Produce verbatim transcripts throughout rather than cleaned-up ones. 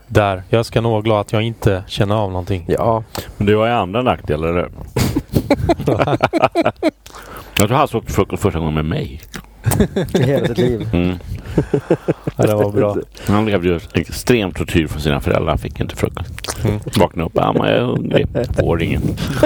Där. Jag ska nog vara glad att jag inte känner av någonting. Ja. Men det var ju andra nackdelar där. Jag tror han såg frukost första gången med mig. I hela sitt liv. Mm. Ja, det var bra. Han levde ju extremt tortyr från sina föräldrar. Han fick inte frukost. Mm. Vaknade upp. Ja, men jag är hungrig. Får ingen.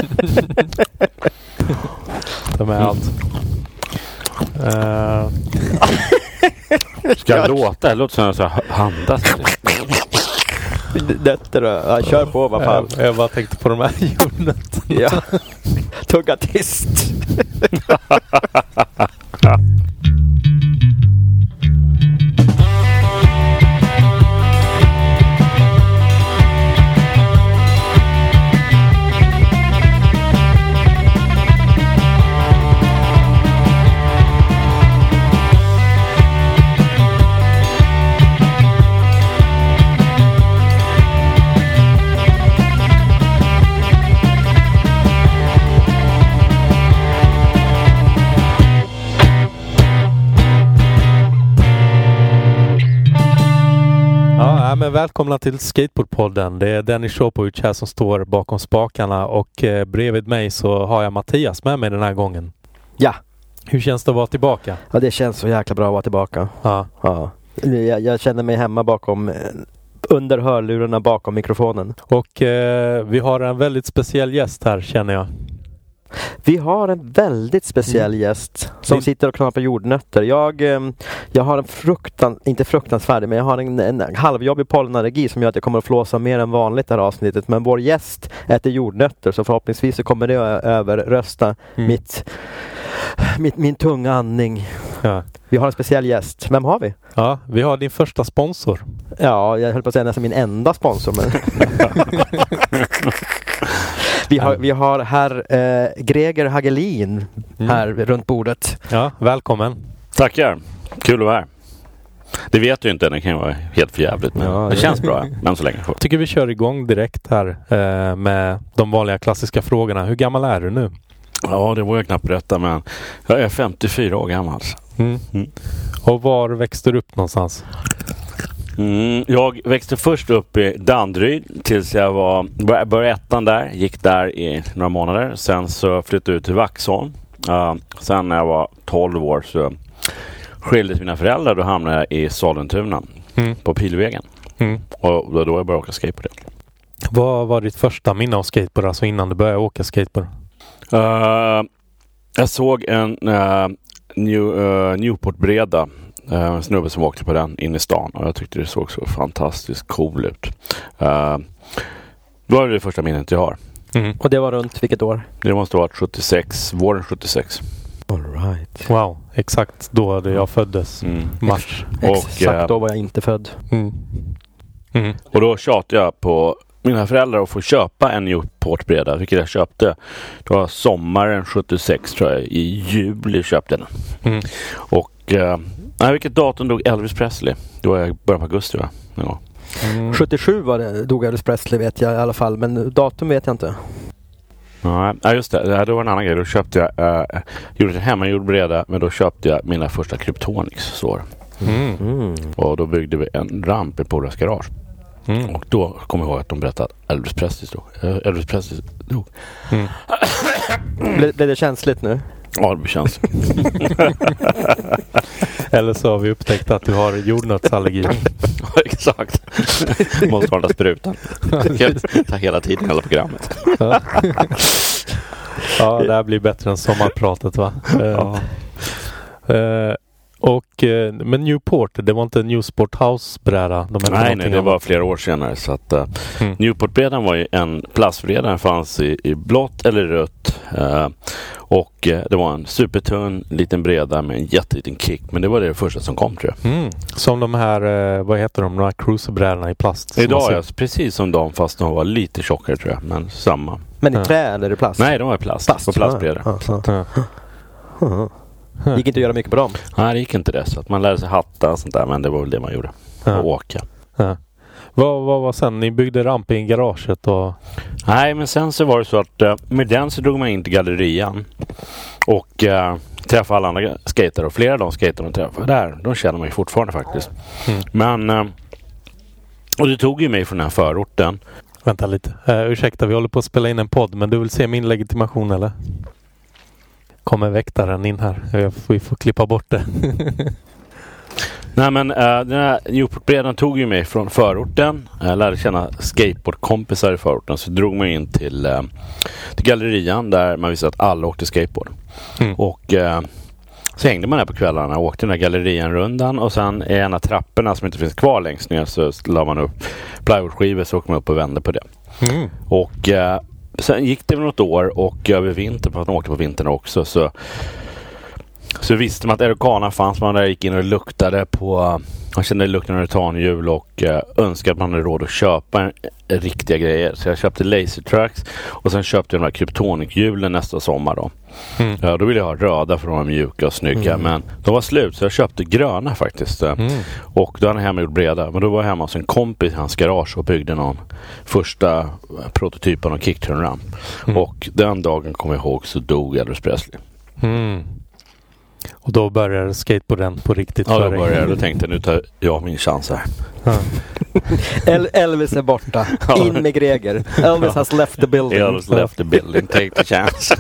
De är allt. Uh... Ska jag låta? Det låter som att jag handas. Nötter då. Ja, kör på vad fan. Jag, jag bara tänkte på de här jordnötterna. Ja. Tugga tyst. Men välkomna till Skateboardpodden. Det är Dennis Shopovic här som står bakom spakarna och eh, bredvid mig så har jag Mattias med mig den här gången. Ja. Hur känns det att vara tillbaka? Ja, det känns så jäkla bra att vara tillbaka. Ja. Ja. Jag, jag känner mig hemma bakom, under hörlurarna bakom mikrofonen. Och eh, vi har en väldigt speciell gäst här, känner jag. Vi har en väldigt speciell mm. gäst som mm. sitter och knapar jordnötter. Jag, jag har en fruktan, inte fruktansvärd, men jag har en, en halvjobbig pollenallergi som gör att jag kommer att flåsa mer än vanligt det här avsnittet. Men vår gäst äter jordnötter, så förhoppningsvis så kommer det överrösta mm. mitt, mitt, min tunga andning. Ja. Vi har en speciell gäst. Vem har vi? Ja, vi har din första sponsor. Ja, jag höll på att säga nästan min enda sponsor. Men vi, har, vi har herr eh, Greger Hagelin här mm. runt bordet. Ja, välkommen. Tackar. Kul att vara här. Det vet du inte, det kan ju vara helt för jävligt, men ja, det, det känns bra än så länge. Jag tycker vi kör igång direkt här eh, med de vanliga klassiska frågorna. Hur gammal är du nu? Ja, det var jag knappt berätta, men jag är femtiofyra år gammal. Mm. Mm. Och var växte du upp någonstans? Mm, jag växte först upp i Danderyd tills jag var bör, började ettan där. Gick där i några månader. Sen så flyttade jag ut till Vaxholm. Uh, sen när jag var tolv år så skildes mina föräldrar. Då hamnade jag i Sollentuna mm. på Pilvägen. Mm. Och då, då jag började åka skateboard. Vad var ditt första minne av skateboard, alltså innan du började åka skateboard? Uh, jag såg en uh, New, uh, Newport-breda uh, en snubbe som åkte på den in i stan och jag tyckte det såg så fantastiskt cool ut. Uh, då var det det första minnet jag har. Mm. Och det var runt vilket år? Det måste ha varit sjuttiosex, våren sjuttiosex. All right. Wow, exakt då det jag föddes. Mm. Mars. Och, exakt då var jag inte född. Mm. Mm. Och då tjatade jag på mina föräldrar att få köpa en Newport-breda, vilket jag köpte. Det var sommaren sjuttiosex tror jag, i juli köpte jag den. Mm. Och eh, nej, vilket datum dog Elvis Presley? Då var jag början på augusti, va? Ja. Mm. sjuttiosju var det, dog Elvis Presley vet jag i alla fall, men datum vet jag inte. Ja, just det. Det var en annan grej. Då köpte jag, äh, gjorde en hemmagjord breda, men då köpte jag mina första Kryptonix. Så. Mm. Mm. Och då byggde vi en ramp i Poras garage. Mm. Och då kommer jag ihåg att de berättade att Elvis Presley dog. Elvis Presley dog. Mm. Blev det känsligt nu? Ja, det blir känsligt. Eller så har vi upptäckt att du har jordnötsallergi. Ja, exakt. Måste vara sprutan. Ta hela tiden hela programmet. Ja. Ja, det här blir bättre än sommarpratet, va? Ja. Uh, och, uh, men Newport, det var inte Newport House-bräda? De nej, nej, det var flera år senare. Så att, uh, mm. Newport-brädan var ju en plastbräda. Den fanns i, i blått eller rött. Uh, och uh, det var en supertunn liten bräda med en jätteliten kick. Men det var det första som kom, tror jag. Mm. Som de här, uh, vad heter de? De här cruiserbrädorna i plast. Idag, ja, precis som de, fast de var lite tjockare, tror jag. Men samma. Men i ja. trä eller i plast? Nej, de var i plast. Plast. På plastbrädor. Ja, ja, ja. Ja. Gick inte att göra mycket på dem? Nej, det gick inte det. Så att man lärde sig hatta och sånt där. Men det var väl det man gjorde. Ja. Och åka. Ja. Vad, vad var sen? Ni byggde ramp i garaget och... Nej, men sen så var det så att uh, med den så drog man in till gallerian. Och uh, träffade alla andra skater. Och flera av de skater de träffade där, de känner man ju fortfarande faktiskt. Mm. Men uh, Och det tog ju mig från den här förorten. Vänta lite. Uh, ursäkta, vi håller på att spela in en podd, men du vill se min legitimation eller? Kommer väktaren in här. Jag får, vi får klippa bort det. Nej men uh, den här Newportbredan tog ju mig från förorten. Jag lärde känna skateboardkompisar i förorten. Så drog man in till, uh, till gallerian där man visste att alla åkte skateboard. Mm. Och uh, så hängde man där på kvällarna och åkte den här gallerian rundan. Och sen i en av trapporna som inte finns kvar längst ner så la man upp plywoodskivor, så åkte man upp och vände på det. Mm. Och uh, sen gick det något år och över vintern, för att man åkte på vintern också, så Så visste man att Aerocana fanns. Man där gick in och luktade på... Man kände lukten av retanhjul och uh, önskade att man hade råd att köpa en, en, riktiga grejer. Så jag köpte Laser Trucks och sen köpte jag de här Kryptonic-hjulen nästa sommar då. Mm. Ja, då ville jag ha röda för de var mjuka och snygga. Mm. Men de var slut så jag köpte gröna faktiskt. Mm. Och då hade jag hemma gjort breda. Men då var jag hemma hos en kompis i hans garage och byggde någon första prototypen av kickturn-ramp. Mm. Och den dagen kommer jag ihåg så dog Elvis Presley. Mm. Och då började skateboarden på riktigt. Ja, då började jag. Då tänkte jag, nu tar jag min chans här. Ja. El- Elvis är borta. In med Greger. Elvis has left the building. Elvis left the building. Take the chance.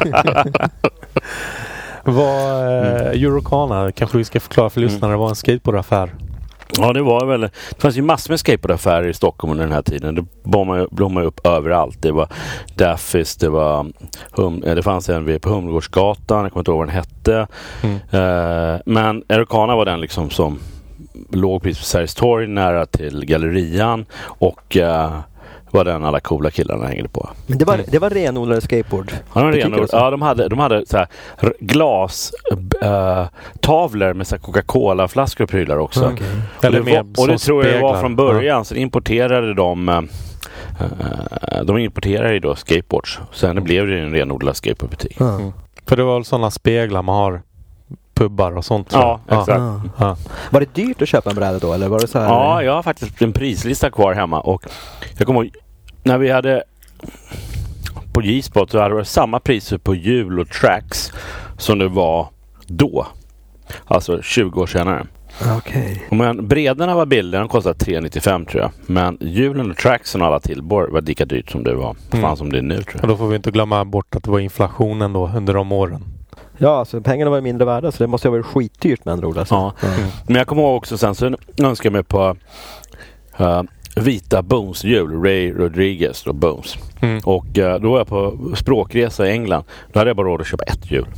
Vad eh, Eurocana, kanske vi ska förklara för lyssnare, mm. var en skateboardaffär. Ja, det var väl... Det fanns ju massor med skateboardaffärer i Stockholm under den här tiden. Det blommade upp överallt. Det var Daffys, det var... Hum, det fanns en på Humlegårdsgatan. Jag kommer inte ihåg vad den hette. Mm. Uh, men Aerocana var den liksom som låg precis på Sergels torg nära till gallerian. Och... Uh, var den alla coola killarna hängde på. Men det var, det var renodlade skateboard. Ja, de, renodlade, ja, de hade, de hade så här glas äh, tavlor med så här Coca-Cola-flaskor och prylar också. Okay. Och det, var, och det tror jag det var från början. Ja. Så importerade de äh, de importerade ju då skateboards. Sen mm. blev det en renodlad skateboardbutik. Mm. För det var väl sådana speglar man har pubbar och sånt. Ja, exakt. Ah. Ah. Var det dyrt att köpa en bräda då? Eller var det så här? Ja, jag har faktiskt en prislista kvar hemma. Och jag kommer ihåg, när vi hade på G-spot så hade det samma priser på hjul och tracks som det var då. Alltså tjugo år senare. Okej. Okay. Men bredorna var billigare, de kostade tre nittiofem tror jag. Men hjulen och tracksen och alla tillbehör var lika dyrt som det var. Mm. Fan som det är nu tror jag. Och då får vi inte glömma bort att det var inflationen då under de åren. Ja, alltså pengarna var ju mindre värda så det måste ju ha varit skitdyrt med andra ord. Alltså. Ja. Mm. Men jag kommer ihåg också sen så önskade jag mig på uh, vita Bones-hjul, Ray Rodriguez och Bones. Mm. Och uh, då var jag på språkresa i England. Då hade jag bara råd att köpa ett hjul.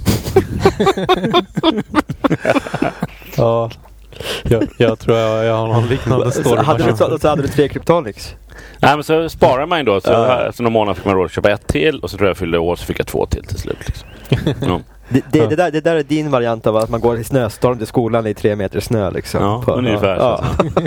Ja, jag, jag tror jag, jag har någon liknande story. Så hade, du, så, så hade du tre Kryptonics? Nej, men så sparar man ju då. Så uh. efter några månader fick man råd att köpa ett till. Och så tror jag jag fyllde år så fick jag två till till slut. Liksom. Mm. Det, det, det, där, det där är din variant av att man går i snöstorm till skolan i tre meter snö liksom. Ja, på, ungefär. Ja,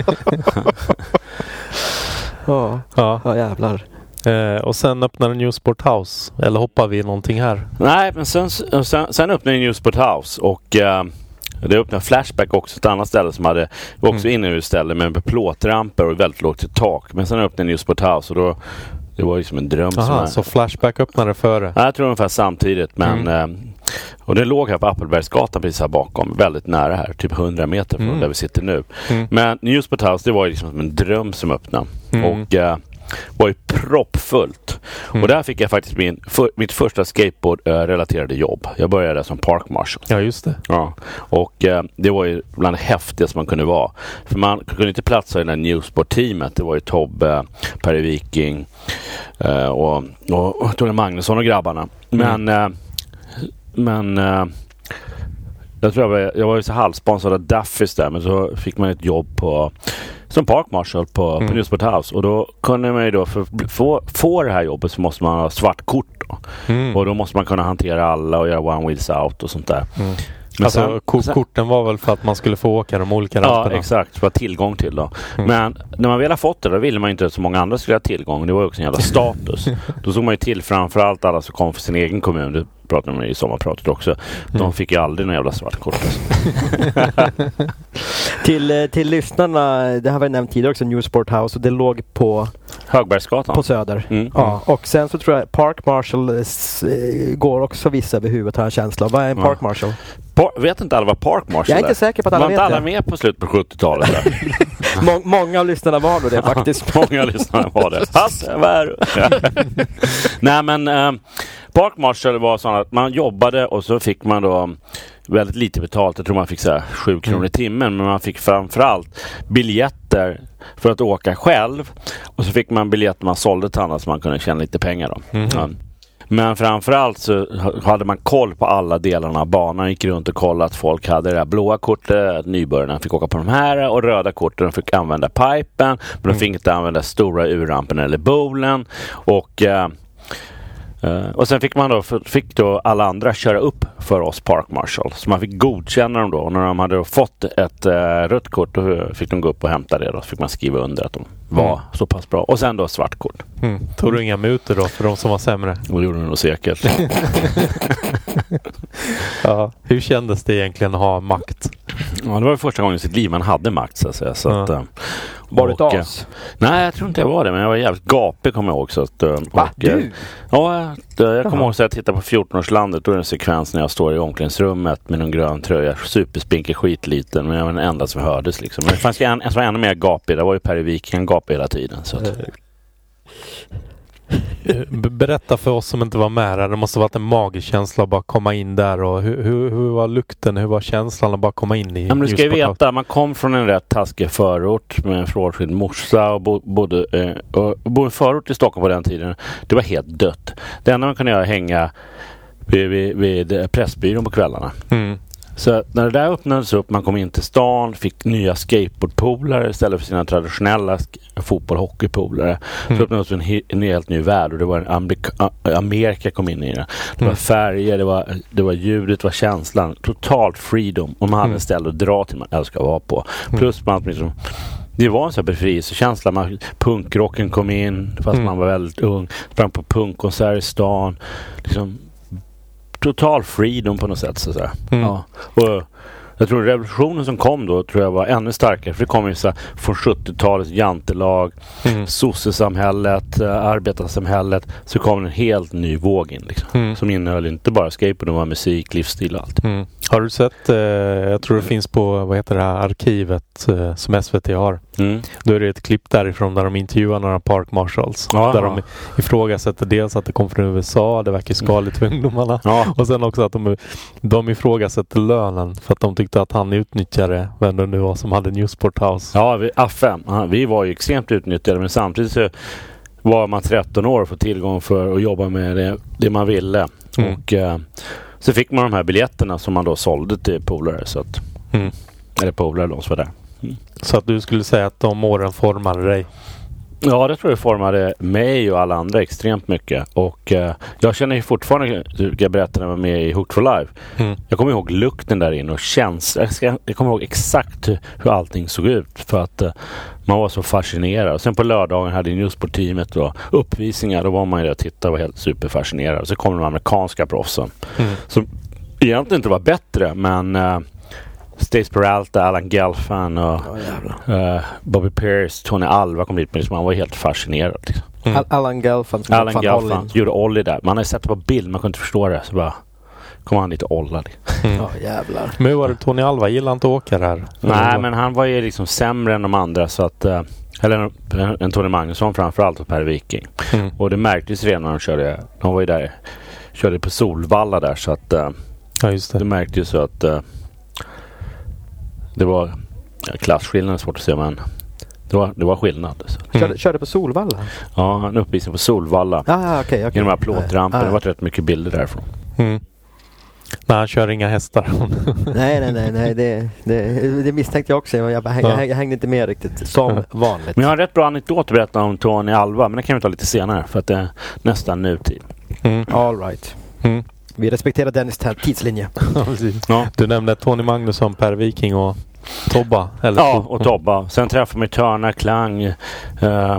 ja. ja. ja jävlar. Eh, och sen öppnade Newsport House. Eller hoppar vi någonting här? Nej, men sen, sen, sen öppnade Newsport House. Och uh, det öppnade Flashback också. Ett annat ställe som hade också mm. inomhusställe med plåtramper och väldigt lågt till tak. Men sen öppnade Newsport House och då det var ju som en dröm. Aha, som så Flashback öppnade före? Ja, jag tror ungefär samtidigt. Men, mm. eh, och det låg här på Appelbergsgatan precis här bakom. Väldigt nära här. Typ hundra meter från mm. där vi sitter nu. Mm. Men Newsport House, det var ju liksom som en dröm som öppnade. Mm. Och eh, var ju proppfullt. Mm. Och där fick jag faktiskt min, för, mitt första skateboard-relaterade jobb. Jag började som park marshal. Ja, just det. Ja. Och eh, det var ju bland det häftigaste man kunde vara. För man kunde inte platsa i det här Newsport-teamet. Det var ju Tobbe, Perry Viking eh, och, och, och Tony Magnusson och grabbarna. Men, mm. eh, men eh, jag tror jag var, jag var ju så halvsponsrad av Daffys där. Men så fick man ett jobb på som park marshal på, mm. på Newsport House. Och då kunde man ju då för att få, få det här jobbet så måste man ha svart kort då. Mm. Och då måste man kunna hantera alla och göra one wheels out och sånt där. Mm. Men alltså sen, k- sen, korten var väl för att man skulle få åka de olika ramperna? Ja, exakt. För att tillgång till då. Mm. Men när man väl har fått det, då ville man ju inte att så många andra skulle ha tillgång. Det var ju också en jävla status. Då såg man ju till framförallt alla som kom för sin egen kommun. Det pratade man i sommarpratet också. Mm. De fick ju aldrig någon jävla svart kort. till, till lyssnarna, det har vi nämnt tidigare också, Newsport House. Och det låg på Högbergsgatan. På Söder. Mm. Ja, och sen så tror jag Park Marshal äh, går också vissa över huvudet, har en känsla. Vad är en Park ja. Marshal? Par- vet inte alla vad Park Marshal är? Jag är inte säker på att alla var vet inte alla det. med på slutet på sjuttiotalet? Må- många av lyssnarna var nog det faktiskt. Många av lyssnarna var det. Pass, vad är du? Nej, men eh, Park Marshal var så att man jobbade och så fick man då väldigt lite betalt. Jag tror man fick så här sju kronor mm. i timmen, men man fick framförallt biljetter för att åka själv. Och så fick man biljetter man sålde till andra så man kunde tjäna lite pengar då. Mm. Ja. Men framförallt så hade man koll på alla delarna av banan. Gick runt och kollade att folk hade det där blåa kortet. Nybörjarna fick åka på de här. Och röda kortet, de fick använda pipen. Men de mm. fick inte använda stora urrampen eller bowlen. Och... Eh, Uh, och sen fick man då, fick då alla andra köra upp för oss Park Marshal. Så man fick godkänna dem då. Och när de hade fått ett uh, rött kort då fick de gå upp och hämta det. Då fick man skriva under att de var mm. så pass bra. Och sen då svart kort. Mm. Tog du inga mutor då för de som var sämre? Och det gjorde de nog säkert. Ja. Hur kändes det egentligen att ha makt? Ja, det var första gången i sitt liv man hade makt så att säga. Så att, ja. Var det ett as? Nej, jag tror inte jag var det. Men jag var jävligt gapig, kommer jag ihåg. Så att, Va? och, Du? Ja, jag, jag kommer ihåg att jag tittade på fjorton-årslandet. Då är det en sekvens när jag står i omklädningsrummet med någon grön tröja. Superspinker, skitliten. Men jag var den enda som hördes liksom. Men det fanns ju en, en som var ännu mer gapig. Det var ju Per Wik, han gapig hela tiden. Så att. Berätta för oss som inte var med där. Det måste ha varit en magisk känsla att bara komma in där. Och hur, hur, hur var lukten? Hur var känslan att bara komma in i? Ja, men du ska ju veta, man kom från en rätt taskig förort med en frånskild morsa och bo, bodde eh, och bo i förort i Stockholm på den tiden. Det var helt dött. Det enda man kunde göra hänga vid, vid, vid Pressbyrån på kvällarna. Mm. Så när det där öppnades upp, man kom in till stan, fick nya skateboardpolare istället för sina traditionella sk- fotboll- och hockeypolare. Mm. Så öppnades en, he- en helt ny värld och det var en Amerika, Amerika kom in i det. Det var mm. färger, det var, det var ljudet, det var känslan. Totalt freedom. Och man hade mm. en ställe att dra till man älskar att vara på. Mm. Plus man liksom, det var en sån här befrielsekänsla. Man, punkrocken kom in fast mm. man var väldigt ung. Sprang på punkkonsert i stan. Liksom total freedom på något sätt så att säga. Mm. Ja. Och jag tror revolutionen som kom då tror jag var ännu starkare, för det kom ju så här, från sjuttiotalets jantelag, mm. sossesamhället, arbetarsamhället, så kom en helt ny våg in liksom, mm. som innehöll inte bara skateboard, det var musik, livsstil och allt. Mm. Har du sett, eh, jag tror det finns på, vad heter det här, arkivet eh, som S V T har. Mm. Då är det ett klipp därifrån där de intervjuar några Park Marshals. Aha. Där de ifrågasätter dels att det kom från U S A, det verkar skadligt för ungdomarna. Ja. Och sen också att de, de ifrågasätter lönen för att de tyckte att han utnyttjade vem det nu var som hade Newsport House. Ja, vi, Affe, vi var ju extremt utnyttjade, men samtidigt så var man tretton år och få tillgång för att jobba med det, det man ville. Mm. Och eh, så fick man de här biljetterna som man då sålde till polare. Så att, mm. Eller polare då, så var där. Mm. Så att du skulle säga att de åren formade dig? Ja, det tror jag formade mig och alla andra extremt mycket. Och eh, jag känner ju fortfarande, jag berättade när jag var med i Hooked for Life. Mm. Jag kommer ihåg lukten där inne och känslan. Jag, ska, jag kommer ihåg exakt hur, hur allting såg ut. För att eh, man var så fascinerad. Och sen på lördagen hade Newsport-teamet då uppvisningar. Då var man ju där och tittade och var helt superfascinerad. Och så kom de amerikanska proffsen. Mm. Som egentligen inte var bättre, men... Eh, Stace Peralta, Alan Gelfand och oh, uh, Bobby Pierce, Tony Alva kom dit med liksom, man var helt fascinerad. Liksom. Mm. Al- Alan Gelfand Alan Gelfand gjorde Ollie där. Man hade sett det på bild, man kunde inte förstå det. Så bara kom han dit och ollade. Mm. Oh, jävlar. Men hur var det Tony Alva? Gillade inte att åka där? Nej, men han var ju liksom sämre än de andra. Så att, uh, eller en, en Tony Magnusson framförallt och Per Viking. Mm. Och det märktes redan när de körde. De var ju där, körde på Solvalla där. Så att uh, ja, just det. det märktes så att uh, det var ja, klasskillnad, svårt att se, men det var, det var skillnad. Så. Mm. Körde, körde på Solvalla? Ja, en uppvisning på Solvalla. Ah, okay, okay. I de här plåtrampen. Ah, ah. Det var rätt mycket bilder därifrån. Mm. Nej, han kör inga hästar. nej, nej, nej. nej det, det, det misstänkte jag också. Jag, häng, ja. jag, jag hängde inte med riktigt, som mm. vanligt. Men jag har en rätt bra anekdot att berätta om Tony Alva, men det kan vi ta lite senare, för att det är nästan nutid. Mm. All right. Mm. Vi respekterar Dennis tidslinje. Ja. Du nämnde Tony Magnusson, Per Viking och Tobba. Eller ja, och Tobba. Sen träffade man Törna, Klang. Uh, ja,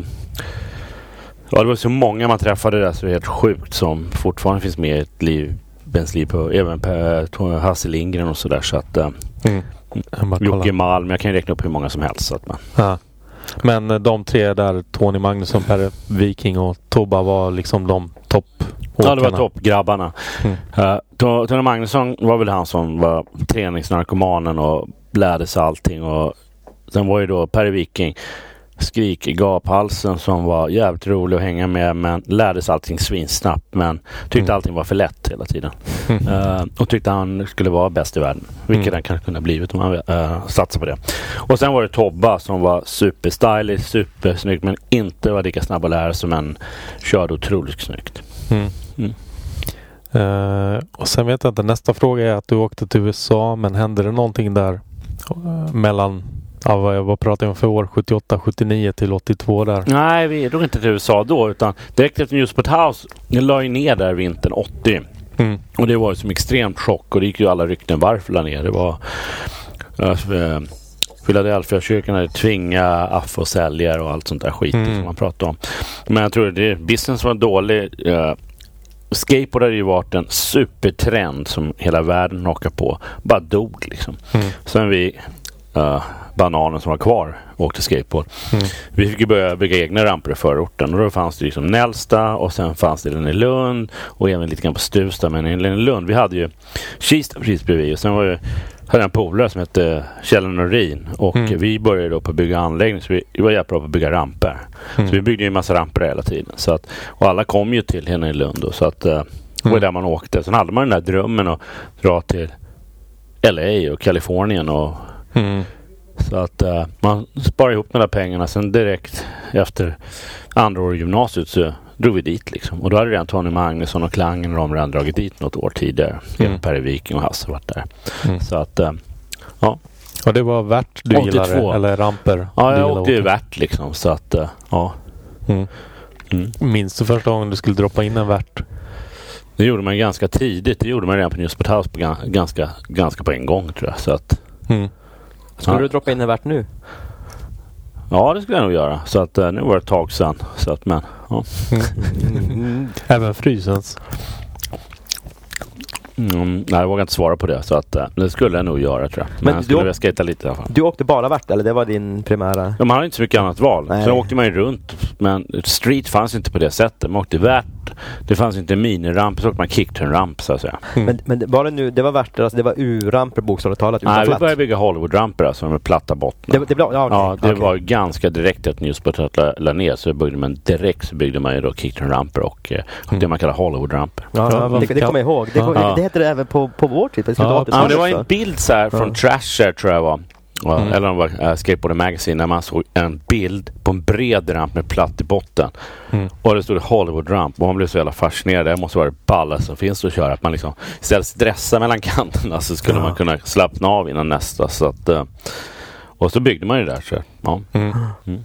det var så många man träffade där så det är helt sjukt som fortfarande finns med i ett liv, Bens liv på, även på Hasse Lindgren och sådär. Så att uh, mm. Jocke Malm, jag kan ju räkna upp hur många som helst. Så att man. Ja. Men de tre där, Tony Magnusson, Per Viking och Tobba, var liksom de topp. Ja, det var toppgrabbarna. Mm. Uh, Tony Magnusson var väl han som var träningsnarkomanen och lärde sig allting och den var ju då Per Viking, skrik i gaphalsen, som var jävligt rolig att hänga med, men lärdes allting svinsnabbt, men tyckte mm. allting var för lätt hela tiden. Mm. Uh, och tyckte han skulle vara bäst i världen, vilket mm. han kanske kunde ha blivit om han uh, satsade på det. Och sen var det Tobba som var superstylish, supersnyggt, men inte var lika snabb att lära sig, men körde otroligt snyggt. Mm. Mm. Uh, och sen vet jag inte, nästa fråga är att du åkte till U S A, men hände det någonting där uh, mellan, ja, vad, vad pratar jag om för år, sjuttioåtta sjuttionio till åttiotvå där? Nej, vi drog inte till U S A då, utan direkt efter Newsport House, jag la ju ner där vintern åttio. Mm. Och det var ju som extremt chock, och det gick ju alla rykten varför la ner. Det var uh, Philadelphia-kyrkan hade tvinga Affe och säljare och allt sånt där skit mm. som man pratar om. Men jag tror det business var dålig. Uh, skateboard hade ju varit en supertrend som hela världen hakar på. Bara dog liksom. Mm. Sen vi uh, bananen som var kvar och åkte skateboard. Mm. Vi fick ju börja bygga egna ramper i förorten, och då fanns det liksom Nälsta, och sen fanns det den i Lund och även lite grann på Stuvsta, men i Lund vi hade ju Kista precis bredvid, och sen var ju hade en polare som hette Kjell Norin, och mm. vi började då på att bygga anläggning, så vi, vi var jävligt bra på att bygga ramper. Mm. Så vi byggde ju en massa ramper hela tiden, så att, och alla kom ju till henne i Lund då, så att uh, det var där man åkte. Sen hade man den där drömmen att dra till L A och Kalifornien, och mm. så att uh, man sparar ihop de där pengarna. Sen direkt efter andra år i gymnasiet så drog vi dit liksom. Och då hade redan Tony Magnusson och Klangen och de redan dragit dit något år tidigare. Mm. Per Viking och Hasse varit där. Mm. Så att, uh, ja. Och det var värt du gillade, eller ramper? Ja, jag åkte ju värt liksom. Så att, uh, ja. Mm. Mm. Minns du första gången du skulle droppa in en värt? Det gjorde man ganska tidigt. Det gjorde man redan på Newsport House på g- ganska, ganska på en gång, tror jag. Så att, mm. Skulle ja. du droppa in en värt nu? Ja, det skulle jag nog göra. Så att uh, nu var det ett tag sedan. Så att, men, ja. Mm. Även frysens? Mm, nej, jag vågar inte svara på det. Så att, uh, det skulle jag nog göra, tror jag. Men, men jag skulle vilja skata lite i alla fall. Du åkte bara värt, eller det var din primära? Ja, man hade inte så mycket annat val. Nej. Så åkte man ju runt. Men street fanns inte på det sättet. Man åkte värt. Det fanns inte miniramp, så åkte man kickturn-ramp, så att säga. Mm. Men, men var det nu, det var värt, alltså det var U-ramper bokstavligt talat utan Nej, flatt. vi började bygga Hollywood-ramper, alltså med platta bottnar. Det, det, ja, okay. ja, det okay. var ganska direkt att Newsport la, la ner, så byggde man direkt så byggde man ju då kickturn-ramper och eh, mm. det man kallar Hollywood-ramper. Ja, ja, det, det kommer jag ihåg. Det, ja. det, det heter det även på, på vår tid. Det, ja, ja, det var en bild så här från ja. Trasher, tror jag var. Mm. Eller om det var uh, Skateboard Magazine, när man såg en bild på en bred ramp med platt i botten. Mm. Och det stod Hollywood ramp, och man blev så jävla fascinerad. Det måste vara det balla som finns att köra. Att man liksom istället stressar mellan kanterna, så skulle ja. man kunna slappna av innan nästa. Så att, uh, och så byggde man det där. Så, ja. Mm. Mm.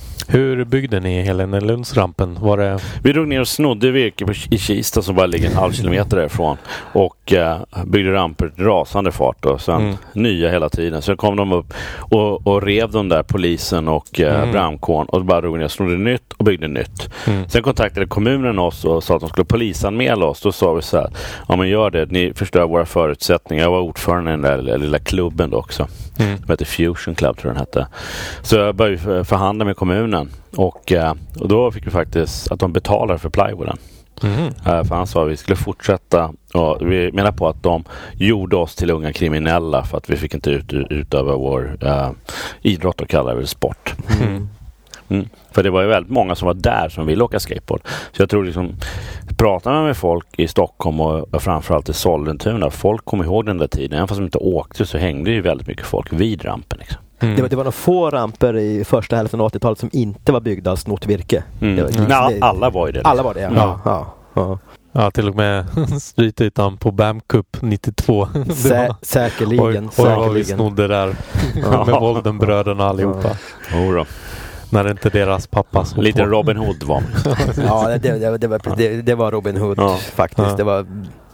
Hur byggde ni Helenelundsrampen? Var det... Vi drog ner och snodde virke på, i Kista som bara ligger en halv kilometer därifrån, och uh, byggde ramper i rasande fart, och sen mm. nya hela tiden. Så kom de upp och, och rev de där, polisen och uh, mm. brandkåren, och bara drog ner och snodde nytt och byggde nytt. Mm. Sen kontaktade kommunen oss och sa att de skulle polisanmäla oss. Då sa vi så här: ja, men gör det, ni förstör våra förutsättningar. Jag var ordförande i den där lilla klubben då också. Mm. Det hette Fusion Club, tror jag den hette. Så jag började förhandla med kommunen, och, och då fick vi faktiskt att de betalar för plywooden. Mm. För han sa att vi skulle fortsätta, och vi menar på att de gjorde oss till unga kriminella för att vi fick inte ut, utöva vår uh, idrott och kallar det sport. Mm. Mm. För det var ju väldigt många som var där som ville åka skateboard. Så jag tror liksom, pratar man med folk i Stockholm och, och framförallt i Sollentuna, folk kommer ihåg den där tiden. Även fast de inte åkte, så hängde ju väldigt mycket folk vid rampen liksom. Mm. Det var, det var några få ramper i första hälften av åttiotalet som inte var byggda av snott virke. Mm. Det var, det, Nej, alla var ju det. Alla var det, ja. ja. ja, ja. Ja, till och med strytytan på Bam Cup nittiotvå. Sä- säkerligen. Och, och säkerligen. Vi snodde där med Voldenbröderna allihopa. Ja. Oh, då. När det inte deras pappas. Lite Robin Hood var. Ja, det, det, det, var, det, det var Robin Hood ja. faktiskt. Ja. Det var...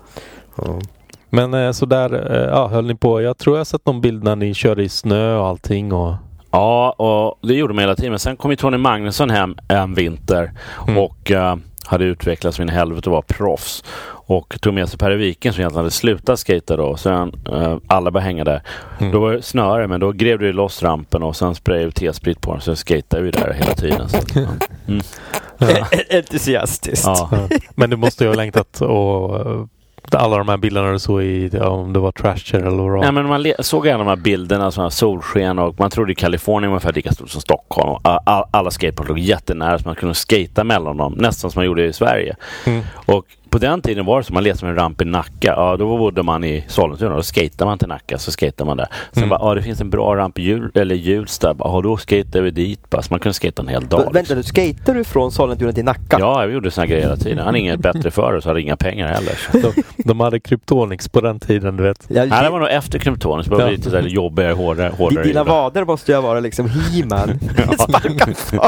Ja. Men så där ja, höll ni på. Jag tror jag sett någon bild när ni körde i snö och allting. Och... Ja, och det gjorde man hela tiden. Men sen kom ju Tony Magnusson hem en vinter mm. och uh, hade utvecklats som en helvete och var proffs. Och tog med sig Per Viking som egentligen hade slutat skata då. Sen uh, alla började hänga där. Mm. Då var det snöre, men då grev du loss rampen och sen sprayade vi T-sprit på den. Så skatade vi där hela tiden. Så, ja. Mm. Ja. Entusiastiskt. Ja. Men du måste ju ha längtat och alla de här bilderna du såg i, ja, om det var Trasher eller vad? Nej, men man le- såg gärna de här bilderna, sådana solsken, och man trodde i Kalifornien var ungefär lika stort som Stockholm. Och all, alla skateboard låg jättenära så man kunde skata mellan dem, nästan som man gjorde i Sverige. Mm. Och på den tiden var det som man letade med en ramp i Nacka. Ja, då bodde man i Sollentuna. Då skatade man till Nacka, så skatade man där. Sen mm. bara, ja, det finns en bra ramp i jul, eller Hjulsta. Ja, då skatade vi dit. Bara, så man kunde skata en hel dag. Vänta, liksom. Du skater du från Sollentuna till Nacka? Ja, jag gjorde såna grejer hela tiden. Han hade inget bättre för oss, hade inga pengar heller. de, de hade Kryptonix på den tiden, du vet. Ja, Nej, det var nog efter Kryptonix. Det var ja. lite så här jobbigare, hårdare. hårdare Dina vader måste ju vara liksom He-Man. Sparka fart.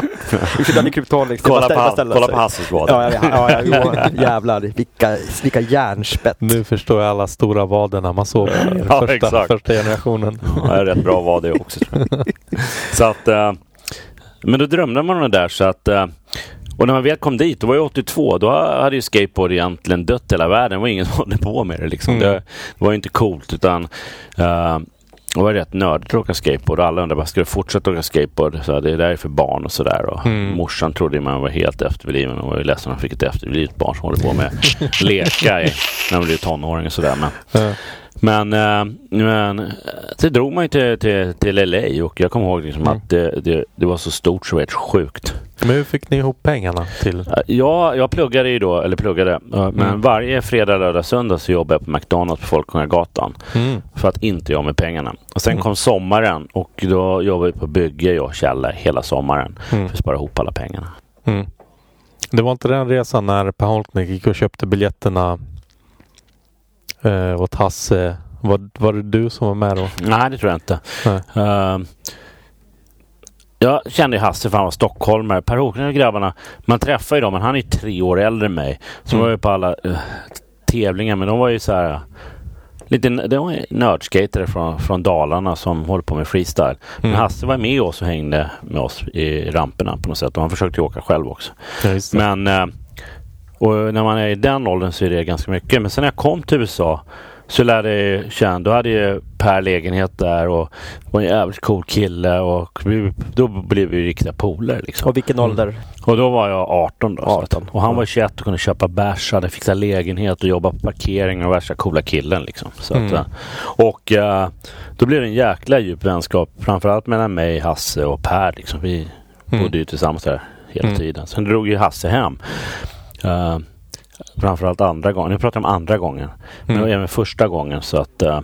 Kolla på, kolla på Hasses vader. Ja, ja, ja, ja, jävlar. Vilka, vilka järnspett. Nu förstår jag alla stora vaderna man såg i ja, första, exakt. första generationen. Ja, det är rätt bra vader också, tror jag. Så att, uh, men då drömde man om det där, så att uh, och när man väl kom dit, då var jag åttiotvå, då hade ju skateboard egentligen dött hela världen. Det var ingen som håller på med det liksom. Mm. Det, det var ju inte coolt, utan uh, det var rätt nördigt att åka skateboard. Alla undrade bara, ska du fortsätta åka skateboard? Så det där är för barn och sådär. Och mm. morsan trodde man var helt efterbliven och var ju ledsen att han fick ett efterblivet barn som håller på med leka i, när man blir tonåring och sådär. Men, mm. men, äh, men så drog man ju till, till, till L A, och jag kommer ihåg liksom mm. att det, det, det var så stort så det var helt sjukt. Men hur fick ni ihop pengarna till? Ja, jag pluggade ju då, eller pluggade, men mm. varje fredag, lördag, söndag så jobbade jag på McDonalds på Folkungagatan mm. för att inte jag med pengarna. Och sen mm. kom sommaren, och då jobbade vi på bygge, jag och Kjell, hela sommaren mm. för att spara ihop alla pengarna. Mm. Det var inte den resan när Per Holknekt gick och köpte biljetterna eh, åt Hasse? Var, var det du som var med då? Nej, det tror jag inte. Uh, jag kände ju Hasse, för han var stockholmare. Per Holknekt och grabbarna, man träffar ju dem, men han är ju tre år äldre än mig. Så mm. var ju på alla uh, tävlingar, men de var ju så här... Lite, det var nördskater från, från Dalarna som håller på med freestyle. Mm. Men Hasse var med oss och hängde med oss i ramperna på något sätt. Och han försökte åka själv också. Ja, men eh, och när man är i den åldern så är det ganska mycket. Men sen när jag kom till U S A så lärde jag känna, då hade ju Per lägenhet där och var en jävligt cool kille, och vi, då blev vi riktiga polare liksom. Och vilken ålder? Mm. Och då var jag arton då. arton. Och han var tjugoett och kunde köpa bärs, hade fixat lägenhet och jobba på parkering och värsta coola killen liksom. Så mm. att, och uh, då blev det en jäkla djup vänskap, framförallt mellan mig, Hasse och Per liksom. Vi mm. bodde ju tillsammans där hela mm. tiden. Sen drog ju Hasse hem. Uh, framförallt andra gången. Nu pratar jag om andra gången. Men mm. även första gången, så att uh,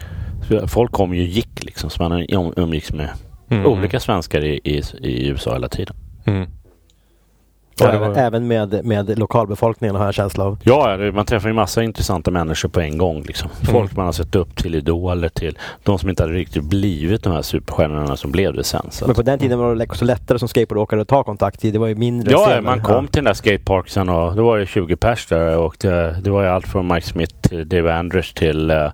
folk kom ju gick liksom, så man umgicks med mm. olika svenskar i, i, i U S A hela tiden. Mm. Ja, även, även med, med lokalbefolkningen har jag känsla av. Ja, man träffar ju massa intressanta människor på en gång liksom. Folk mm. man har sett upp till, idoler till, de som inte hade riktigt blivit de här superstjärnorna som blev det sen. Så men på den tiden var det också lättare som skateboardåkare att ta kontakt i. Det var ju mindre. Ja, scener. Man kom ja. till den där skateparksen och då var det tjugo pers där, och det, det var ju allt från Mike Smith till Dave Andrews till uh,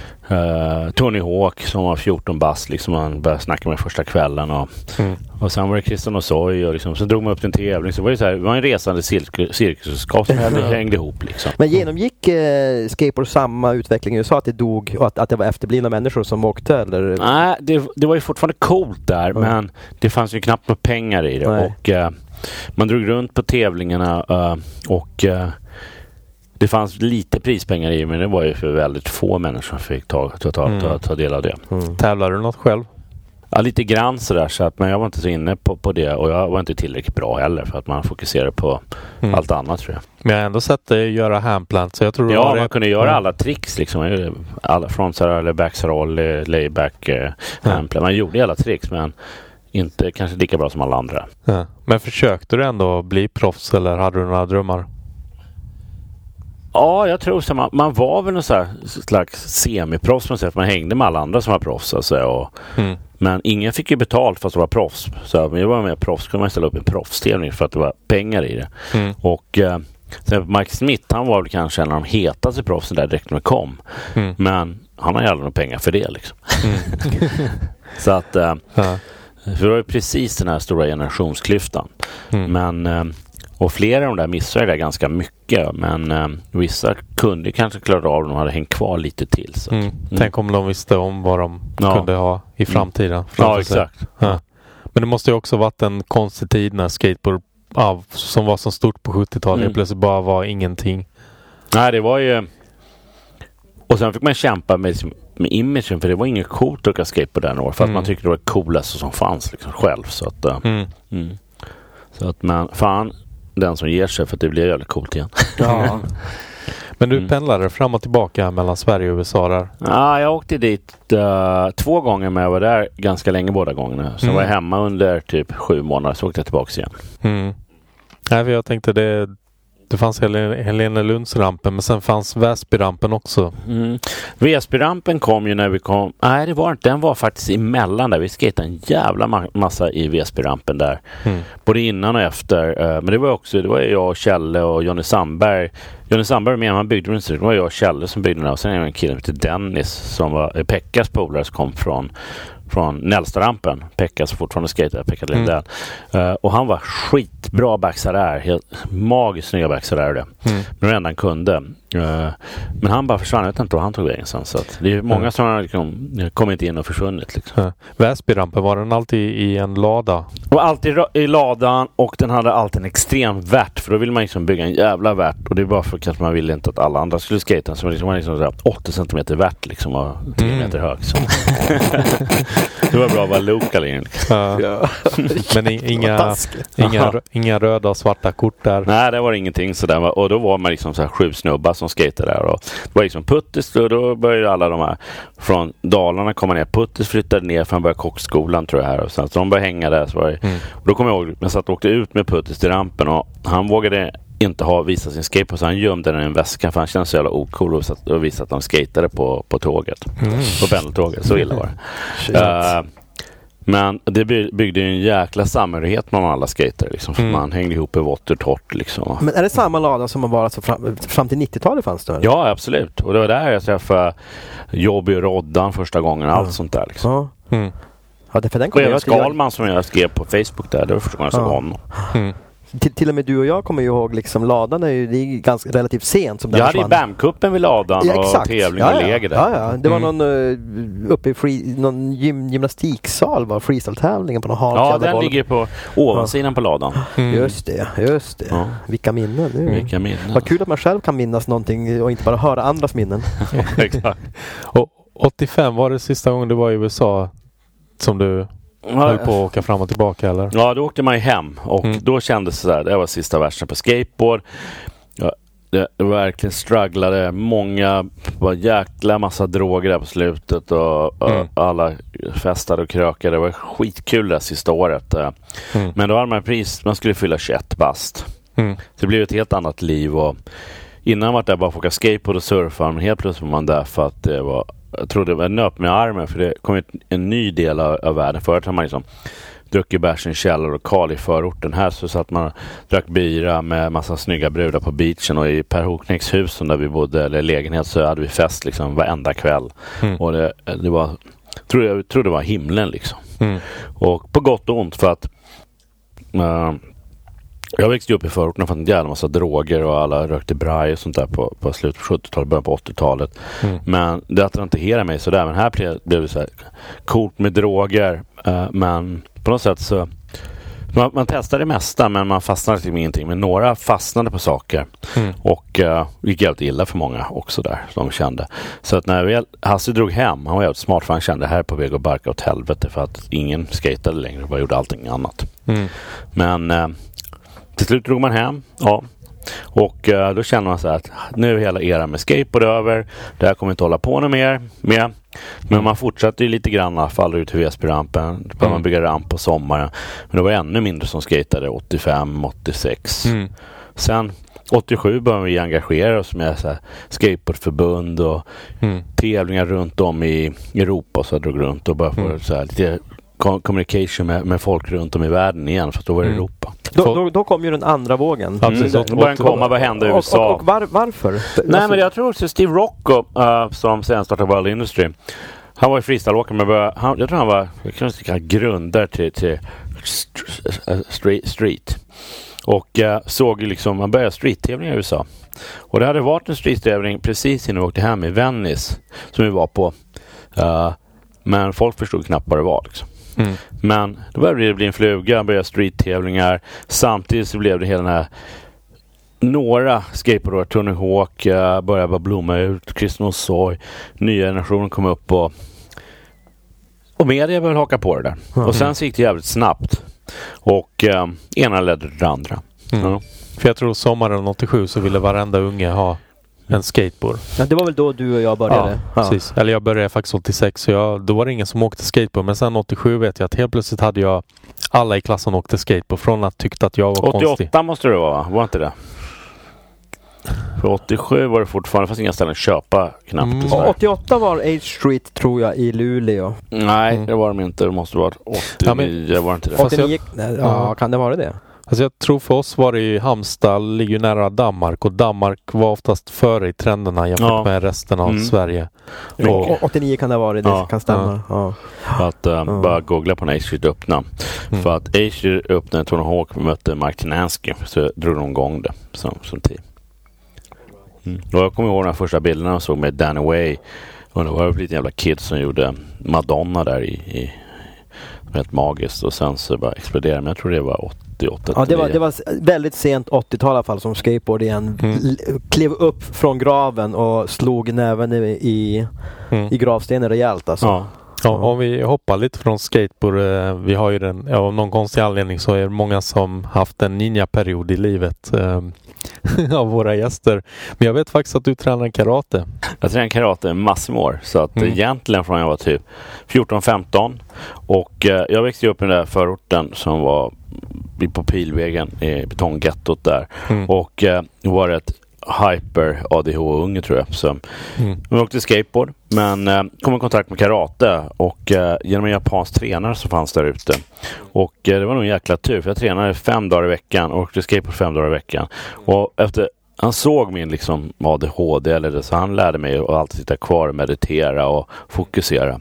Uh, Tony Hawk som var fjorton bass liksom, han började snacka med första kvällen, och, mm. och sen var det Christian och Soy, och liksom, så drog man upp en tävling, så var det så här, det var en resande cirkus, cirkusskap som mm. hängde ihop liksom. Men genomgick eh, skateboard samma utveckling i U S A, att det dog och att, att det var efterblivna människor som åkte, eller? Nej, det, det var ju fortfarande coolt där, mm. men det fanns ju knappt några pengar i det. Nej. Och uh, man drog runt på tävlingarna uh, och uh, det fanns lite prispengar i, men det var ju för väldigt få människor som fick ta, ta, ta, ta, ta del av det. Mm. Tävlar du något själv? Ja, lite grann sådär, så att, men jag var inte så inne på, på det, och jag var inte tillräckligt bra heller, för att man fokuserar på mm. allt annat, tror jag. Men jag har ändå sett dig göra handplant, så jag tror ja, man det... kunde göra alla tricks liksom, alla frontsar eller backsroll, layback, eh, handplant. Man gjorde alla tricks, men inte kanske lika bra som alla andra. Ja. Men försökte du ändå bli proffs, eller hade du några drömmar? Ja, jag tror så. Man, man var väl en sån här slags semiproffs, man, man hängde med alla andra som var proffs. Alltså, och, mm. Men ingen fick ju betalt för att det var proffs. Så men jag var med proffs, kunde man ställa upp en proffstävling för att det var pengar i det. Mm. Och eh, sen Mike Smith, han var väl kanske en av de hetaste proffsen där direkt när det kom. Mm. Men han har ju aldrig några pengar för det liksom. Mm. Så att eh, ja. För det var ju precis den här stora generationsklyftan. Mm. Men eh, och flera av de där missade det ganska mycket, men eh, vissa kunde kanske klara av, de hade hängt kvar lite till. Så. Mm. Mm. Tänk om de visste om vad de ja. kunde ha i framtiden. Mm. Ja, exakt. Ja. Men det måste ju också varit en konstig tid när skateboard ja, som var så stort på sjuttiotalet mm. plötsligt bara var ingenting. Nej, det var ju Och sen fick man kämpa med, med imagen, för det var inget coolt att åka skateboard den år, för att mm. man tyckte det var det coolaste som fanns liksom, själv. Så att, uh, mm. Mm. så att men fan, den som ger sig, för att det blir jävligt coolt igen. Ja. Men du mm. pendlade fram och tillbaka mellan Sverige och U S A där? Ja, jag åkte dit uh, två gånger, men jag var där ganska länge båda gångerna. Sen mm. var jag hemma under typ sju månader, så åkte jag tillbaka igen. Mm. Nej, för jag tänkte det... Det fanns Helenelundsrampen, men sen fanns Väsbyrampen också. Mm. Väsbyrampen kom ju när vi kom... Nej, det var inte. Den var faktiskt emellan där. Vi skatade en jävla ma- massa i Väsbyrampen där. Mm. Både innan och efter. Men det var också... Det var jag och Kjelle och Johnny Sandberg. Johnny Sandberg med, han byggde den. Det var jag och Kjelle som byggde den. Och sen är det en kille som heter Dennis, som var Pekkas polare, som kom från... från Nälstarampen. Pekka så fortfarande skater, Pekka Lindell. Mm. Uh, och han var skitbra backsarär. Helt magiskt snygga backsarär det. Mm. Men det enda han kunde. Uh, men han bara försvann. Jag vet inte vad han tog vägen sen. Så att det är många mm. som har liksom, kommit in och försvunnit. Liksom. Ja. Väsbyrampen, var den alltid i en lada? Och alltid i ladan, och den hade alltid en extrem värt. För då vill man liksom bygga en jävla värt. Och det är bara för att man ville inte att alla andra skulle skata. Så man liksom, liksom så åttio centimeter värt liksom, och tio mm. meter hög. Så. Det var bra att vara lokal igen. Ja. Ja. Men inga, inga, inga röda och svarta kort där. Nej, det var ingenting sådär. Och då var man liksom så här sju snubbar som skatade där. Och det var liksom Puttis, och då började alla de här från Dalarna komma ner. Puttis flyttade ner för han började kockskolan, tror jag, här. Och sen så de började hänga där. Så var det, mm. och då kom jag ihåg, jag satt och åkte ut med Puttis till rampen, och han vågade inte ha visat sin skate på, så han gömde den i en väska, för han kände så jävla ocool och, satt, och visade att han skatade på, på tåget. Mm. På pendeltåget, så illa var det. uh, men det byggde ju en jäkla samhörighet med alla skater liksom, för mm. man hängde ihop i vått och torrt liksom. Men är det samma lada som var alltså fram, fram till nittiotalet fanns det? Eller? Ja, absolut. Och det var där jag träffade Jobby och Roddan första gången, allt mm. sånt där liksom. Ja. Mm. Ja, det för den och även Skalman jag... som jag skrev på Facebook där, det var första gången jag såg ja. honom. Mm. Till, till och med du och jag kommer ju ihåg liksom, ladan är ju det är ganska relativt sent som den jag hade ju BAM-kuppen vid ladan, ja, och tävling och ja, ja. läger där. Ja, ja. Det var mm. någon uh, uppe i free, någon gym, gymnastiksal, var freestyle-tävlingen på någon halt. Ja, den ligger på ovansidan ja. på ladan. Mm. Just det, just det. Ja. Vilka minnen nu. Vilka minnen. Vad kul att man själv kan minnas någonting och inte bara höra andras minnen. Exakt. Och åttiofem var det sista gången du var i U S A som du höll på att åka fram och tillbaka, eller? Ja, då åkte man ju hem, och mm. då kändes det så här, det var sista versen på skateboard. Ja, det, det verkligen strugglade. Många var jäkla massa droger där på slutet, och, mm. och alla festade och krökade. Det var skitkul det sista året. Mm. Men då hade man pris, man skulle fylla tjugoett bast. Mm. Så det blev ett helt annat liv, och innan var det bara att åka skateboard och surfa, men helt plötsligt var man där för att det var, jag tror det var nöp med armen, för det kom en ny del av, av världen. Förut har man liksom druckit bärs i en källarlokal i förorten. Här så satt man drack bira med massa snygga brudar på beachen, och i Per Hoknäcks husen där vi bodde, eller lägenhet, så hade vi fest liksom varenda kväll. Mm. Och det, det var, tror jag tror det var himlen liksom. Mm. Och på gott och ont, för att uh, jag växte upp i förorten och fann en jävla massa droger, och alla rökte braj och sånt där på, på slutet på sjuttiotalet, början på åttiotalet. Mm. Men det attraherade mig sådär. Men här blev, blev det så här coolt med droger. Uh, men på något sätt så man, man testade det mesta, men man fastnade till ingenting. Men några fastnade på saker. Mm. Och uh, gick jävligt illa för många också där, som de kände. Så att när vi, Hasse drog hem, han var jävligt smart, för han kände här på väg att barka åt helvete, för att ingen skatade längre, bara gjorde allting annat. Mm. Men uh, till slut drog man hem, ja. Och uh, då känner man så här att nu är hela eran med skateboard över. Det här kommer inte hålla på något mer med. Men mm. man fortsatte ju lite grann i alla fall ut till Väsbyrampen. Då började mm. man bygga ramp på sommaren. Men det var ännu mindre som skatade åttiofem, åttiosex. Mm. Sen åttiosju började vi engagera oss med så här skateboardförbund och mm. tävlingar runt om i Europa. Så jag drog runt och började mm. få så här lite communication med, med folk runt om i världen igen, för då var det mm. Europa. Då, då, då kom ju den andra vågen. Mm. Mm. Då började den komma, vad hände i U S A? Och, och, och var, varför? Nej, men jag tror också Steve Rocco, uh, som sen startade World Industry, han var ju freestyleåkare, men började, han, jag tror han var jag kan inte grundare till, till street, street. Och uh, såg ju liksom, han började street-tävlingar i U S A. Och det hade varit en street-tävling precis innan vi åkte hem i Venice, som vi var på. Uh, men folk förstod knappt vad det var liksom. Mm. Men då började det bli en fluga, började street-tävlingar. Samtidigt så blev det hela den här några skateboardar, Tony Hawk uh, började bara blomma ut, Kristen Soy, nya generationen kom upp och och media började haka på det där. Mm. Och sen så gick det jävligt snabbt. Och uh, ena ledde det andra. Mm. Mm. För jag tror sommaren åttiosju så ville varenda unge ha en skateboard. Ja, det var väl då du och jag började? Ja, ja. Precis. Eller jag började faktiskt åttiosex så jag, då var det ingen som åkte skateboard. Men sen åttiosju vet jag att helt plötsligt hade jag alla i klassen åkte skateboard från att tyckte att jag var åttioåtta konstig. åttioåtta måste det vara, var inte det? För åttiosju var det fortfarande, fast inga ställen att köpa knappt. Mm. åttioåtta var H Street tror jag i Luleå. Nej, mm. det var de inte. Det måste vara åttionio, ja, men, var inte det? åttionio, jag, ja, kan det vara det? Alltså jag tror för oss var det i Halmstad, ligger nära Danmark och Danmark var oftast före i trenderna jämfört ja. med resten av mm. Sverige. Och, åttionio kan det vara det, ja. kan stämma. Ja. Ja. För att uh, ja. bara googla på när H Street öppnade. Mm. För att H Street öppnade Tony Hawk mötte Mark Tinansky så drog de igång det som, som tid. Mm. Och jag kommer ihåg de första bilderna jag såg med Danny Way och det var ett litet jävla kid som gjorde Madonna där i, i helt magiskt och sen så bara exploderade, men jag tror det var åttioåtta. Ja, det var, det var väldigt sent åttiotal i alla fall som skateboard igen mm. klev upp från graven och slog näven i, i, mm. i gravstenen rejält alltså. Ja. Ja, om vi hoppar lite från skateboard, vi har ju den, ja, av någon konstig anledning så är det många som haft en ninja-period i livet eh, av våra gäster. Men jag vet faktiskt att du tränar karate. Jag tränar karate massor med år, så att mm. egentligen från jag var typ fjorton femton och eh, jag växte upp i den där förorten som var på Pilvägen i betonggettot där mm. och eh, var ett hyper A D H-unge tror jag. Så mm. vi åkte skateboard men eh, kom i kontakt med karate och eh, genom en japansk tränare som fanns där ute. Och eh, det var nog en jäkla tur för jag tränade fem dagar i veckan och åkte skateboard fem dagar i veckan. Och efter han såg min liksom A D H D eller det, så han lärde mig att alltid sitta kvar och meditera och fokusera.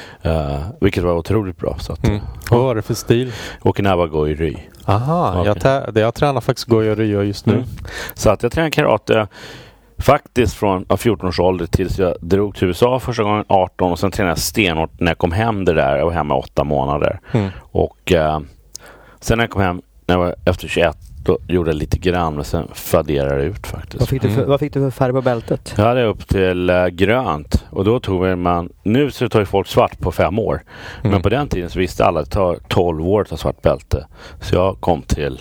Uh, vilket var otroligt bra. Så att, mm. Vad var det för stil? Okinawa Goju-Ryu. Aha, okay. jag, tä- jag tränar faktiskt Goju-Ryu just nu. Mm. Så att jag tränar karate faktiskt från fjorton års ålder tills jag drog till U S A första gången arton och sen tränade jag stenhårt när jag kom hem det där. Jag var hemma åtta månader. Mm. Och uh, sen när jag kom hem när jag var efter tjugoett då gjorde jag lite grann men sen faderade ut faktiskt. Vad fick du för, mm. vad fick du för färg på bältet? Jag hade upp till uh, grönt och då tog man, nu så tar ju folk svart på fem år mm. men på den tiden så visste alla att det tar tolv år att ta svart bälte. Så jag kom till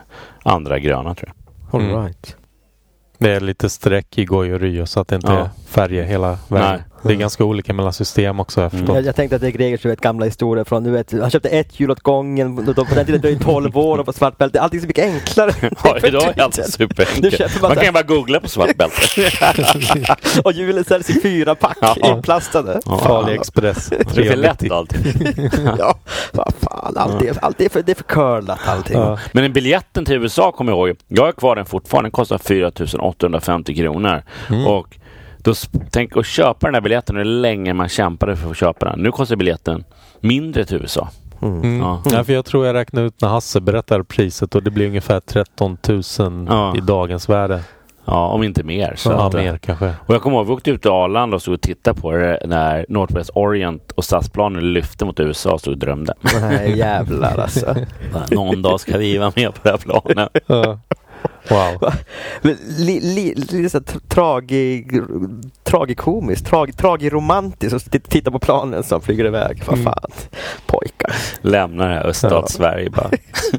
andra gröna tror jag. All right. Mm. Det är lite streck i Goju-Ryu så att det inte ja. är färger hela vägen. Nej. Det är mm. ganska olika mellan system också. Jag, mm. jag, jag tänkte att det är Gregers du vet, gamla historier från, du vet, han köpte ett hjul åt gången då, på den tiden det är tolv år och på svart bälte. Allting är så mycket enklare. Ja, idag är allt superenkelt. Man, man kan bara googla på svart bälte. Och hjulen säljs i fyra pack ja. inplastade. Ja. Farlig Express. Det är för lätt allting. Ja, vad fan. Allt är, allt är för, det är för curlat allting. Ja. Men en biljetten till U S A kommer jag ihåg. Jag har kvar den fortfarande. Den kostar fyra tusen åttahundrafemtio kronor. Mm. Och då tänk att köpa den här biljetten hur länge man kämpade för att köpa den. Nu kostar biljetten mindre till U S A. Mm. Mm. Ja. Ja, för jag tror jag räknade ut när Hasse berättar priset och det blir ungefär tretton tusen ja. i dagens värde. Ja, om inte mer. Så ja, att, mer kanske. Och jag kommer ihåg, vi åkte ut till Arlanda och stod och tittade på det när Northwest Orient och stadsplanen lyfte mot U S A och stod och drömde. Nej, jävlar alltså. Någon dag ska vi vara med på det här planen. Ja. Wow. Lite li, li, så tragi, tragikomiskt, trag, tragiromantiskt och titta på planen som flyger iväg. Vad fan, mm. pojkar. Lämnar det här öststats-Sverige bara.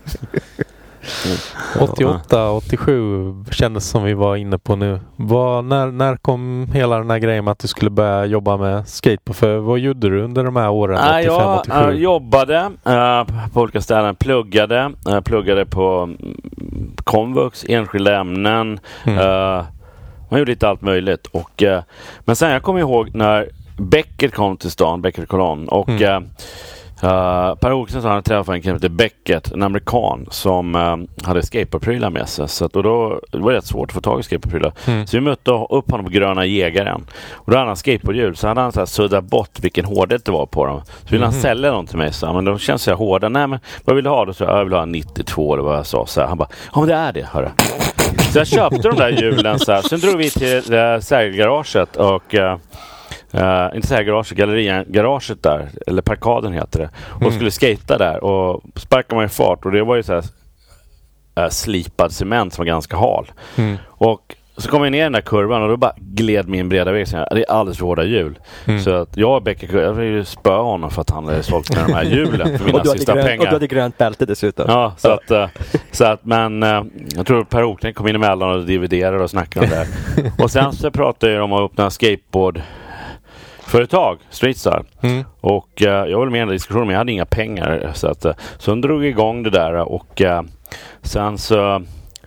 Mm. åttioåtta åttiosju kändes som vi var inne på nu. Var, när, när kom hela den här grejen med att du skulle börja jobba med skateboard? För vad gjorde du under de här åren? Äh, åttiofem åttiosju? Jag äh, jobbade äh, på olika ställen. Pluggade. Äh, pluggade på komvux, enskilda ämnen. Mm. Äh, man gjorde lite allt möjligt. Och, äh, men sen jag kommer ihåg när Beckett kom till stan, Beckett Kolon. Och mm. äh, Uh, Per Olsson sa han träffade en kille som heter Beckett, en amerikan som uh, hade skateboardprylar med sig. Så att, och då det var det rätt svårt att få tag i skateboardprylar. Mm. Så vi mötte upp honom på Gröna Jägaren. Och då hade han skateboardhjul. Så hade han så här suddat bort vilken hårdhet det var på dem. Så ville mm. han sälja dem till mig. Så, men de känns så här hårda. Nej, men vad vill du ha? Då så jag vill ha nittiotvå eller vad jag sa. Så här, han bara, ja men det är det, hörru. Så jag köpte de där hjulen så här. Sen drog vi till uh, särgaraget och... Uh, Uh, inte så här garage, gallerian, garaget där, eller parkaden heter det, och mm. skulle skata där och sparkade man i fart och det var ju så här äh, slipad cement som var ganska hal. Mm. Och så kom jag ner i den där kurvan och då bara gled min breda väg. Det är alldeles för hårda hjul. Mm. Så att jag och Becka, jag vill ju spöa honom för att han hade sålt med de här hjulen för mina sista grön, pengar. Och du hade grönt bälte dessutom. Ja, så att, uh, så att men uh, jag tror Per Åkling kom in emellan och dividerade och snackade om det här. Och sen så pratade jag om att öppna skateboardföretag, Streetstar. Mm. Och uh, jag var med i den diskussionen, men jag hade inga pengar. Så att uh, så hon drog igång det där och uh, sen så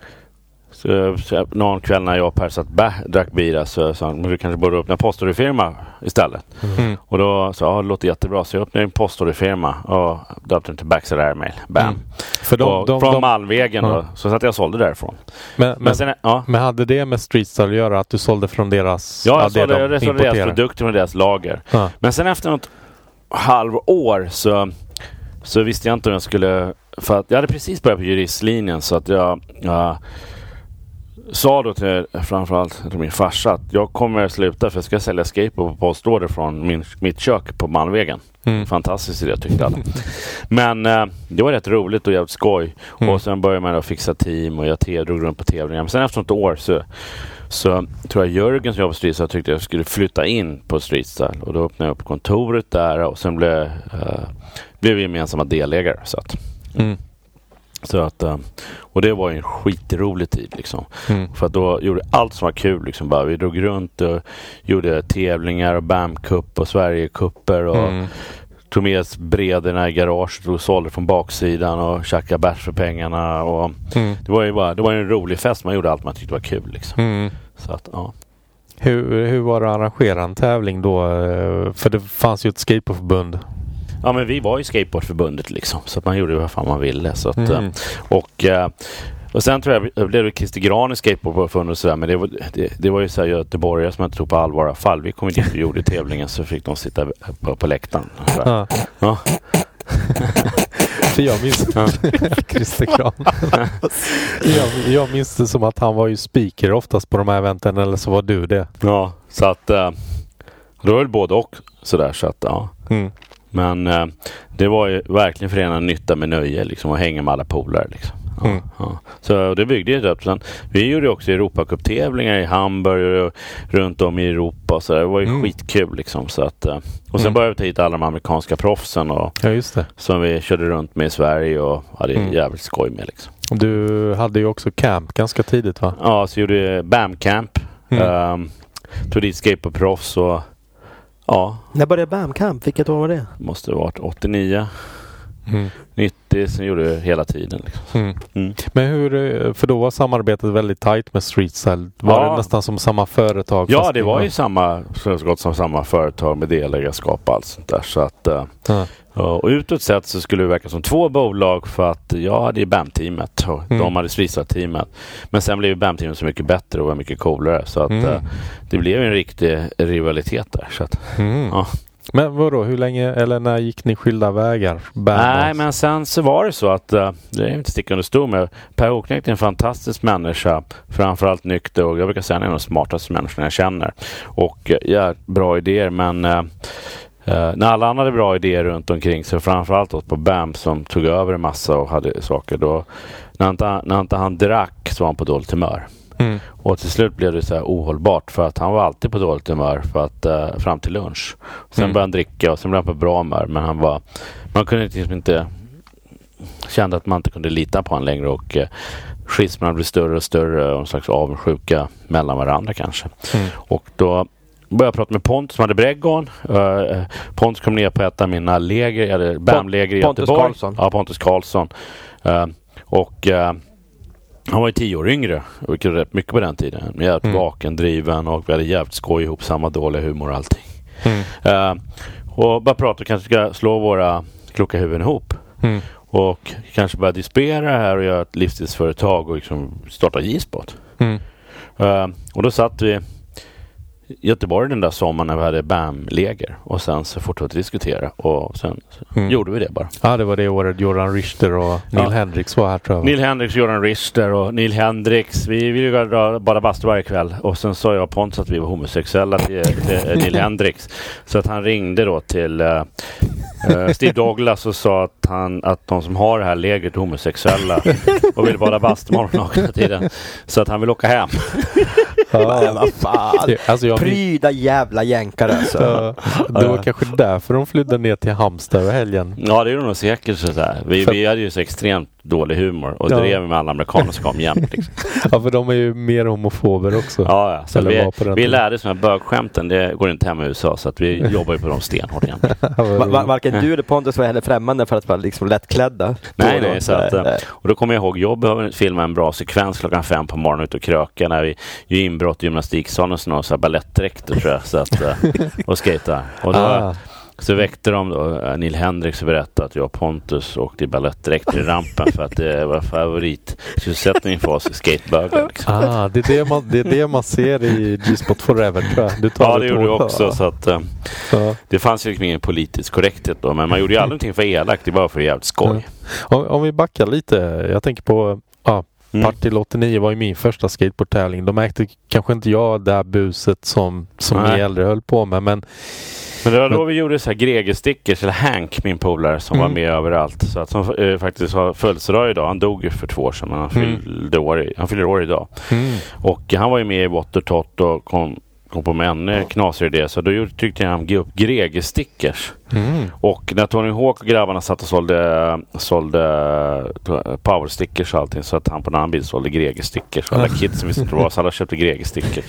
Så, så, någon kväll när jag och Per satt bä, drack bira så sa han, men du kanske borde öppna en postorderfirma istället. Mm. Och då sa ja, det låter jättebra. Så jag öppnade en postorderfirma och döpte den till Backside Airmail. Bam. Mm. För de, och, de, från de, Malmvägen ja. då, så satt jag och sålde därifrån. Men, men, men, sen, ja. men hade det med Streetstar att göra att du sålde från deras... Ja, jag ja, sålde, de jag sålde deras produkter med deras lager. Ja. Men sen efter något halvår så, så visste jag inte om jag skulle... För att jag hade precis börjat på juristlinjen så att jag... Ja, sa då till framförallt till min farsa att jag kommer att sluta för jag ska sälja skateboard på postorder från min, mitt kök på Malmvägen. Mm. Fantastiskt idé tyckte alla. Men eh, det var rätt roligt och jävligt skoj. Mm. Och sen började man att fixa team och jag te- drog runt på tävlingar. Men sen efter ett år så, så tror jag Jörgen som jobbar på Streetstar tyckte jag skulle flytta in på Streetstar. Och då öppnade jag upp kontoret där och sen blev, eh, blev vi gemensamma delägare. Så att... Mm. Så att, och det var ju en skitrolig tid liksom. Mm. För att då gjorde allt som var kul liksom bara. Vi drog runt och gjorde tävlingar och B A M Cup och Sverige-kupper och mm. tog med oss brederna i garaget och sålde från baksidan och tjackade bärs för pengarna och mm. det var ju bara, det var en rolig fest. Man gjorde allt man tyckte var kul liksom. Mm. Så att, ja. Hur, hur var det att arrangera en tävling då? För det fanns ju ett skateboardförbund. Ja, men vi var ju skateboardförbundet liksom. Så att man gjorde vad fan man ville. Så att, mm. och, och sen tror jag det blev Christer Gran i skateboardförbundet och sådär. Men det var, det, det var ju så här göteborgare som jag inte tog på allvar i alla fall. Vi kom dit och gjorde tävlingen så fick de sitta på, på läktaren. Ja. Ja. För jag minns Christer Gran. jag, jag minns det som att han var ju speaker oftast på de här eventen. Eller så var du det. Ja, så att då var det både och sådär. Så att ja. Mm. Men eh, det var ju verkligen förena nytta med nöje liksom, och hänga med alla polare liksom. Ja, mm. ja. Så det byggde ju upp. Sen, vi gjorde också Europacup-tävlingar i Hamburg och runt om i Europa och så det var ju mm. skitkul liksom. Så att, och sen mm. började vi ta hit alla de amerikanska proffsen och, ja, just det. Som vi körde runt med i Sverige och hade mm. jävligt skoj med liksom. Du hade ju också camp ganska tidigt va? Ja, så gjorde B A M Camp. Mm. Um, tog dit skateboardproffs och ja. När började B A M Camp? Vilket år var det? Måste ha varit åttionio. Mm. nittio, sen gjorde det hela tiden liksom. Mm. Mm. Men hur, för då var samarbetet väldigt tajt med Streetstar. Var ja. det nästan som samma företag? Ja, det var var ju samma, så gott som samma företag med delägarskap och allt sånt där. Så att, ja. och utåt sett så skulle det verka som två bolag för att jag hade ju B A M-teamet och mm. de hade Streetstar-teamet. Men sen blev B A M-teamet så mycket bättre och var mycket coolare. Så att mm. det blev en riktig rivalitet där. Så att, mm. ja. Men vadå, hur länge eller när gick ni skilda vägar? Nej, men sen så var det så att uh, det är inte sticka under stol med Per Åkling är en fantastisk människa, framförallt nykter och jag brukar säga en av de smartaste människorna jag känner. Och uh, ja, bra idéer, men uh, uh, när alla andra hade bra idéer runt omkring så framförallt åt på B A M som tog över en massa och hade saker då. När han, när inte han drack så var han på dåligt humör. Mm. Och till slut blev det så här ohållbart för att han var alltid på dåligt humör för att, uh, fram till lunch. Sen mm. började han dricka och sen blev han på bra humör, men han var, man kunde liksom inte kände att man inte kunde lita på honom längre och uh, schismerna blev större och större och en slags avundsjuka mellan varandra kanske. Mm. Och då började jag prata med Pontus som hade Breggon. Uh, Pontus kom ner på ett av mina läger, jag hade B A M-läger i Göteborg. Pontus Karlsson. Ja, Pontus Karlsson. Uh, och uh, han var ju tio år yngre, vilket rätt mycket på den tiden. Men jag var mm. vaken, driven och vi hade jävligt skoj ihop, samma dåliga humor och allting. Mm. Uh, och bara prata och kanske ska slå våra kloka huvuden ihop. Mm. Och kanske börja dispera här och göra ett livstidsföretag och liksom starta J-spot. Mm. Uh, och då satt vi i Göteborg den där sommaren när vi hade B A M-läger och sen så fortsatte vi diskutera och sen mm. gjorde vi det bara. Ja, det var det året Göran Richter och Neil ja. Hendricks var här tror jag. Neil Hendricks, Göran Richter och Neil Hendricks. Vi ville dra bara bastu varje kväll och sen sa jag Pontus att vi var homosexuella till, till Neil Hendricks. Så att han ringde då till uh, uh, Steve Douglas och sa att, han, att de som har det här lägret är homosexuella och vill bada bastu med honom hela tiden. Så att han vill åka hem. Ja, vad fan. Alltså jag... Pryda jävla jänkare alltså. Ja, det var ja. kanske därför de flydde ner till Halmstad över helgen. Ja, det är nog säkert så där. Vi, för... vi hade ju så extremt dålig humor och ja. drev med alla amerikaner som kom jämt. Liksom. Ja, för de är ju mer homofober också. Ja, ja. Så vi, vi lärde oss med bögskämten. Det går inte hem i U S A, så att vi jobbar ju på dem stenhårt igen. Var, varken du eller Pontus var heller främmande för att vara liksom lättklädda. Nej, nej. Så att, och då kommer jag ihåg, jag behöver filma en bra sekvens klockan fem på morgonen ut och kröka när vi gör inbrott i gymnastiksalen och sådana så här balettdräkter tror jag. Så att, och skejtar. Och då ah. Så väckte de då, Neil Hendricks berättade att jag och Pontus åkte i balettdräkt i rampen för att det var favoritsysselsättning för oss i skatebögar. Liksom. Ah, det är det, man, det är det man ser i G-Spot Forever tror jag. Du tar ja, det gjorde jag också. Ja. Så att, uh, ja. Det fanns ju liksom ingen politisk korrekthet då, men man gjorde ju aldrig någonting för elakt, det var för jävligt skoj. Ja. Om, om vi backar lite, jag tänker på... Ah, Mm. Partille åttionio var ju min första skateboardtävling. De märkte kanske inte jag det här buset som, som ni äldre höll på med. Men, men det var då men, vi gjorde så här Greger-stickers, eller Hank, min polare, som mm. var med överallt. Så att som äh, faktiskt har födelsedag idag. Han dog ju för två år sedan, men han fyllde mm. år, han fyller år idag. Mm. Och han var ju med i Watertot och kom, kom på med en knasig idé. Så då tyckte jag han gav upp Greger-stickers. Mm. Och när Tony Hawk och grabbarna satt och sålde, sålde powerstickers och allting, så att han på en annan bild sålde Greger-stickers och alla kids som visste inte vad, så alla köpte Greger-stickers.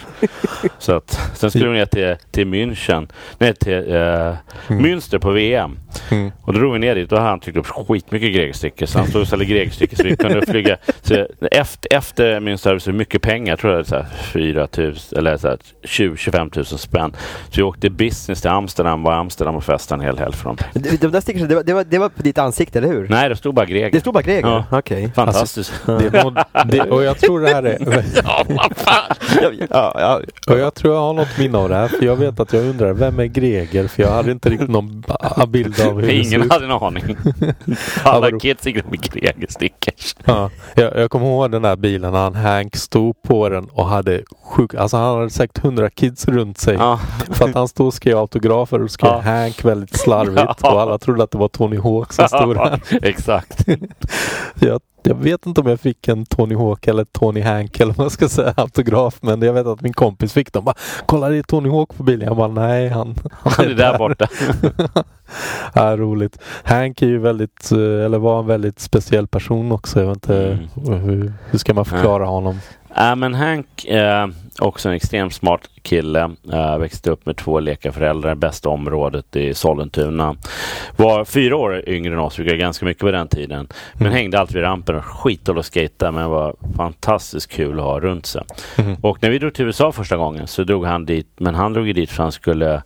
Så att sen skulle vi ner till, till München, nej till uh, mm. Münster på V M. Mm. Och då drog vi ner dit och han tyckte upp skitmycket Greger-stickers. Så han stod och sålde Greger-stickers så vi kunde flyga. Så efter, efter Münster hade vi så mycket pengar, tror jag det är fyra tusen eller så här tjugo till tjugofem tusen spänn. Så vi åkte business till Amsterdam, var Amsterdam och festade en hel helg för dem. Det, det, där stickers, det, var, det, var, det var på ditt ansikte, eller hur? Nej, det stod bara Greger. Det stod bara Greger? Ja. Okej. Okay. Fantastiskt. Alltså, det må, det, och jag tror det här är... ja, vad fan! ja, ja. Och jag tror jag har något minne av det här, för jag vet att jag undrar, vem är Greger? För jag hade inte riktigt någon bild av hur ingen hade någon aning. Alla ja, kids gick med Greger-stickers. Ja, jag, jag kommer ihåg den där bilen när han Hank stod på den och hade sjuk... Alltså han hade säkert hundra kids runt sig. Ja. För att han stod och skrev autografer och skrev ja. Hank väldigt slarvigt. Ja. Och alla trodde att det var Tony Hawk som stod där. Exakt. jag, jag vet inte om jag fick en Tony Hawk eller Tony Hank eller vad man ska säga, autograf. Men jag vet att min kompis fick dem. Bara, kolla, det är Tony Hawk på bilen. Jag bara, nej, han, han, han är där, där borta. Ja, roligt. Hank är ju väldigt, eller var en väldigt speciell person också. Jag vet inte, mm. hur, hur ska man förklara mm. honom? Ja, men Hank är uh, också en extremt smart kille. Uh, växte upp med två läkarföräldrar, bästa området i Sollentuna. Var fyra år yngre än oss, vilket är ganska mycket på den tiden. Men mm. hängde alltid vid rampen och skitade och skejta, men var fantastiskt kul att ha runt sig. Mm. Och när vi drog till U S A första gången så drog han dit, men han drog ju dit för han skulle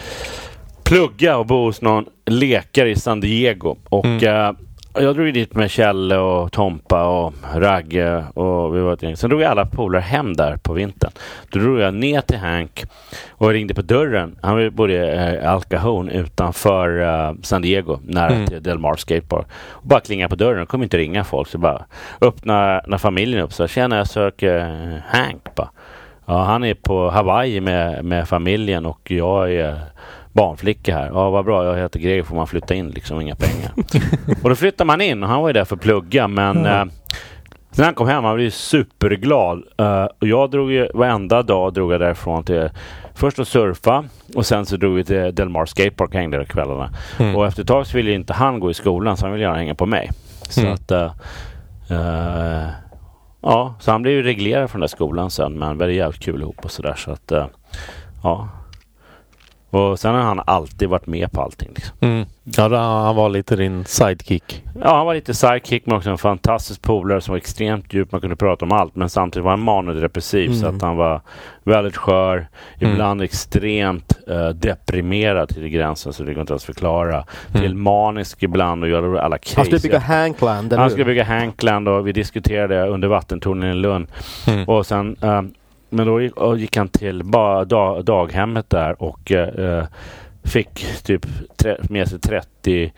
plugga och bo hos någon läkare i San Diego. Och mm. uh, jag drog dit med Kjelle och Tompa och Ragge och vi var ett gäng. Sen drog jag alla polare hem där på vintern. Då drog jag ner till Hank och ringde på dörren. Han bodde i uh, Al Cajon utanför uh, San Diego, nära mm. till Del Mar Skatepark. Och bara klinga på dörren, kom inte ringa folk. Så bara öppna när familjen upp. Så känner jag söker uh, Hank bara. Ja, han är på Hawaii med, med familjen och jag är barnflicka här. Ja, vad bra, jag heter Greger, får man flytta in liksom, inga pengar. Och då flyttar man in och han var ju där för att plugga, men mm. eh, när han kom hem, han blev ju superglad. Uh, och jag drog ju, varenda dag drog jag därifrån till först att surfa och sen så drog vi till Del Mar Skatepark och hängde där kvällarna. Mm. Och efter ett tag så ville inte han gå i skolan, så han ville gärna hänga på mig. Så mm. att uh, uh, ja, så han blev ju reglerad från den där skolan sen, men väldigt jävligt kul ihop och sådär. Så att uh, ja. Och sen har han alltid varit med på allting. Liksom. Mm. Ja, då, han var lite din sidekick. Ja, han var lite sidekick, men också en fantastisk polare som var extremt djup. Man kunde prata om allt, men samtidigt var han manodepressiv. Mm. Så att han var väldigt skör. Ibland mm. extremt uh, deprimerad till gränsen, så det går inte ens förklara. Mm. Till manisk ibland och göra alla crazy. Han skulle bygga Hankland. Han skulle bygga Hankland och vi diskuterade under vattentornen i Lund. Mm. Och sen... Uh, Men då gick, gick han till ba, dag, daghemmet där och eh, fick typ tre, med sig trettio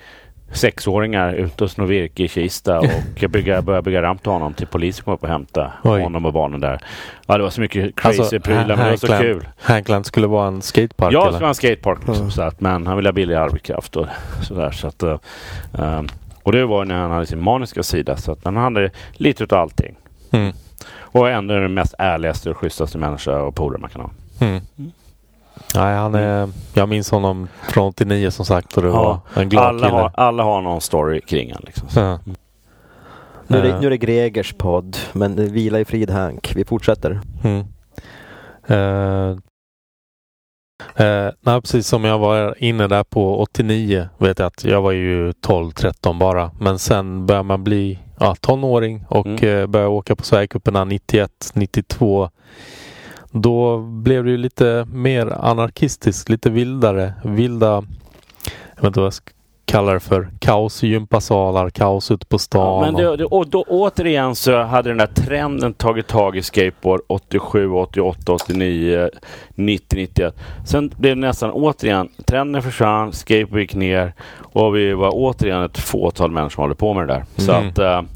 sexåringar ute och snå virke i Kista och bygga, börja bygga ramp till honom till polisen kom upp och hämta Oj. honom och barnen där. Ja, det var så mycket crazy alltså, prylar, men det var så kul. Hankland skulle vara en skatepark? Ja, det skulle vara en skatepark. Mm. Så att, men han ville ha billig arbetskraft och sådär. Så att, uh, um, och det var när han hade sin maniska sida. Så att han hade lite utav allting. Mm. Och ändå den mest ärligaste och schysstaste människa och polare man kan ha. Mm. Mm. Nej, han är, jag minns honom från åttionio som sagt och det ja, var en glad alla kille. Har, alla har någon story kring han liksom. Ja. Mm. Nu är, det, nu är det Gregers podd, men det vilar i frid Hank. Vi fortsätter. Mm. Uh, uh, nej, precis som jag var inne där på åttionio vet jag att jag var ju tolv tretton bara. Men sen börjar man bli ja, tonåring och mm. uh, börjar åka på Sverigecuperna nittioett nittiotvå. Då blev det ju lite mer anarkistiskt, lite vildare. Vilda, jag vet inte vad jag ska kalla det för, kaos i gympasalar, kaos ute på stan. Ja, men det, det, och då återigen så hade den där trenden tagit tag i skateboard åttiosju, åttioåtta, åttionio, nittio, nittioett. Sen blev det nästan återigen, trenden försvann, skateboard gick ner och vi var återigen ett fåtal människor som håller på med det där. Så mm. att, äh,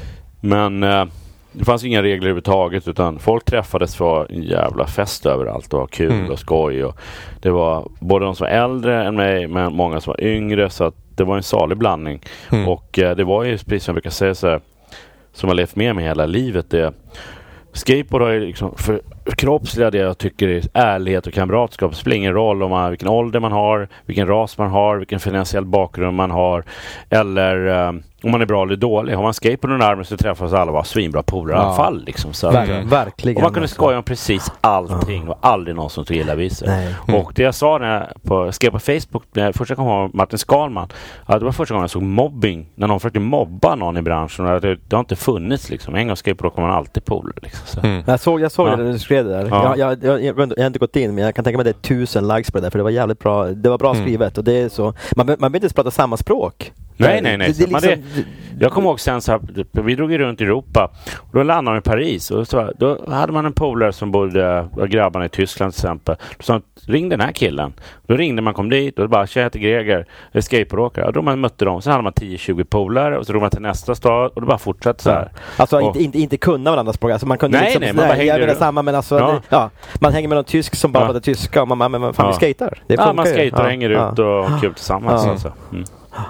men... Äh, det fanns inga regler överhuvudtaget utan folk träffades för en jävla fest överallt och kul mm. och skoj och det var både de som var äldre än mig men många som var yngre så att det var en salig blandning mm. och eh, det var ju precis som jag brukar säga så här, som har levt med mig hela livet det skateboard har ju liksom för kroppsliga det jag tycker är ärlighet och kamratskap. Det spelar ingen roll om man, vilken ålder man har, vilken ras man har, vilken finansiell bakgrund man har eller um, om man är bra eller dålig. Har man skateboard under armen så träffas alla var svinbra polare ja. i alla fall. Liksom, så Ver- att, verkligen. Och man kunde skoja om precis allting och aldrig någon som tog illa vid sig. Mm. Och det jag sa när jag på, skrev på Facebook när jag första gången var Martin Skalman att det var första gången jag såg mobbing när någon försökte mobba någon i branschen och det, det har inte funnits liksom. En gång skateboard kommer man alltid polare. Liksom, så. Mm. Jag såg, jag såg ja. det när du skrev det där. Ja. Jag, jag, jag, jag har inte gått in men jag kan tänka mig att det är tusen likes på det där för det var jävligt bra. Det var bra mm. skrivet och det är så. Man, man behöver inte ens prata samma språk. Nej, nej, nej. Det, det liksom, det, jag kommer ihåg sen så här, vi drog ju runt i Europa och då landade vi i Paris och så, då hade man en polare som bodde, grabbarna i Tyskland till exempel. Då sa ring den här killen. Då ringde man, kom dit och då bara, tjej heter Greger, är skateboardåkare. Och då man mötte dem, så hade man tio tjugo polare och så drog man till nästa stad och det bara fortsatte så här. Alltså och, inte, inte, inte kunna varandras språk. Alltså man kunde nej, liksom, nej, man bara hängde jag vill samma men alltså, ja. Det, ja, man hänger med någon tysk som bara ja. pratar tyska och man, man, man fan ja. vi skater. Det ja, man skater och ja. hänger ja. ut och har kul tillsammans. Ja. Alltså. Mm.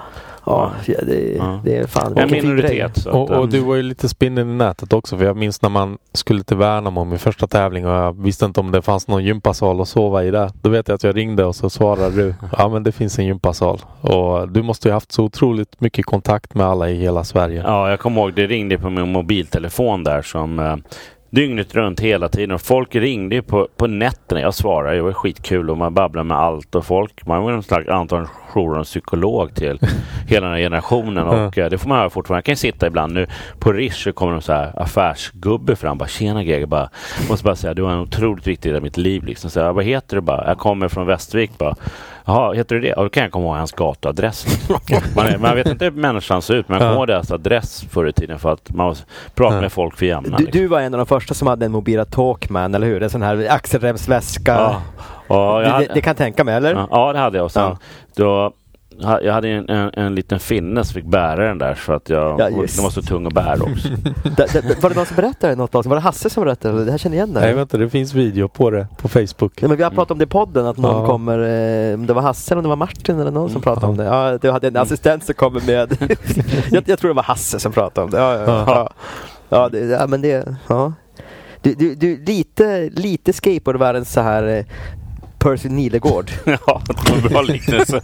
Ja, det, ja. det är fan en minoritet. Så och, och du var ju lite spinnen i nätet också för jag minns när man skulle till Värnamo min första tävling och jag visste inte om det fanns någon gympasal att sova i där. Då vet jag att jag ringde och så svarade du ja men det finns en gympasal och du måste ju haft så otroligt mycket kontakt med alla i hela Sverige. Ja, jag kommer ihåg det ringde på min mobiltelefon där som eh, dygnet runt hela tiden och folk ringde på, på nätterna. Jag svarade, det var skitkul och man babblade med allt och folk, man var en slags antal jour och psykolog till hela den här generationen och mm. det får man höra fortfarande. Jag kan sitta ibland nu på Rish så kommer de så här affärsgubbe fram, bara tjena Greger, bara måste bara säga, du var en otroligt viktig del av mitt liv liksom. Så här, vad heter du bara? Jag kommer från Västervik bara. Jaha, heter du det? Och då kan jag komma ihåg hans gatuadress. man, är, man vet inte hur människan ser ut, men jag kommer ihåg deras adress förr i tiden för att man pratar mm. med folk för jämna. Du, liksom. du var en av de första som hade en mobila Talkman, eller hur? En sån här axelremsväska. Ja. Ja, det, hade, det kan tänka mig, eller? Ja, ja det hade jag. Och sen, ja. då, jag hade en, en, en liten finne som fick bära den där för att jag, ja, den var så tung att bära också. det, det, var det någon som berättade något? Var det Hasse som berättade? Det här känner igen det. Nej, vänta, det finns video på det på Facebook. Ja, men vi har pratat om det i podden att någon ja. kommer, eh, om det var Hasse eller om det var Martin eller någon mm. som pratade ja. om det. Ja, du hade en assistent som kommer med. jag, jag tror det var Hasse som pratade om det. Ja, ja, ja. ja. ja, det, ja men det, ja. Du, du, du lite, lite skateboardvärlden så här eh, Percy Nilegård. Ja, det var bra liknelse.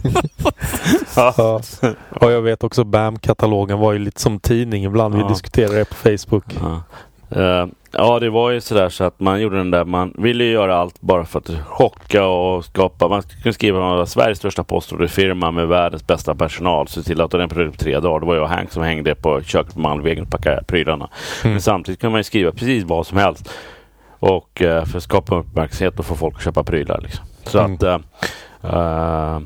ja. ja. Och jag vet också B A M-katalogen var ju lite som tidning ibland. Ja. Vi diskuterade det på Facebook. Ja. Uh, ja, det var ju sådär så att man gjorde den där, man ville ju göra allt bara för att chocka och skapa. Man kunde skriva att man var Sveriges största postorderfirma med världens bästa personal, så till att den produkt på tre dagar. Det var jag och Hank som hängde på köket på Malmvägen och packade prylarna. Mm. Men samtidigt kunde man ju skriva precis vad som helst och uh, för att skapa uppmärksamhet och få folk att köpa prylar liksom. Så mm. att uh, uh,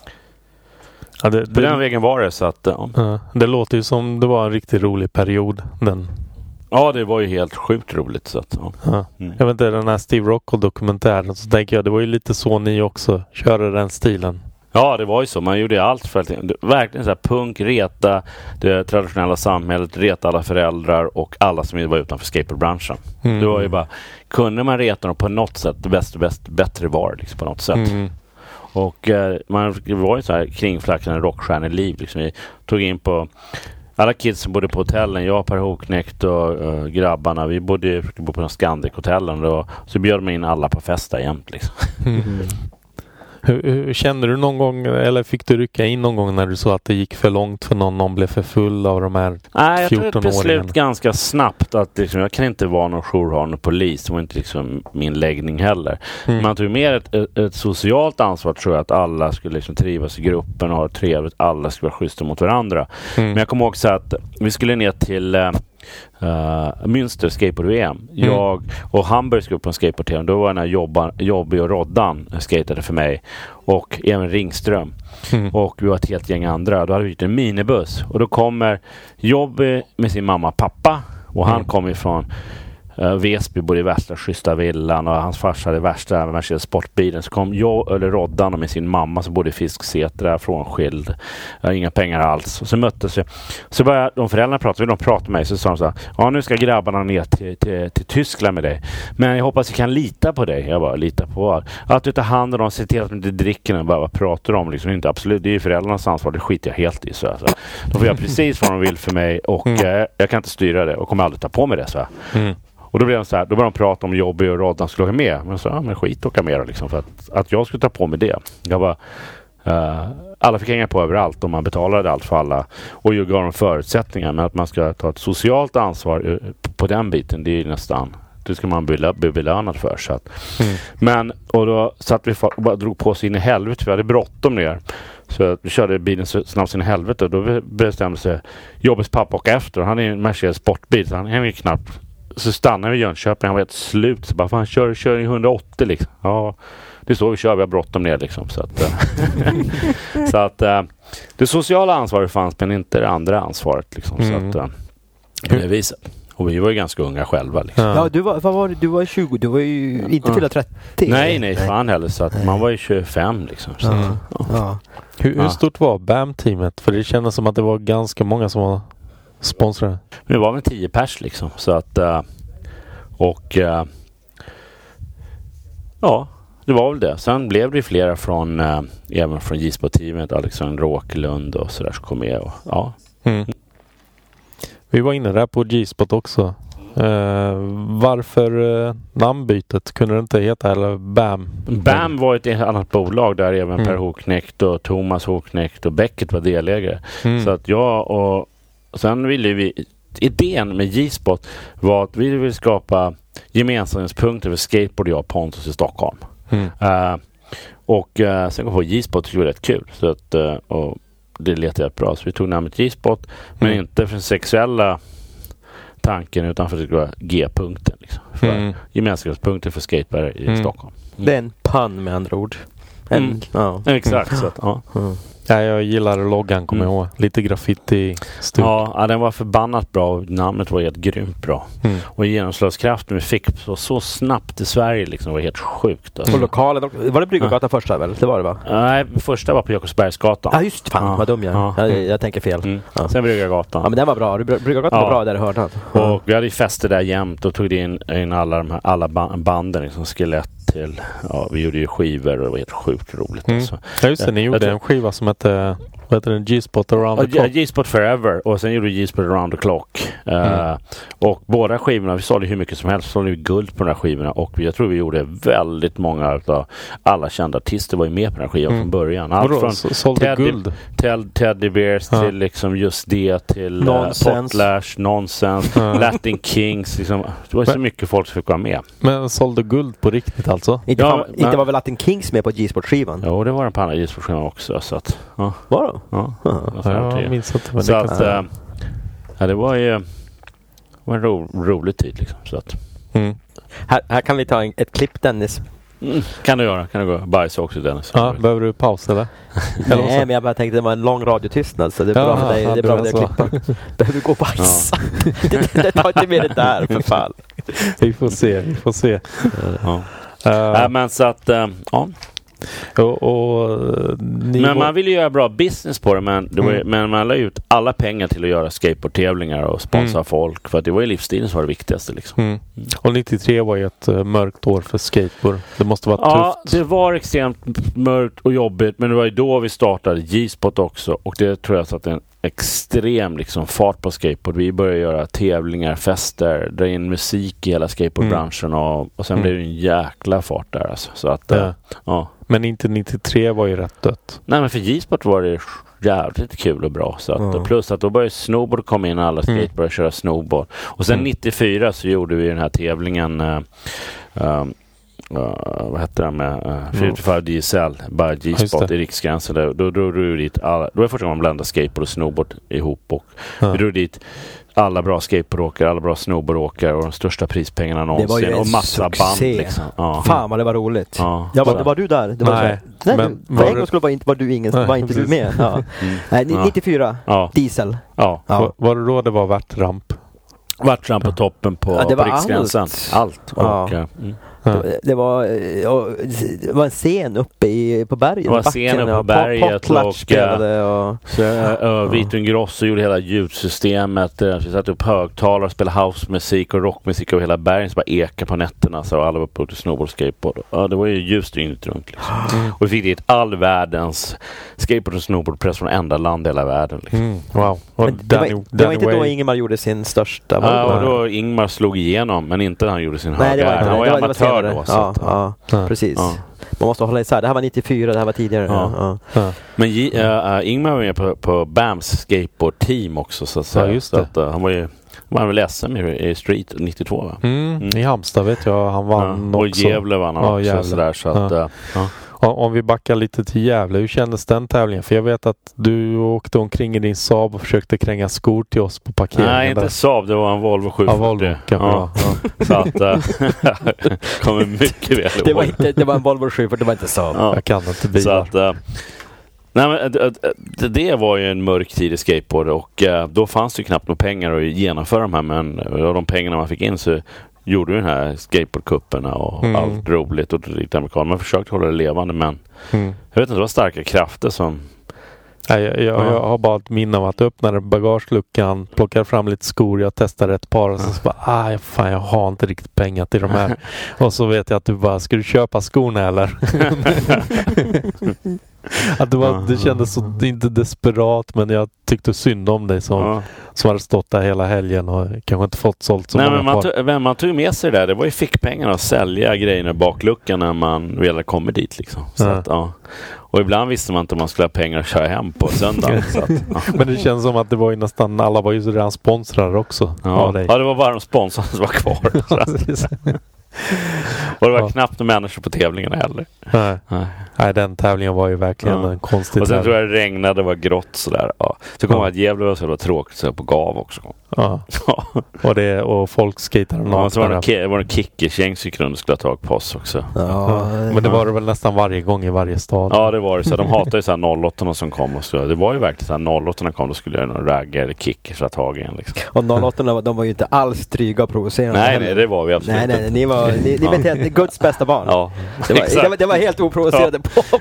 ja, det, på det, den vägen var det så att uh, uh, det låter ju som det var en riktigt rolig period den. Ja, det var ju helt sjukt roligt. Så att, ja. Ja. Mm. Jag vet inte, den här Steve Rockwell-dokumentären så tänker jag, det var ju lite så ni också körde den stilen. Ja, det var ju så. Man gjorde allt för att verkligen så här punk, reta det traditionella samhället, reta alla föräldrar och alla som var utanför skateboardbranschen. Mm. Det var ju bara, kunde man reta dem på något sätt, det bästa, bäst, bättre var liksom på något sätt. Mm. Och eh, man det var ju så här kringflackande rockstjärneliv liksom. Vi tog in på alla kids som bodde på hotellen, jag, Per Hoknekt och uh, grabbarna, vi bodde, bodde på Scandic-hotellen och så bjöd man in alla på festa jämt liksom. Mm. Hur, hur kände du någon gång, eller fick du rycka in någon gång när du sa att det gick för långt för någon, någon blev för full av de här Nej, jag tog ett beslut ganska snabbt att liksom, jag kan inte vara någon jourhavande polis, det var inte liksom min läggning heller. Mm. Man tog mer ett, ett, ett socialt ansvar, tror jag, att alla skulle liksom trivas i gruppen och ha det trevligt, alla skulle vara schyssta mot varandra. Mm. Men jag kommer också att vi skulle ner till uh, Uh, Münster skateboard-V M. Mm. Jag och Hamburg skulle upp på en skateboard-V M. Då var den här jobba, Jobby och Roddan skatade för mig. Och även Ringström. Mm. Och vi var ett helt gäng andra. Då hade vi gjort en minibuss. Och då kommer Jobby med sin mamma och pappa. Och han mm. kom ifrån Uh, Vesby bodde i värsta schyssta villan och hans farsa hade värsta Mercedes sportbilen. Så kom jag, eller Roddan, med sin mamma som bodde i Fisksätra, frånskild. Uh, inga pengar alls. Och så möttes vi. Så började de föräldrarna prata, de pratade med mig, så sa de så här: ja, nu ska grabbarna ner till, till, till Tyskland med dig. Men jag hoppas jag kan lita på dig. Jag bara, lita på vad? Att du tar hand om dem, ser till att de inte dricker den. Bara, vad pratar de om? Liksom, inte absolut, det är ju föräldrarnas ansvar, det skiter jag helt i. Så här, så här. De får göra precis vad de vill för mig och mm. uh, jag kan inte styra det och kommer aldrig ta på mig det. Så här. Mm. Och då blev de så här, då började de prata om Jobby och Roddan skulle åka med. Men så, ja, men skit åka med liksom, för att, att jag skulle ta på mig det. Jag bara, uh, alla fick hänga på överallt och man betalade allt för alla. Och ju gav dem förutsättningar, men att man ska ta ett socialt ansvar på, på den biten, det är ju nästan, det ska man bli, bli belönad för. Så att. Mm. Men, och då satt vi och bara drog på oss in i helvete, vi hade bråttom ner. Så vi körde bilen så snabbt in i helvete och då bestämde sig Jobbys pappa åka efter. Han är en Mercedes sportbil, så han hänger knappt. Så stannade vi i Jönköping, han var helt slut. Så bara, fan, kör, kör i hundraåttio liksom. Ja, det är så vi kör, vi har bråttom ner liksom. Så att, så att det sociala ansvaret fanns, men inte det andra ansvaret liksom. Mm. Så att, på det viset. Och vi var ju ganska unga själva liksom. Ja, du var, vad var det? Du var tjugo, du var ju inte ja. fyllda trettio. Nej, nej, fan heller. Så att man var ju tjugofem liksom. Så ja. Att, ja. Ja. Hur, hur stort var B A M-teamet? För det kändes som att det var ganska många som var sponsrade. Vi var med tio pers liksom. Så att uh, och uh, ja, det var väl det. Sen blev det flera från uh, även från J-sport-teamet, Alexander Åkerlund och sådär som kom med. Och, ja. Mm. Vi var inne där på J-sport också. Uh, varför uh, namnbytet? Kunde det inte heta eller B A M? B A M var ett annat bolag där även mm. Per Hoknekt och Thomas Hoknekt och Beckett var delägare. Mm. Så att jag och sen ville vi, idén med J-sport var att vi ville skapa gemensamhetspunkter för skateboard, jag och Pontus i Stockholm. Mm. Uh, och uh, sen kom på J-sport, det var rätt kul. Så att, uh, och det lät rätt bra. Så vi tog namnet J-sport, men mm. inte för den sexuella tanken, utan för att det skulle vara G-punkten. Liksom, för mm. gemensamhetspunkter för skateboard i mm. Stockholm. Mm. Det är en pann med andra ord. En, mm. ja. Exakt. Så att, ja. Mm. Ja, jag gillar loggan, kommer mm. jag ihåg. Lite graffiti-stuk. Ja, ja, den var förbannat bra och namnet var helt grymt bra. Mm. Och genomslagskraften vi fick så, så snabbt i Sverige liksom var helt sjukt. Alltså. Och lokalen, var det Bryggargatan ja. första väl? Det var det va? Nej, första var på Jakobsbergsgatan. Ja, just fan, ja. vad dum jag ja. jag, jag tänker fel. Mm. Ja. Sen Bryggargatan. Ja, men den var bra. Bryggargatan ja. var bra där i hörnan. Ja. Och vi hade ju fester där jämt och tog in, in alla de här alla banden, liksom skelett till, ja, vi gjorde ju skivor och det var helt sjukt roligt. Mm. Alltså. Ja, just det, ni gjorde en skiva som hette, vad heter den? G-spot around the clock. G-spot forever, och sen gjorde vi G-spot around the clock. Mm. Uh, och båda skivorna, vi sålde hur mycket som helst, sålde vi guld på de här skivorna, och jag tror vi gjorde väldigt många av alla kända artister var ju med på den här skivan mm. från början. Allt Vadå, från sålde Teddy, guld? Till Teddy Bears ja. till liksom just det, till Nonsense. Uh, Potlash, Nonsense, ja. Latin Kings, liksom, det var men, så mycket folk som fick vara med. Men sålde guld på riktigt alltså? Inte, ja, fan, men, inte var väl Latin Kings med på G-sport-skivan? Jo, det var den på andra G-sport-skivan också. Så att, ja. Var det? Ja, ja jag minns att det var så att, äh, ja, det var ju var en ro, rolig tid liksom. Så att. Mm. Här, här kan vi ta en, ett klipp, Dennis. Mm, kan du göra, kan du gå bajsa också, Dennis. Ja, behöver du paus eller? Nej, men jag bara tänkte det var en lång radiotystnad, så det är ja, bra för dig, det är bra för dig att klippa. Behöver du gå och bajsa? Ja. det, det tar inte med det där, för fan. Vi får se, vi får se. Ja. Uh, äh, men så att, äh, ja. Och, och, men var... man ville göra bra business på det, men, det var, mm. men man la ut alla pengar till att göra skateboardtävlingar och sponsra mm. folk, för att det var ju livsstilen som var det viktigaste liksom. Mm. Mm. Och nittiotre var ju ett uh, mörkt år för skateboard. Det måste vara ja, tufft. Ja, det var extremt mörkt och jobbigt, men det var ju då vi startade G-spot också, och det tror jag satt en extrem liksom fart på skateboard. Vi började göra tävlingar, fester, dra in musik i hela skateboardbranschen mm. och, och sen mm. blev det en jäkla fart där alltså. Så att, ja. Äh, ja. Men inte nittiotre var ju rätt dött. Nej, men för G-sport var det jävligt kul och bra. Så att, mm. plus att då började snowboard komma in och alla skate mm. började köra snowboard. Och sen mm. nittiofyra så gjorde vi den här tävlingen uh, um, Uh, vad hette det med uh, fyrtiofem D S L bara G-spot i Riksgränsen. Då, då drog du dit alla, då var det första gången man blandade skateboard och snowboard ihop, och ja. vi drog dit alla bra skateboardåkare, alla bra snowboardåkare och de största prispengarna någonsin och massa succé. Band liksom. Ja. Fan vad det var roligt. Ja. Jag var, var du där? Det var nej. Så, nej, men, för en gång skulle vara inte var du ingen, nej, var inte precis. Du med. Ja. Mm. Nej, nittiofyra ja. Diesel. Ja. Ja. Var, var det då det var värtramp? Värtramp på toppen på, ja, det på var Riksgränsen. Allt. Allt. Ja. Och, mm. Ja. Det var det var en scen uppe i, på berget. Det var en scen uppe på berget och, och så, uh, Vitun Grosso gjorde hela ljudsystemet. Vi satte upp högtalare och spelade housemusik och rockmusik över hela bergen som bara ekade på nätterna, så alla var på snowboard skateboard. Ja, det var ju ljust dygnet runt liksom. Mm. Och vi fick dit all världens skateboard och snowboardpress från enda land i hela världen liksom. Mm. Wow. Och men det, Danny, var, det var inte way. Då Ingmar gjorde sin största. Ja, och då Ingmar slog igenom, men inte när han gjorde sin höga. Nej, han var ju amatör då. Ja, ja, ja, precis. Ja. Man måste hålla isär. Det här var nittiofyra, det här var tidigare. Ja. Ja. Ja. Men uh, Ingmar var med på, på B A M S skateboard-team också. Så, så, ja, just det. Så att, uh, han var ju var väl S M i, i Street nittiotvå, va? Mm, mm. I Halmstad vet jag, han vann ja. också. Och Gävle vann han ja, också. Gävle. Så där, så att, ja. uh, ja. Om vi backar lite till Gävle, hur kändes den tävlingen? För jag vet att du åkte omkring i din Saab och försökte kränga skor till oss på parkeringen. Nej, inte där. Saab, det var en Volvo sjuhundrafyrtio. Ja, Volvo, ja. Ja. Så att uh, kommer mycket väl det var inte, det var en Volvo sjuhundrafyrtio, det var inte Saab. Ja. Jag kan inte bilar. Så att, uh, nej, men, det, det var ju en mörk tid i skateboard, och uh, då fanns det knappt några pengar att genomföra de här, men av de pengarna man fick in så gjorde vi den här skateboardkupperna och mm. allt roligt och lite amerikan. Man försökte hålla det levande, men mm. jag vet inte, det var starka krafter som... Nej, jag, jag, ja. jag har bara ett minne av att jag öppnade bagageluckan, plockade fram lite skor, jag testade ett par och så, ja. så bara, ah, fan, jag har inte riktigt pengar till de här. Och så vet jag att du bara, ska du köpa skorna eller? Att det, var, det kändes så, inte desperat, men jag tyckte synd om dig som, ja. som hade stått där hela helgen och kanske inte fått sålt så Nej, många men man, par. tog, man tog med sig det där. Det var ju fickpengarna att sälja grejerna i bakluckan när man väl kommer dit liksom. Så ja. Att, ja. Och ibland visste man inte om man skulle ha pengar att köra hem på söndag. Så att, ja. Men det känns som att det var ju nästan, alla var ju redan sponsrade också. Ja, av dig. Ja, det var bara de sponsrarna som var kvar. Och det var ja. knappt människor på tävlingarna heller. Nej. Nej. Nej, den tävlingen var ju verkligen ja. en konstig Och sen tävling. tror jag det regnade, det var grått sådär. Ja. Så kom ja. att Gävle var så var tråkigt så på gav också. Ja. ja. Och, det, och folk skejtade ja, så var det, det var en kickers-gäng som skulle ha tag på oss också. Ja. Ja. Men det var det väl nästan varje gång i varje stad. Ja, det var det. Så de hatade ju så här noll åtta som kom. Och så. Det var ju verkligen så här noll åtta kom, då skulle jag göra någon ragga eller kickers att tag igen. Liksom. Och noll åtta de var ju inte alls dryga och provocerande. Nej, nej, det var vi absolut nej, nej, nej, ni var ni, ni vet inte, Guds bästa barn. Ja, det, var, det, var, det var helt oprovocerande ja. på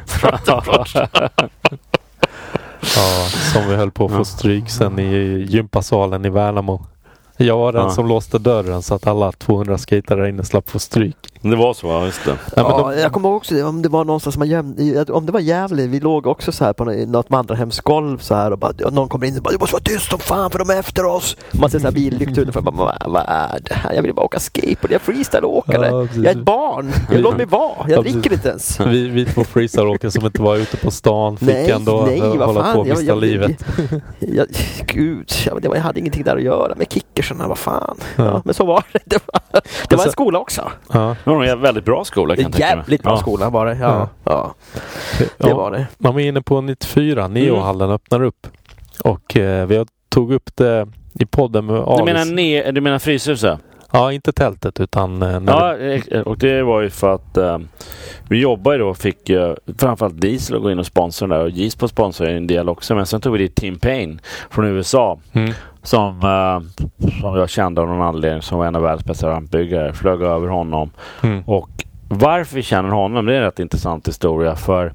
Ja, som vi höll på att få stryk sen i gympasalen i Värnamo. Jag var den ja. som låste dörren så att alla tvåhundra skatare där inne slapp få stryk. Det var så, just det. Ja, men de... Jag kommer också om det var någonstans som göm... om det var Gävle, vi låg också så här på något vandrarhemsgolv så här och, bara, och någon kommer in och bara, det måste vara tyst som fan för de är efter oss. Man ser så här billyktor ungefär, bara, vad är det här? Jag vill bara åka skateboard, jag freestyle-åkare. Ja, jag är ett barn, jag låt mig vara, jag ja, dricker inte ens. Vi, vi två freestyle-åkare som inte var ute på stan fick nej, ändå nej, hålla på och mista livet. Jag, jag, gud, jag, jag hade ingenting där att göra med kickersarna, vad fan. Ja. Ja, men så var det. Det var, det var en skola också. Ja. Det var en väldigt bra skola, kan jag tänka mig. Jävligt bra ja. skola var det. Ja. Ja. Ja. Det ja. var det. Man var inne på nittiofyra, Neohallen mm. öppnar upp. Och eh, vi tog upp det i podden med Alice. Du menar, ne- du menar Fryshuset? Ja, inte tältet utan... Eh, ja, det... och det var ju för att eh, vi jobbade då och fick eh, framförallt Diesel att gå in och sponsra där. Och G-spot sponsrade en del också. Men sen tog vi dit Tim Payne från U S A. Mm. Som, eh, som jag kände av någon anledning som var en av världens bästa rampbyggare. Flög över honom. Mm. Och varför vi känner honom, det är en rätt intressant historia. För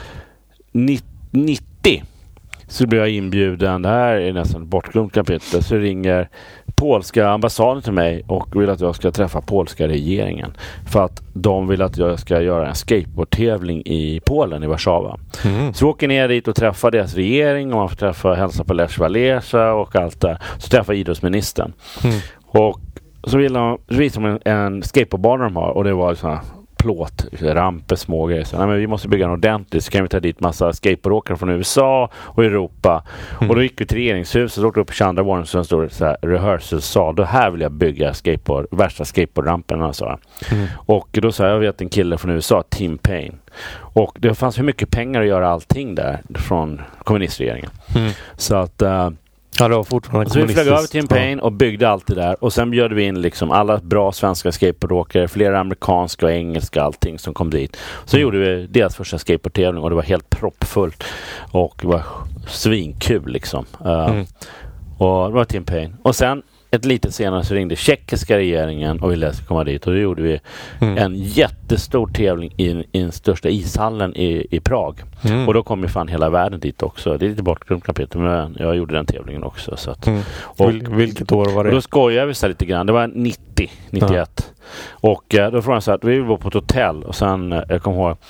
nittio så blir jag inbjuden, det här är nästan ett bortglömt kapitel, så ringer polska ambassaden till mig och vill att jag ska träffa polska regeringen för att de vill att jag ska göra en skateboardtävling i Polen, i Warszawa. Mm. Så jag åker ner dit och träffar deras regering och man får träffa, hälsa på Lech Walesa och allt det. Så träffar idrottsministern. Mm. Och så vill de, så visar de en, en skateboardbana de har och det var sådana plåt, ramper, små grejer. Så, nej, men vi måste bygga en ordentligt, så kan vi ta dit massa skateboardåkare från U S A och Europa. Mm. Och då gick vi till regeringshuset och åkte upp på tjugosjunde våningen så stod det så här, rehearsal sa, då här vill jag bygga skateboard, värsta skateboardramperna, sa mm. Och då sa jag, jag vet en kille från U S A, Tim Payne. Och det fanns hur mycket pengar att göra allting där från kommunistregeringen. Mm. Så att uh, ja, det var fortfarande så vi flög över till en Payne och byggde allt det där. Och sen bjöd vi in liksom alla bra svenska skateboardåkare, flera amerikanska och engelska, allting som kom dit. Så mm. gjorde vi deras första skateboardtävling och det var helt proppfullt. Och det var svinkul liksom. Uh, mm. Och det var till en Payne. Och sen ett lite senare så ringde tjeckiska regeringen och ville komma dit. Och då gjorde vi mm. en jättestor tävling i, i den största ishallen i, i Prag. Mm. Och då kom ju fan hela världen dit också. Det är lite bortglömt kapitel, men jag gjorde den tävlingen också. Så att, mm. och, Vil, vilket år var det? Och då skojade vi så lite grann. Det var nittio, nittioett. Ja. Och uh, då frågade jag så att vi vill vara på ett hotell. Och sen, uh, jag kommer ihåg...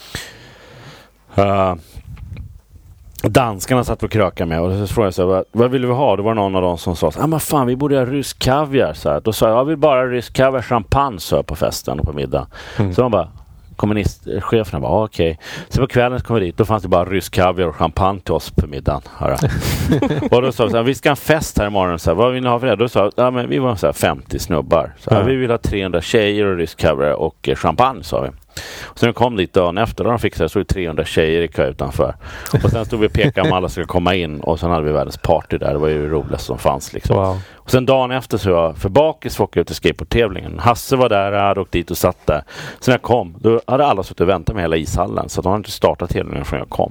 Uh, danskarna satt och krökade med och så frågade jag så här, vad, vad vill vi ha? Det var någon av dem som sa, ja ah, men fan vi borde ha rysk kaviar så här. Då sa jag, jag vill bara rysk kaviar, champagne så på festen och på middag. Mm. Så de bara, kommunistcheferna bara, ah, okej. Okay. Så på kvällen kom vi dit, då fanns det bara rysk kaviar och champagne till oss på middagen. Och då sa vi så här, vi ska ha en fest här imorgon, så här, vad vill ni ha för det? Då sa ja men vi var så här femtio snubbar. Så här, mm. vi vill ha trehundra tjejer och rysk kaviar och eh, champagne, sa vi. Och sen kom dit dagen efter, då de fixade, så trehundra tjejer i kö utanför. Och sen stod vi och pekade om alla skulle komma in och sen hade vi världens party där. Det var ju det roligaste som fanns liksom. Wow. Och sen dagen efter så var jag för bakis och åkte ut till skateboardtävlingen. Hasse var där, jag hade åkt dit och satt där. Sen när jag kom, då hade alla suttit och väntat med hela ishallen. Så de hade inte startat tävlingen förrän jag kom.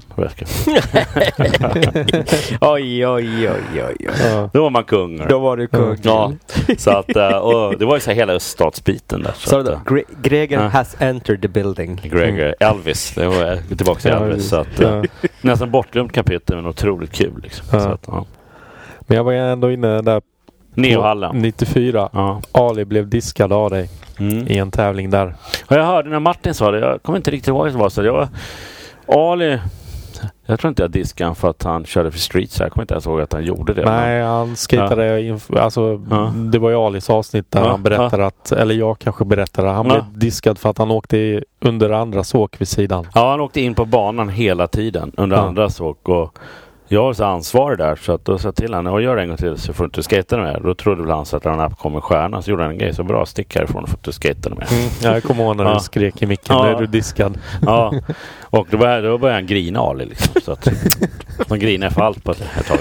oj, oj, oj, oj, oj. Ja. Då var man kung. Då var du kung. Ja, så att, och det var ju så här hela öststatsbiten där. Så, så att, Gre- Greger uh, has entered the building. Greger, Elvis, det var tillbaka till Elvis. Så att, ja. Nästan bortglömt kapitel, men otroligt kul liksom. Ja. Så att, ja. Men jag var ändå inne där Neohallen nittiofyra. Ja. Ali blev diskad av dig mm. i en tävling där. Och jag hörde när Martin sa det, jag kommer inte riktigt ihåg vad det var, så jag Ali, jag tror inte jag diskade för att han körde för street, så jag kommer inte ens ihåg att han gjorde det. Nej, men han skatade ja. inf- alltså ja. Det var ju Alis avsnitt där ja. han berättade ja. att, eller jag kanske berättade, han ja. blev diskad för att han åkte under andras åk vid sidan. Ja, han åkte in på banan hela tiden under ja. andras åk, och jag har så ansvar där, så att då sa till han, och gör en gång till så får du inte skata med. Då trodde väl han så att han här kommer stjärna, så gjorde han en grej, så bra, stick härifrån och får du skata med. Mm. Ja, jag kommer ihåg när ja. du skrek i micken, ja. nu är du diskad. Ja, och då började, då började han grina Ali liksom, så att de grinar för allt på ett tag.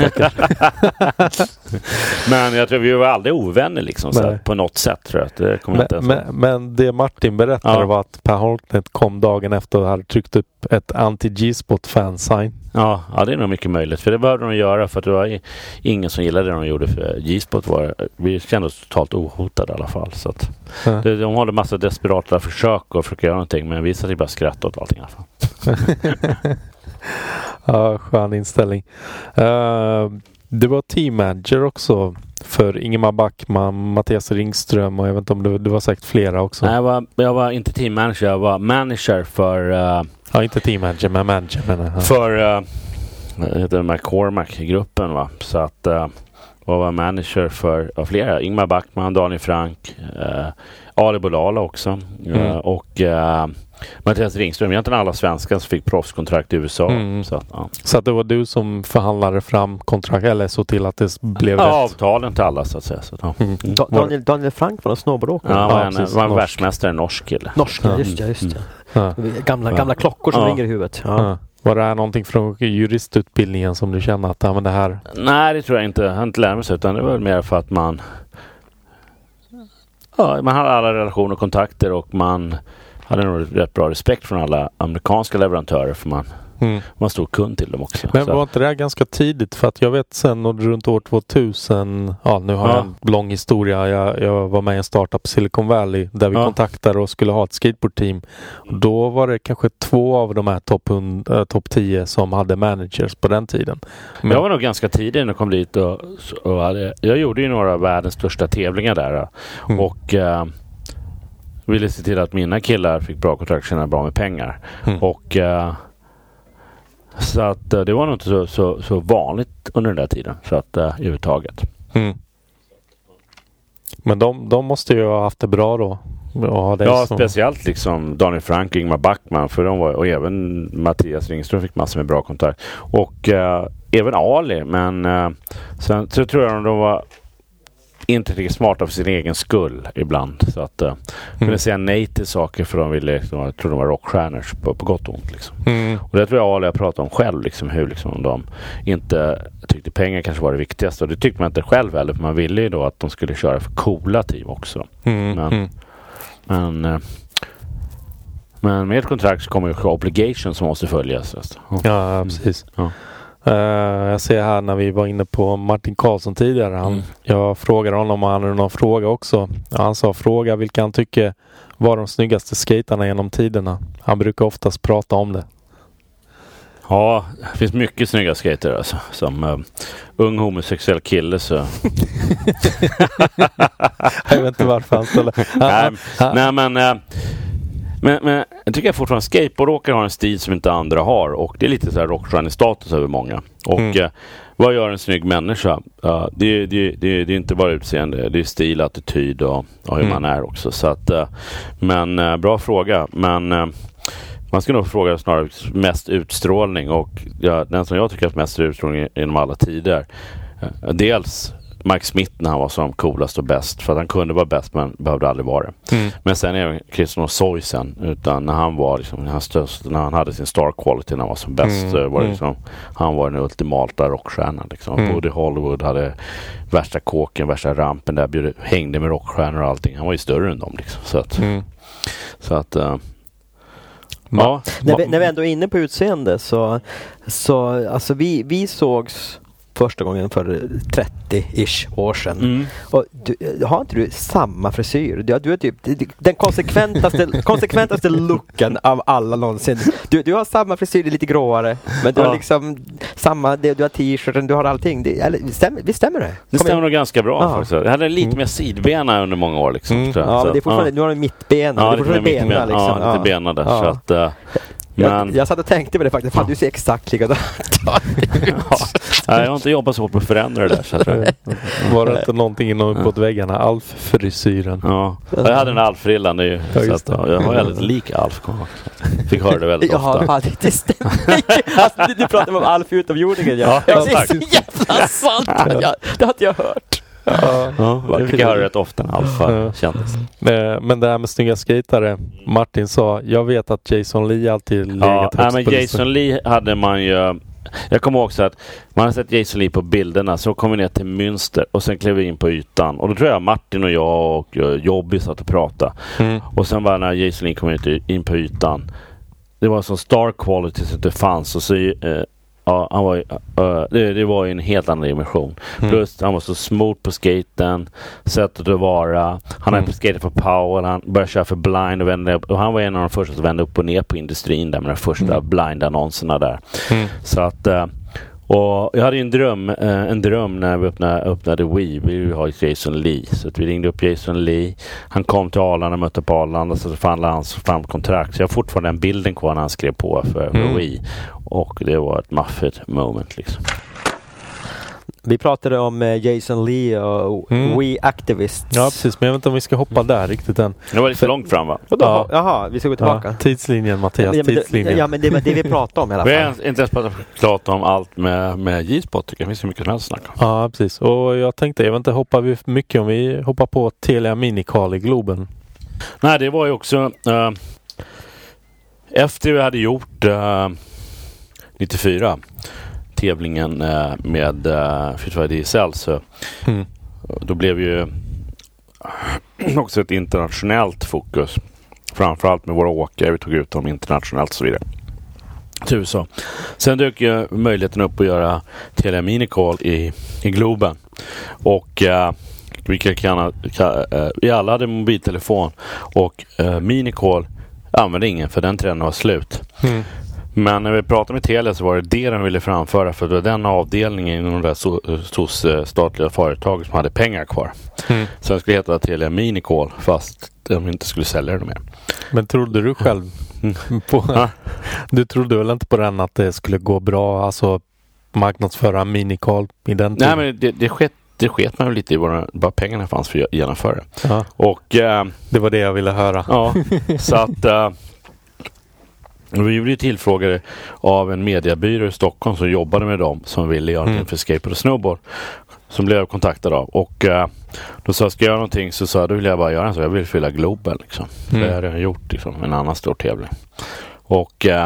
Men jag tror vi var aldrig ovänner liksom, så att på något sätt tror jag att det kommer men, inte ens. Men, men det Martin berättade ja. var att Per Holknekt kom dagen efter och hade tryckt upp ett anti-G-spot fansign. Ja, ja, det är nog mycket möjligt. För det behövde de göra, för att det var ingen som gillade det de gjorde. För G-spot var, vi kände oss totalt ohotade i alla fall. Så att mm. det, de hade massa desperata försök att försöka göra någonting, men vi satt ju bara skratt åt allting i alla fall. Ja, skön inställning. Uh, det var team manager också för Ingemar Backman, Mattias Ringström, och jag vet inte om det, det var säkert flera också. Nej, jag var, jag var inte team manager, jag var manager för uh, ja, inte team manager, men manager menar jag. För uh, det heter McCormack-gruppen, va? Så att uh, jag var manager för uh, flera. Ingmar Backman, Daniel Frank, uh, Ali Bolala också. Uh, mm. Och uh, Mattias Ringström, egentligen alla svenskar som fick proffskontrakt i U S A. Mm. Så, att, ja. Så att det var du som förhandlade fram kontrakt, eller så till att det blev ja, rätt? Avtalen till alla, så att säga. Så, ja. mm. Mm. Da- Daniel, Daniel Frank var en snowboardåkare. Ja, var en, ja, var en världsmästare, en norsk kille. Norsk, ja. just det, just det. Mm. Ja. Gamla, gamla klockor som ja. ringer i huvudet. Ja. Ja. Var det här någonting från juristutbildningen som du känner att ja, men det här... Nej, det tror jag inte. Jag har inte lärt mig så, utan det var mer för att man ja, man hade alla relationer och kontakter, och man hade nog rätt bra respekt från alla amerikanska leverantörer, för man Mm. Var en stor kund till dem också. Men så. Var inte det här ganska tidigt? För att jag vet sen runt år tvåtusen, ja nu har ja. jag en lång historia. Jag, jag var med i en startup Silicon Valley där vi ja. kontaktade och skulle ha ett skateboardteam. Då var det kanske två av de här topp äh, top tio som hade managers på den tiden. Men jag var nog ganska tidig när jag kom dit och, och hade, jag gjorde ju några av världens största tävlingar där mm. och äh, ville se till att mina killar fick bra kontrakt och tjäna bra med pengar. Mm. Och äh, så att det var nog inte så, så, så vanligt under den där tiden. Så att uh, överhuvudtaget. Mm. Men de, de måste ju ha haft det bra då. Ja, ja som... speciellt liksom Daniel Frank, Ingmar Backman. För de var, och även Mattias Ringström fick massor med bra kontakt. Och uh, även Ali. Men uh, sen så tror jag att de var inte riktigt smarta för sin egen skull ibland. Så att uh, mm. kunde säga nej till saker för de ville, liksom, jag tror de var rockstjärnor på, på gott och ont. Liksom. Mm. Och det tror jag Ali har pratat om själv. Liksom, hur liksom, de inte tyckte pengar kanske var det viktigaste. Och det tyckte man inte själv heller. För man ville ju då att de skulle köra för coola team också. Mm. Men, mm. men, uh, men med ett kontrakt så kommer ju obligation som måste följas. Alltså. Ja, mm. precis. Ja. Uh, jag ser här när vi var inne på Martin Karlsson tidigare. Han, mm. Jag frågade honom om han hade någon fråga också. Han sa fråga vilka han tycker var de snyggaste skaterna genom tiderna. Han brukar oftast prata om det. Ja, det finns mycket snygga skater alltså. Som uh, ung homosexuell kille så... jag vet inte varför han ställer... nej, nej men... Uh, Men, men jag tycker jag fortfarande skateboardåkare har en stil som inte andra har. Och det är lite så här rockstjärnestatus över många. Och mm. eh, vad gör en snygg människa? Uh, det, det, det, det är inte bara utseende. Det är stil, attityd och, och hur mm. man är också. Så att, uh, men uh, bra fråga. Men uh, man ska nog fråga snarare mest utstrålning. Och ja, den som jag tycker är mest utstrålning inom alla tider. Uh, dels... Mike Smith när han var som coolast och bäst. För att han kunde vara bäst men behövde aldrig vara det. Mm. Men sen är Christian Soysen. Utan när han var liksom, när han, stöst, när han hade sin star quality när han var som bäst. Mm. Var det liksom, mm. han var den ultimata rockstjärnan. Liksom. Mm. Både Hollywood hade värsta kåken, värsta rampen där. Bjöd, hängde med rockstjärnor och allting. Han var ju större än dem. Liksom. Så att... Mm. Så att uh, ja. När vi, när vi ändå är inne på utseende så, så alltså vi, vi sågs första gången för trettio-ish år sedan. Mm. Och du, har inte du samma frisyr? Du, du är typ den konsekventaste, konsekventaste looken av alla någonsin. Du, du har samma frisyr, lite gråare. Men du ja. har liksom samma, du har t-shirten, du har allting. Det, eller, stämmer, det stämmer det? Det stämmer nog ganska bra. Ja. Faktiskt. Jag hade lite mm. mer sidbena under många år. Liksom, mm. Ja, men det är fortfarande, ja. nu har du mittbena. Ja, det är fortfarande bena, bena, liksom. Ja, lite ja. bena där. Ja. Så att... Uh, Men... Jag, jag satt och tänkte på det faktiskt. Fan, du ser exakt likadant. ja. Jag har inte jobbat så hårt på att förändra det där. Så var det inte någonting inom uppåt väggarna? Alf-frisyren. Ja. Jag hade en Alf-frillan. Ja, jag har väldigt lik Alf. Fick höra det väldigt ofta. Ja, det stämmer. Alltså, du, du pratar om Alf utomjordingen. Ja, ja, det är så jävla sant. Ja, det hade jag hört. Ja, ja, jag fick höra rätt ofta när Alfa ja. kändes. Men det här med snygga skatare, Martin sa, jag vet att Jason Lee alltid legat ja, högst nej, men på Jason Lee hade man ju. Jag kommer också att man har sett Jason Lee på bilderna. Så kom vi ner till Münster och sen klev vi in på ytan. Och då tror jag Martin och jag och Jobby satt och pratade. Mm. Och sen var när Jason Lee kom in på ytan, det var som star quality som det fanns. Och så eh, ja, han var, uh, det, det var ju en helt annan dimension. Mm. Plus han var så smooth på skaten, sättet att vara. Han mm. hade skatat för Powell, han började köra för Blind och, vände, och han var en av de första som vände upp och ner på industrin där med de första mm. Blind-annonserna där. Mm. Så att uh, och jag hade ju en dröm, eh, en dröm när vi öppnade, öppnade Wii. Vi ville ha Jason Lee. Så att vi ringde upp Jason Lee. Han kom till Arlanda, mötte på Arlanda. Så fann han fram kontrakt. Så jag har fortfarande den bilden kvar när han skrev på för, för mm. Wii. Och det var ett maffigt moment liksom. Vi pratade om Jason Lee och mm. We Activist. Ja, precis. Men jag vet inte om vi ska hoppa där riktigt än. Det var lite för långt fram, va? Ja. Jaha, vi ska gå tillbaka. Ja, tidslinjen, Mattias. Ja, men tidslinjen. Det, ja, men det var det vi pratade om i alla fall. Vi har inte ens pratat om allt med, med G-spot. Det finns så mycket som helst att snacka om. Ja, precis. Och jag tänkte, jag vet inte, hoppar vi mycket om vi hoppar på Telia Mini-Call i Globen? Nej, det var ju också... Uh, efter vi hade gjort uh, nittiofyra... tävlingen eh, med uh, Fit D S L så mm. då blev ju också ett internationellt fokus, framförallt med våra åkare, vi tog ut dem internationellt och så vidare. till U S A. Sen dök ju möjligheten upp att göra Telia Minicall i, i Globen. Och uh, vilka kan, kan, uh, vi alla hade mobiltelefon och uh, Minicall använde ingen för den trenden var slut. Mm. Men när vi pratade med Telia så var det det de ville framföra, för det var den avdelningen inom det där statliga företag som hade pengar kvar. Mm. Så det skulle heta Telia Minicall fast de inte skulle sälja det mer. Men trodde du själv mm. på, ja. Du trodde väl inte på den att det skulle gå bra, alltså marknadsföra Minicall i den tiden? Nej, men det, det skett Det sket man lite i vad, vad pengarna fanns för att genomföra det. Ja. Och, äh, det var det jag ville höra. Ja, så att äh, vi blev tillfrågade av en mediebyrå i Stockholm som jobbade med dem som ville göra någonting mm. för skateboard och snowboard, som blev kontaktad av. Och äh, då sa jag, ska jag göra någonting, så sa jag, då vill jag bara göra en så. Jag vill fylla Globen liksom. Mm. Det har jag gjort liksom, en annan stor tävling. Och äh,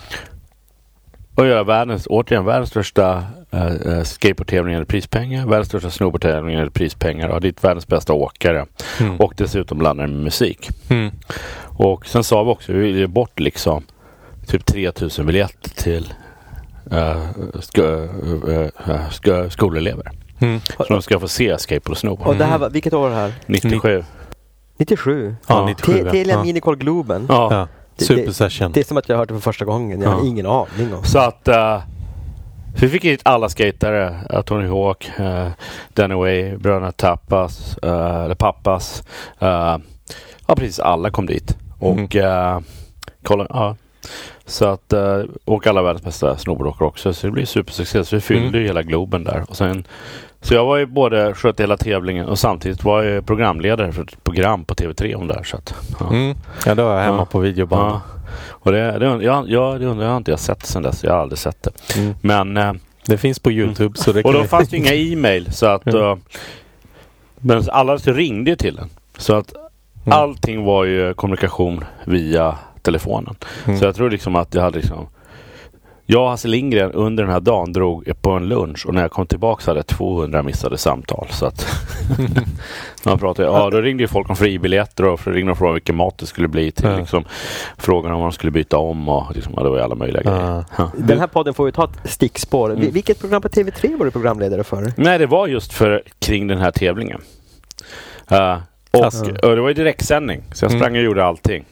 och göra världens, återigen världens största uh, skateboardtävling eller prispengar, världens största snowboardtävling eller prispengar, och ditt världens bästa åkare mm. och dessutom blandar med musik. Mm. Och sen sa vi också, vi vill ge bort liksom typ tre tusen biljetter till uh, sk- uh, uh, sk- skolelever. Mm. Så de ska få se skateboard och snowboard. Och det här var, vilket år var det här? nittiosju. nittiosju? Ja, nittiosju. Telia ja. Minicall Globen? Ja. ja. Super Session. Det, det är som att jag hörde för första gången. Jag ja. har ingen aning om. Så att uh, vi fick hit alla skatare. Uh, Tony Hawk, uh, Danny Way, bröderna Tappas, uh, eller Pappas. Uh, ja, precis alla kom dit. Och mm. uh, kolla, ja. Så att, uh, och alla världens bästa snowboardåkare också. Så det blir supersuccé. Så vi fyllde mm. ju hela Globen där. Och sen, så jag var ju både skötte hela tävlingen och samtidigt var jag programledare för ett program på T V tre om där. Så att, ja. Mm. ja, då var jag hemma ja. på videoband. Ja. Och det, det, jag, jag, det undrar jag inte jag sett sen dess. Jag har aldrig sett det. Mm. Men uh, det finns på YouTube. Mm. Så det och då vi... fanns det inga e-mail. Så att mm. uh, men alla ringde till den. Så att mm. allting var ju kommunikation via telefonen. Mm. Så jag tror liksom att jag hade liksom jag och Hasse Lindgren under den här dagen drog på en lunch, och när jag kom tillbaka hade jag tvåhundra missade samtal. Så att man pratade, ja, då ringde ju folk om fribiljetter och ringde och frågade vilken mat det skulle bli till. Ja. Liksom, frågan om man skulle byta om och liksom, ja, det var ju alla möjliga ja. grejer. Ja. Den här podden får ju ta ett stickspår. Mm. Vilket program på T V tre var du programledare för? Nej, det var just för kring den här tävlingen. Uh, Och, alltså. och det var ju direktsändning. Så jag sprang mm. och gjorde allting.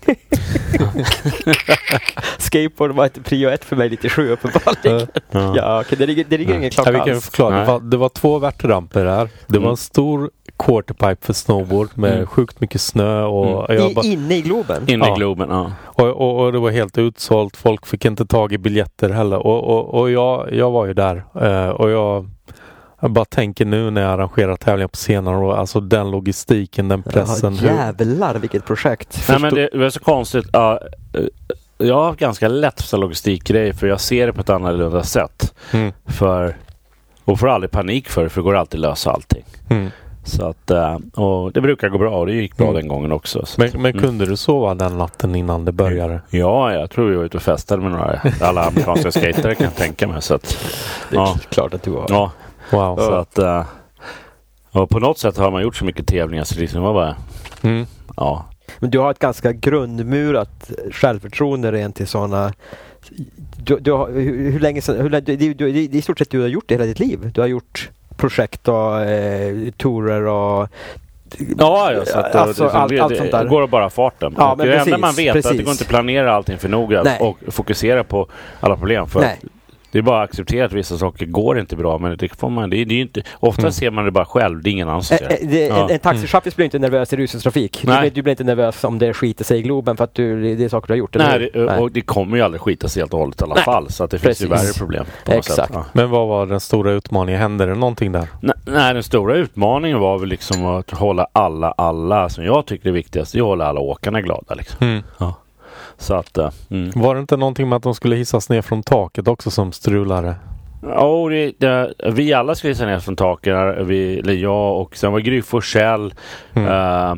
Skateboard var ett prio ett för mig lite sju uppenbarligen. Ja, ja okay, det ligger, det ligger ingen klocka ja, vi kan förklara. Det var, det var två värtramper här. Det mm. var en stor quarterpipe för snowboard med mm. sjukt mycket snö. Och mm. jag bara, I, inne i Globen? Inne ja. i Globen, ja. Och, och, och det var helt utsålt. Folk fick inte tag i biljetter heller. Och, och, och jag, jag var ju där. Uh, och jag... Jag bara tänker nu när jag arrangerar tävlingar på scenen och alltså den logistiken, den pressen. Ja, jävlar vilket projekt. Nej, men det, det är så konstigt. Uh, jag har ganska lätt för logistikgrejer för jag ser det på ett annorlunda sätt. Mm. För, och får aldrig panik för det, för det går alltid att lösa allting. Mm. Så att, uh, och det brukar gå bra och det gick bra mm. den gången också. Så. Men, men kunde mm. du sova den natten innan det började? Ja, jag tror vi var ute och festade med några alla amerikanska skatare kan jag tänka mig. Så att, det är ja. klart att du var. Ja. Wow. Så att uh, och på något sätt har man gjort så mycket tävlingar så liksom var bara mm. ja. Men du har ett ganska grundmurat självförtroende rent till sådana du, du har, hur, hur länge sedan hur, du, du, det är i stort sett du har gjort det hela ditt liv. Du har gjort projekt och eh, tourer och ja, ja, så att alltså, det, allt, det, allt sånt där. Det går bara farten. Ja, men det precis, enda man vet precis. är att det går inte att planera allting för noga Nej. och fokusera på alla problem för Nej. Det är bara att acceptera att vissa saker går inte bra, men det får man, det är, det är inte, ofta mm. ser man det bara själv, det är ingen annan som ser det. Ja. En, en taxichaffis blir inte nervös i rusentrafik. Du, du blir inte nervös om det skiter sig i Globen för att du, det är saker du har gjort. Nej, det, Nej. och det kommer ju aldrig skita sig helt och hållet i alla Nej. fall, så att det Precis. finns ju värre problem. På Exakt. Ja. Men vad var den stora utmaningen? Hände det någonting där? Nej, nej, den stora utmaningen var väl liksom att hålla alla, alla, som jag tycker är viktigast, att hålla alla åkarna glada liksom. Mm. Ja. Så att, uh, mm. Var det inte någonting med att de skulle hissas ner från taket också som strulare? Ja, oh, det, det, vi alla skulle hissa ner från taket. Vi, eller jag och sen var Gry Forssell. Mm. Uh,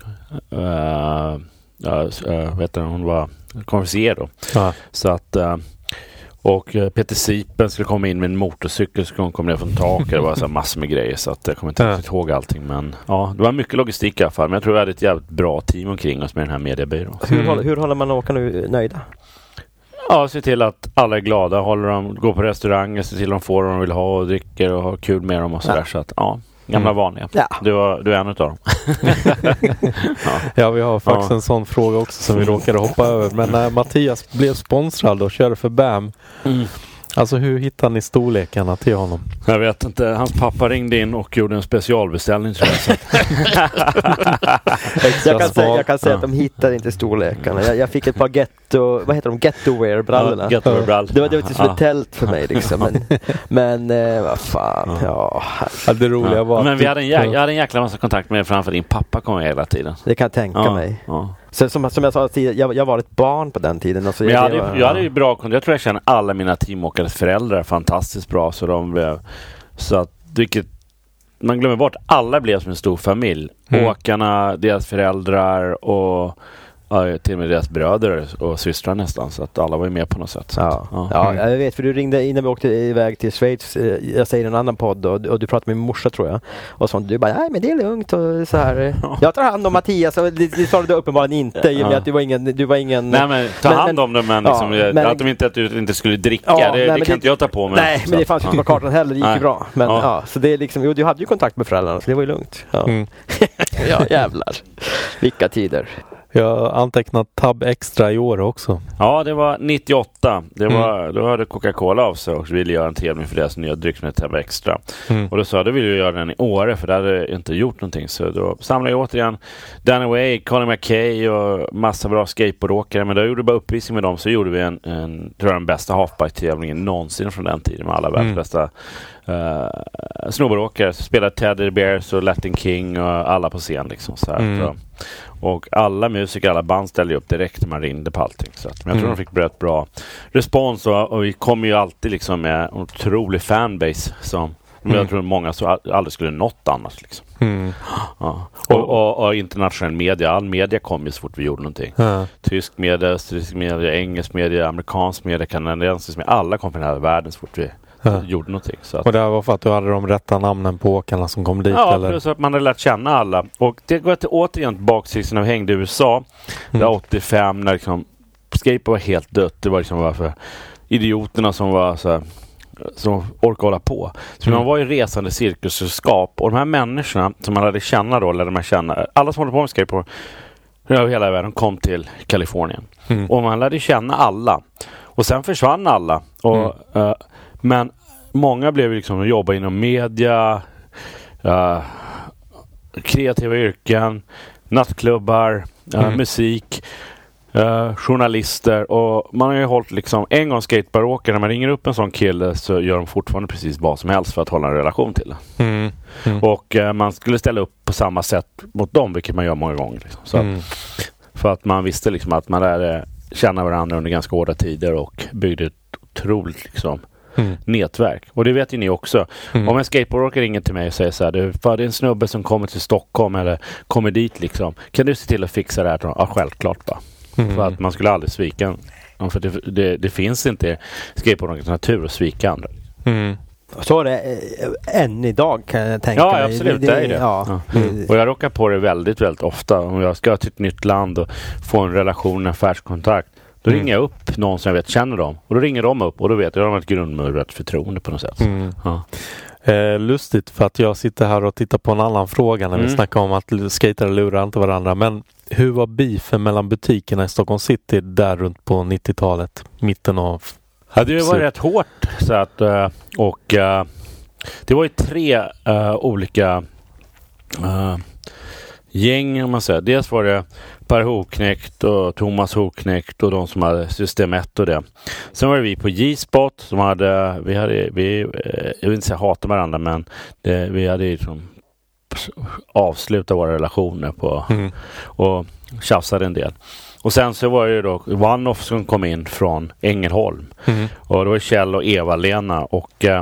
uh, uh, uh, vet du, hon var konferencier då. Uh. Så att... Uh, och Peter Sipen skulle komma in med en motorcykel så hon kom ner från taket. Det var så massor med grejer så att jag kommer inte ja. ihåg allting. Men ja, det var mycket logistik i alla fall. Men jag tror vi hade ett jävligt bra team omkring oss med den här mediebyrån. Hur, mm. håller, hur håller man åkarna nöjda? Ja, se till att alla är glada, håller dem, går på restauranger, se till att de får vad de vill ha och dricker och har kul med dem och sådär. Ja. Så att, ja, gamla mm. vanliga. Ja. Du, var, du är en utav dem. ja. ja, vi har faktiskt ja. en sån fråga också som vi råkade hoppa över. Men när Mattias blev sponsrad och körde för B A M, mm. alltså hur hittade ni storlekarna till honom? Jag vet inte. Hans pappa ringde in och gjorde en specialbeställning tror jag. Så. jag, kan säga, jag kan säga ja. att de hittade inte storlekarna. Jag, jag fick ett par getto, vad heter de? Gettowear-brallorna. Ja, gettowear-brallor. Det var, det var som ett tält för mig liksom. Men, men eh, vad fan. Ja. Ja, det roliga ja. var Men vi hade en, jäk, jag hade en jäkla massa kontakt med framför din pappa kom hela tiden. Det kan jag tänka ja. mig. Ja. Så, som, som jag sa tidigare, jag, jag var ett barn på den tiden. Alltså men jag, jag, hade, jag, var, jag hade ju bra kontakt. Jag tror jag känner alla mina teamåkares föräldrar fantastiskt bra. Så de blev... Så att, vilket, man glömmer bort, alla blev som en stor familj. Mm. Åkarna, deras föräldrar och ja, till och med deras bröder och systrar nästan. Så att alla var ju med på något sätt. Så ja. Att, ja. ja, jag vet för du ringde innan vi åkte iväg till Schweiz. Jag säger en annan podd och, och du pratade med min morsa tror jag. Och sånt. Du bara, nej men det är lugnt och så här. Ja. Jag tar hand om Mattias och det, det sa du uppenbarligen inte. I och med att du var ingen... Du var ingen nej men ta men, hand om dem men, liksom, ja, men att de inte, att du inte skulle dricka. Ja, det, nej, det kan det, inte jag ta på mig. Nej så. Men det fanns ju inte på kartan heller. Det gick ju bra. Men ja. ja, så det är liksom... Jo, du hade ju kontakt med föräldrarna så det var ju lugnt. Ja, mm. ja jävlar. Vilka tider. Jag har antecknat Tab Extra i år också. Ja, det var nittioåtta. Det var, mm. Då hörde Coca-Cola av sig och ville göra en tävling för deras nya dryck med Tab Extra. Mm. Och då sa jag, då vill jag göra den i Åre för det hade inte gjort någonting. Så då samlade jag återigen Danny Way, Colin McKay och massa bra skateboardåkare. Men då gjorde vi bara uppvisning med dem så gjorde vi en, en tror jag, den bästa halfbike-tävlingen någonsin från den tiden med alla världens mm. bästa Uh, snowboardåkare så spelade Teddy Bears och Latin King och alla på scen liksom så här. Mm. Och alla musiker, alla band ställde upp direkt när man ringde på allting så att, men jag tror mm. de fick rätt bra respons och, och vi kom ju alltid liksom med en otrolig fanbase som mm. jag tror många så aldrig skulle nått annars liksom. Mm. Ja. Och, och, och internationell media, all media kom ju så fort vi gjorde någonting. Mm. Tysk media, österrikisk media, engelsk media, amerikansk media, kanadensisk media, alla kom från hela världen så fort vi ja. gjorde någonting. Så att... Och det var för att du hade de rätta namnen på åkarna som kom dit? Ja, eller? Plus att man hade lärt känna alla. Och det går till återigen tillbaka till när vi hängde i U S A. Mm. Där åttiofem när liksom, skateboard var helt dött. Det var liksom varför idioterna som var så här, som orkade hålla på. Så mm. man var ju resande cirkussällskap. Och de här människorna som man hade känna då, lärde man känna. Alla som håller på med skateboard över hela världen kom till Kalifornien. Mm. Och man lärde känna alla. Och sen försvann alla. Och mm. uh, men många blev liksom att jobba inom media, uh, kreativa yrken, nattklubbar, uh, mm. musik, uh, journalister och man har ju hållit liksom en gång skateboardåkare när man ringer upp en sån kille så gör de fortfarande precis vad som helst för att hålla en relation till det. Mm. Mm. Och uh, man skulle ställa upp på samma sätt mot dem, vilket man gör många gånger. Liksom. Så mm. att, för att man visste liksom att man lärde känna varandra under ganska hårda tider och byggde ett otroligt liksom Mm. nätverk. Och det vet ju ni också. Mm. Om en skateboardåkare ringer till mig och säger så här, det är en snubbe som kommer till Stockholm eller kommer dit liksom. Kan du se till att fixa det här? Ja, självklart bara. Mm. För att man skulle aldrig svika. För det, det, det finns inte skateboardåkarens natur att svika andra. Mm. Så är det än idag kan jag tänka ja, mig. Ja, absolut. Det, det är det. Ja. Ja. Mm. Och jag råkar på det väldigt, väldigt ofta. Om jag ska till ett nytt land och få en relation, en affärskontakt. Då mm. ringer jag upp någon som jag vet känner dem. Och då ringer de upp och då vet jag att de har ett grundmurat förtroende på något sätt. Mm. Ja. Eh, lustigt för att jag sitter här och tittar på en annan fråga när mm. vi snackar om att skatare lurar inte varandra. Men hur var beefen mellan butikerna i Stockholm City där runt på nittiotalet? Mitten av... Hade det varit rätt hårt så att, och uh, det var ju tre uh, olika uh, gäng om man säger. Dels var det Per Hoknekt och Thomas Hoknekt och de som hade System ett och det. Sen var det vi på G-spot som hade, vi hade, vi, jag vill inte säga hata varandra men det, vi hade liksom avslutat våra relationer på mm. och tjafsade en del. Och sen så var det ju då One-Off som kom in från Ängelholm. Mm. Och då var Kjell och Eva-Lena och eh,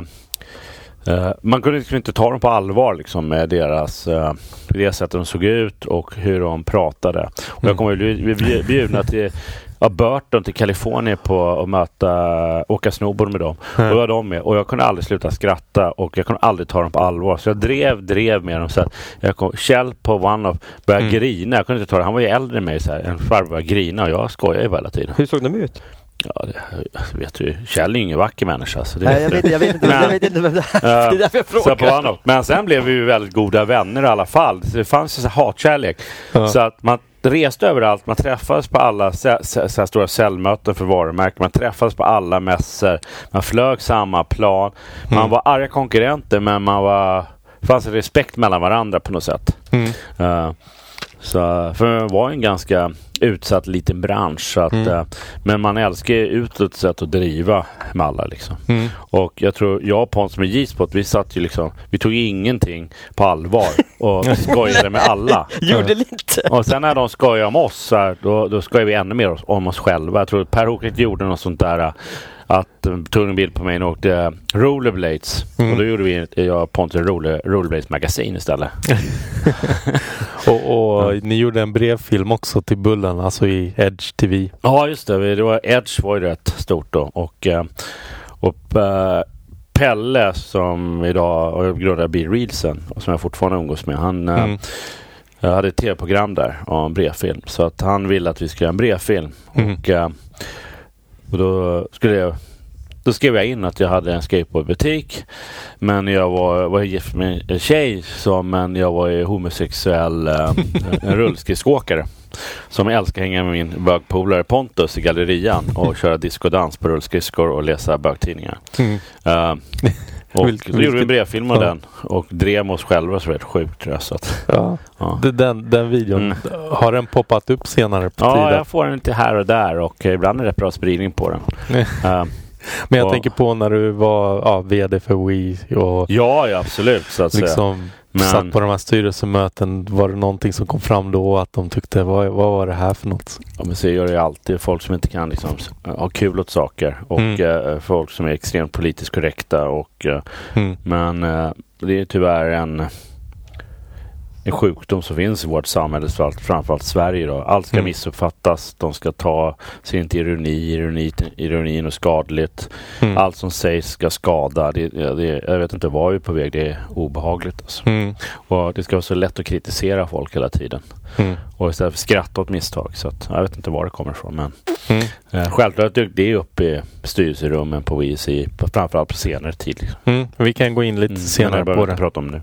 Uh, man kunde liksom inte ta dem på allvar liksom, med deras uh, det sättet de såg ut och hur de pratade. Och mm. jag kommer att bli bjudna till av Burton till Kalifornien på att möta, åka snowboard med dem. Mm. Och jag var de med. Och jag kunde aldrig sluta skratta och jag kunde aldrig ta dem på allvar. Så jag drev, drev med dem. Så att jag kom, Kjell på One-Off började mm. grina. Jag kunde inte ta det. Han var ju äldre än mig. Så här. En farbror började grina och jag skojade ju hela tiden. Hur såg de ut? Ja, det vet du. Kjell är ju ingen vacker människa. Så det Nej, jag, vet, jag vet inte. Men, jag vet inte det, det är därför jag frågar. Så men sen blev vi ju väldigt goda vänner i alla fall. Det fanns ju så hatkärlek. Ja. Så att man reste överallt. Man träffades på alla så, så, så stora säljmöten för varumärken. Man träffades på alla mässor. Man flög samma plan. Man mm. var arga konkurrenter, men man var... Det fanns en respekt mellan varandra på något sätt. Mm. Uh, så, för det var en ganska utsatt liten bransch. Så att, mm. uh, men man älskar utåt sätt att driva med alla. Liksom. Mm. Och jag tror, jag och Pontus med G-spot, vi satt ju liksom, vi tog ingenting på allvar och skojade med alla. Gjorde lite. Och sen när de skojade om oss, så här, då, då skojade vi ännu mer om oss själva. Jag tror att Per Håkert gjorde något sånt där, att um, tog en bild på mig och åkte uh, rollerblades. Mm. Och då gjorde vi, jag Pontus roller, rollerblades magasin istället. och och ja. Ni gjorde en brevfilm också till Bullen, alltså i Edge T V. Ja, just det. det var, Edge var ju rätt stort då. Och, uh, och uh, Pelle som idag grundade B-Reelsen och som jag fortfarande umgås med, han uh, mm. jag hade ett tv-program där och en brevfilm. Så att han ville att vi skulle göra en brevfilm. Mm. Och uh, Och då skulle jag då skrev jag in att jag hade en skateboardbutik, men jag var, var gift med en tjej som, men jag var homosexuell äh, en rullskridskåkare som älskar hänga med min bögpolare Pontus i gallerian och köra diskodans på rullskridskor och läsa bögtidningar. Mm. Uh, och Vilk, så gjorde vi en brevfilm av ja. den och drev med oss själva, så var det sjukt, tror jag. Så att, ja. Ja. Den, den videon, mm. har den poppat upp senare på ja, tiden? Ja, jag får den lite här och där och ibland är det bra spridning på den. uh, Men jag och, tänker på när du var ja, vd för Wii och ja, ja absolut, så att liksom säga. Men, satt på de här styrelsemöten, var det någonting som kom fram då att de tyckte, vad, vad var det här för något? Ja, men så gör det ju alltid folk som inte kan liksom ha kul åt saker och mm. uh, folk som är extremt politiskt korrekta och uh, mm. men uh, det är tyvärr en en sjukdom som finns i vårt samhälle, framförallt Sverige då. Allt ska mm. missuppfattas, de ska ta sig inte ironi, ironi, ironin och skadligt. Mm. Allt som sägs ska skada. Det, det, jag vet inte vad vi är på väg, det är obehagligt. Alltså. Mm. Och det ska vara så lätt att kritisera folk hela tiden. Mm. Och istället för skratta åt misstag. Så att, jag vet inte var det kommer ifrån. Men mm. eh, självklart det är uppe i styrelserummen på W C, framförallt på senare tid. Liksom. Mm. Vi kan gå in lite mm. senare på det. Prata om nu.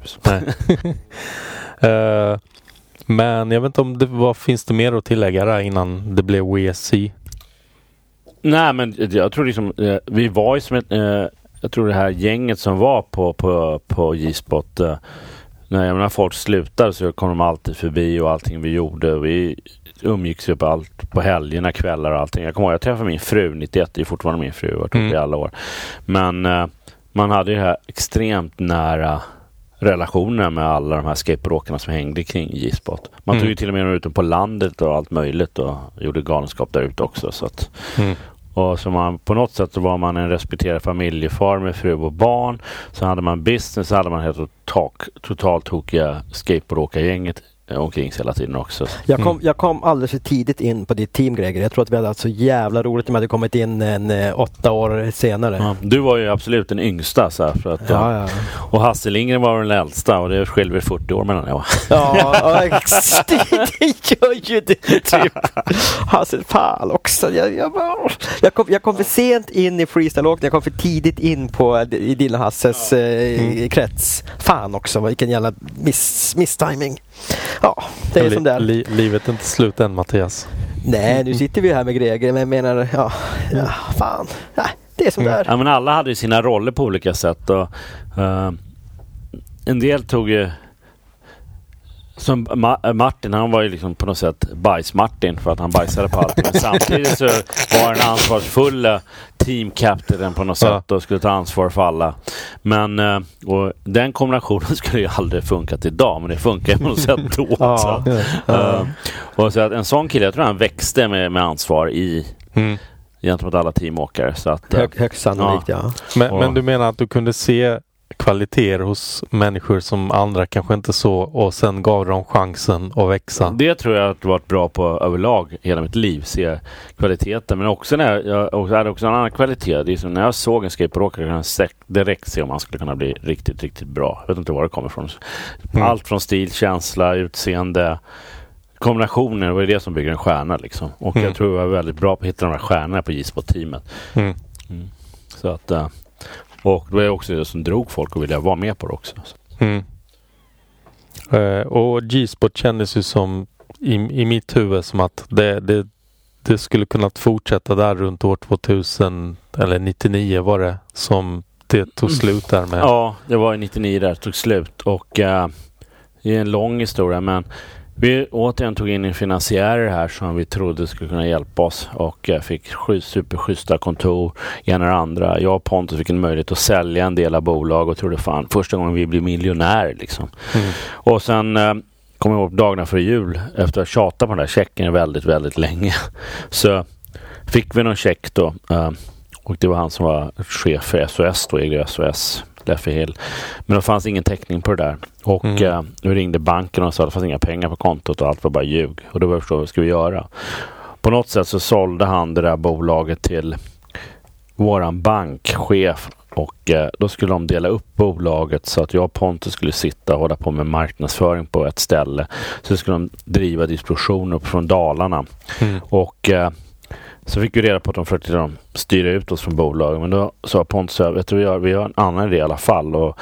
Uh, men jag vet inte om det vad finns det mer att tillägga där innan det blev W S C? Nej, men jag tror liksom uh, vi var ju som ett uh, jag tror det här gänget som var på på på G-spot, uh, när jag menar folk slutade så kom de alltid förbi och allting vi gjorde. Vi umgicks ju på allt på helgerna, kvällar och allting. Jag kommer ihåg jag träffade min fru nittioett, det är fortfarande min fru, har mm. i alla år. Men uh, man hade ju det här extremt nära relationer med alla de här skateboardåkarna som hängde kring G-spot. Man mm. tog ju till och med ut på landet och allt möjligt och gjorde galenskap där ute också. Så att, mm. och så man, på något sätt så var man en respekterad familjefar med fru och barn. Så hade man business, så hade man helt totalt, totalt tokiga skateboardåkargänget omkring sig hela tiden också. Jag kom, jag kom alldeles för tidigt in på ditt team, Greger. Jag tror att vi hade haft så jävla roligt om jag hade kommit in en eh, åtta år senare. Ja, du var ju absolut den yngsta. Så här, för att, ja, ja. Och Hasse Lindgren var den äldsta och det skiljer fyrtio år mellan jag. Ja, det gör ju det typ. Hasse, fan också. Jag, jag, jag, kom, jag kom för sent in i freestyle-åkning. Jag kom för tidigt in på i din Hasses eh, mm. krets. Fan också, vilken jävla miss, miss-timing. Ja, det är li- som det är. Li- livet är inte slut än, Mattias. Nej, nu sitter vi här med Greger, men jag menar, ja, ja fan, ja, det är som mm. det är. Ja, men alla hade ju sina roller på olika sätt och uh, en del tog ju som Ma- Martin, han var ju liksom på något sätt bajs-Martin för att han bajsade på allt. Men samtidigt så var den ansvarsfulla team-captainen på något ja. sätt och skulle ta ansvar för alla. Men och den kombinationen skulle ju aldrig funkat idag, men det funkar på något sätt då. ja, så. Ja, ja. Uh, och så att en sån kille, jag tror han växte med, med ansvar i mm. gentemot alla teamåkare. Så att, Hög, högst sannolikt, ja. ja. Men, men du menar att du kunde se kvaliteter hos människor som andra kanske inte så, och sen gav de chansen att växa. Det tror jag att jag varit bra på överlag hela mitt liv, se kvaliteten, men också när jag också hade också en annan kvalitet. Det är som när jag såg en skateboardåkare kan jag direkt se om man skulle kunna bli riktigt, riktigt bra. Jag vet inte var det kommer ifrån. Mm. Allt från stil, känsla, utseende, kombinationer, och det är det som bygger en stjärna liksom. Och mm. jag tror jag var väldigt bra på att hitta de här stjärnorna på J-Spot-teamet. Mm. Mm. Så att uh, och det var också det som drog folk och ville vara med på det också. Mm. Uh, och G-Spot kändes ju som i, i mitt huvud som att det, det, det skulle kunna fortsätta där runt år tvåtusen eller nittionio var det som det tog slut där med. Ja, det var i nittionio där det tog slut, och uh, det är en lång historia, men vi återigen tog in en finansiärer här som vi trodde skulle kunna hjälpa oss, och uh, fick superschyssta kontor, ena och andra. Jag och Pontus fick en möjlighet att sälja en del av bolag och trodde fan, första gången vi blev miljonärer liksom. Mm. Och sen uh, kom jag ihåg dagarna för jul, efter att tjata på den där checken väldigt, väldigt länge, så fick vi någon check då, uh, och det var han som var chef för S O S då, Egre S O S, Leffe Hill. Men det fanns ingen täckning på det där. Och mm. uh, vi ringde banken och sa att det fanns inga pengar på kontot och allt var bara ljug. Och då var jag förstå vad ska vi göra. På något sätt så sålde han det där bolaget till våran bankchef, och uh, då skulle de dela upp bolaget så att jag och Pontus skulle sitta och hålla på med marknadsföring på ett ställe. Så skulle de driva distributioner från Dalarna. Mm. Och uh, så fick vi reda på att de försökte styra ut oss från bolaget. Men då sa Pontus, vet du, vi har, vi har en annan idé i alla fall. Och,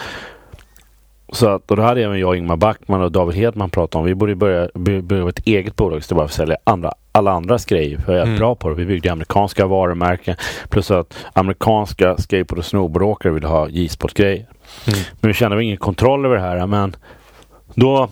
så att, och då hade även jag, Ingmar Backman och David Hedman pratat om, vi borde börja börja ett eget bolag så bara för att sälja andra, alla andras grejer. För jag är mm. bra på det. Vi byggde amerikanska varumärken. Plus att amerikanska skateboard- och snowboardåkare ville ha J-Spot-grejer. Mm. Men vi kände ingen kontroll över det här. Men då...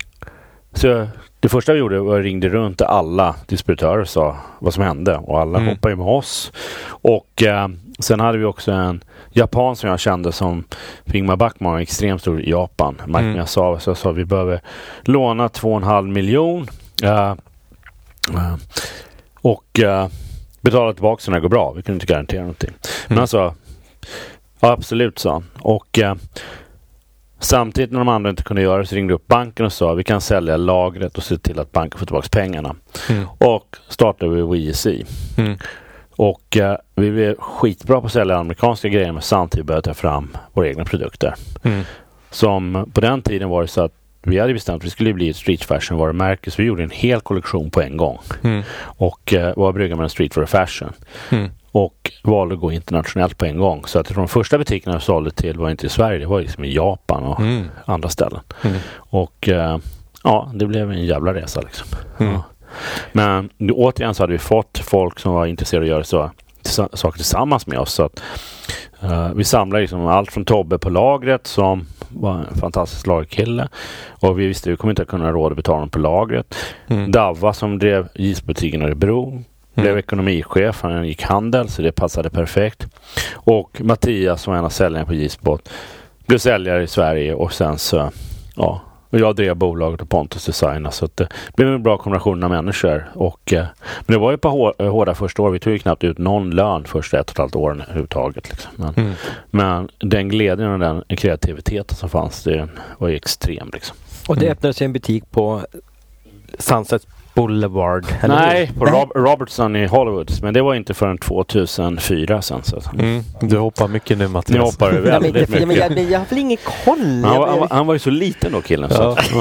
Så det första vi gjorde var att ringde runt till alla distributörer och sa vad som hände. Och alla mm. hoppade med oss. Och eh, sen hade vi också en japan som jag kände som Ingmar Backman var extremt stor i Japan. Mike mm. jag sa, så jag sa vi behöver låna två och en halv miljon. Uh, uh, och uh, betala tillbaka så när det går bra. Vi kunde inte garantera någonting. Mm. Men han sa, ja, absolut, sa han. Och... Uh, samtidigt när de andra inte kunde göra det så ringde upp banken och sa vi kan sälja lagret och se till att banken får tillbaka pengarna. Mm. Och startade vi W E C. Mm. Och uh, vi blev skitbra på att sälja amerikanska grejer, men samtidigt började ta fram våra egna produkter. Mm. Som på den tiden var det så att vi hade bestämt att vi skulle bli ett street fashion varumärke, så vi gjorde en hel kollektion på en gång. Mm. Och uh, var brygga med en street for fashion. Mm. Och valde att gå internationellt på en gång. Så att de första butikerna jag sålde till var inte i Sverige, det var liksom i Japan och mm. andra ställen. Mm. Och uh, ja, det blev en jävla resa liksom. Mm. Ja. Men återigen så hade vi fått folk som var intresserade av att göra så, saker tillsammans med oss. Så att uh, vi samlade liksom allt från Tobbe på lagret som var en fantastisk lagerkille. Och vi visste att vi kommer inte kunna råda att betala dem på lagret. Mm. Davva som drev J-butiken i Örebro. Blev mm. ekonomichef, han gick handel så det passade perfekt. Och Mattias som var en av säljarna på J-Spot blev säljare i Sverige, och sen så ja, och jag drev bolaget och Pontus designa, så att det blev en bra kombination av människor. Och, men det var ju på hårda första år, vi tog ju knappt ut någon lön första ett och ett halvt åren överhuvudtaget liksom. Men, mm. men den glädjen och den kreativiteten som fanns, det var ju extrem liksom. Och det öppnade sig en butik på Sunset Boulevard. Nej, på Rob- Robertson i Hollywood. Men det var inte förrän tvåtusenfyra sen. Så. Mm. Du hoppar mycket nu, Mattias. Nu hoppar du väldigt Nej, men, mycket. Jag, men jag har väl ingen koll. Han var, han, var, han var ju så liten då, killen. Ja. Så.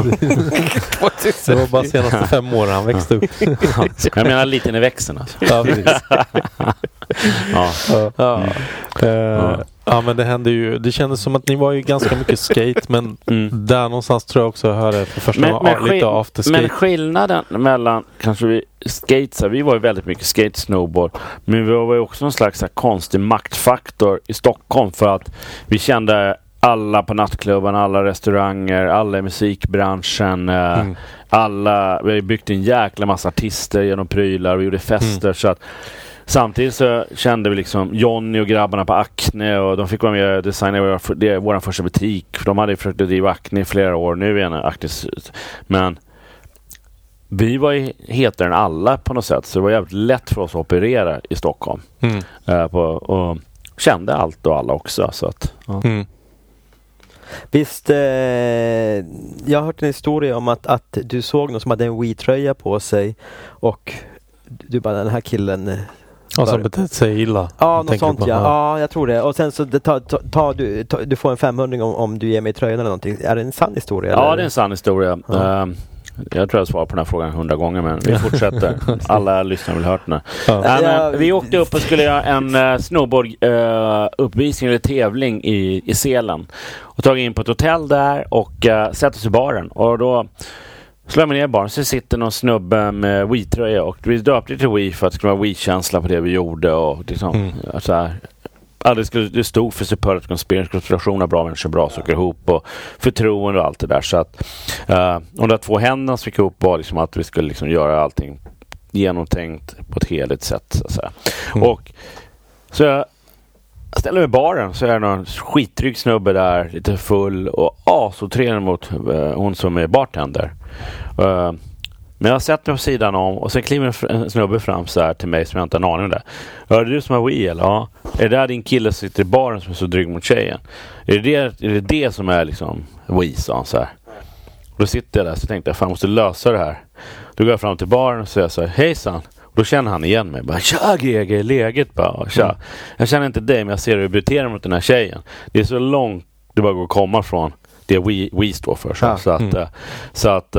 Det var bara senaste fem åren han växte upp. Ja. Jag menar liten i växten. Alltså. Ja, precis. Ja. Ja. Ja. Uh, ja. Ja, men det hände ju, det kändes som att ni var ju ganska mycket skate, men mm. där någonstans tror jag också jag hörde för första gången lite skill- after skate. Men skillnaden mellan kanske vi skates, vi var ju väldigt mycket skate snowboard, men vi var ju också en slags så här, konstig maktfaktor i Stockholm, för att vi kände alla på nattklubbarna, alla restauranger, alla i musikbranschen, mm. alla, vi har byggt en jäkla massa artister genom prylar, vi gjorde fester mm. så att samtidigt så kände vi liksom Johnny och grabbarna på Acne, och de fick vara med och designa vår, det, vår första butik, för de hade försökt att driva Acne i flera år nu igen, Acne, men vi var ju hetare än alla på något sätt, så det var jävligt lätt för oss att operera i Stockholm. Mm. Uh, på, och kände allt och alla också, så att ja. Mm. Visst, eh, jag har hört en historia om att, att du såg någon som hade en Wii-tröja på sig och du bara, den här killen... Ja, som betett sig illa. Ja, något sånt, ja. Ja, jag tror det. Och sen så det ta, ta, ta, du, ta, du får en femhundring om, om du ger mig tröjan eller någonting. Är det en sann historia? Ja, eller? Det är en sann historia. Ja. Uh, jag tror jag svarar på den här frågan hundra gånger, men vi fortsätter. Alla lyssnare vill ha hört den. Ja. Uh, ja. Vi åkte upp och skulle göra en uh, snowboard-uppvisning uh, eller tävling i, i Sälen. Och tagit in på ett hotell där och uh, sätter oss i baren. Och då slår man ner baren, så sitter någon snubbe med Wii-tröja och vi döpte till Wii för att det skulle vara Wii-känsla på det vi gjorde och liksom mm. så här. Ja, det, skulle, det stod för support, conspiracy, konspirationer, bra människor, bra saker ihop och förtroende och allt det där. Så att uh, de där två händerna som fick ihop var liksom att vi skulle liksom göra allting genomtänkt på ett heligt sätt. Så att säga. Mm. Och så jag ställer mig i baren, så är det någon skittrygg snubbe där, lite full och asotrevlig mot uh, hon som är bartender. Uh, men jag har sett mig på sidan om och sen kliver en snubbe fram så här till mig som jag inte har en aning om det. Är det du som har Wii eller? Ja. Är det där din kille som sitter i baren som är så dryg mot tjejen? Är det det, är det, det som är liksom Wii, sa han så här. Och då sitter jag där så tänkte jag, fan jag måste lösa det här. Då går jag fram till baren och säger så här, hejsan. Och då känner han igen mig. Bara, tja G G, läget bara. Tja. Mm. Jag känner inte dig, men jag ser hur du beter mot den här tjejen. Det är så långt det bara går att komma från det Wii, Wii står för. Så, ja. så att, mm. så att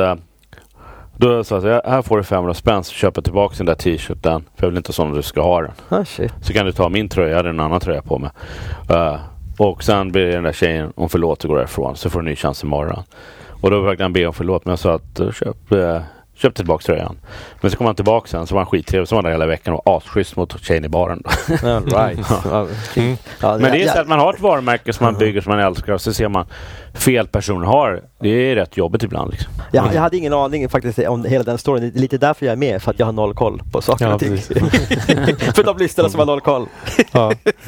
då sa jag, här får du femhundra spänn, så köper jag tillbaka den där t-shirten, för jag vill inte sån att du ska ha den. Ah, shit. Så kan du ta min tröja, jag hade en annan tröja på mig. Uh, och sen ber den där tjejen om förlåt och går därifrån, så får du en ny chans imorgon. Och då verkligen be om förlåt, men jag sa att uh, köp, uh, köp tillbaka tröjan. Men så kom han tillbaka sen, så var han skittrevlig, så var han där hela veckan och asschysst mot tjejen i baren. Yeah, right. ja. Mm. Ja, men det är så att man har ett varumärke som man bygger, som man älskar, och så ser man fel personer har. Det är rätt jobbigt ibland liksom. Ja, jag hade ingen aning faktiskt om hela den storyn. Det är lite därför jag är med, för att jag har noll koll på saker ja, och ting. För de lyssnarna som har noll koll. ja.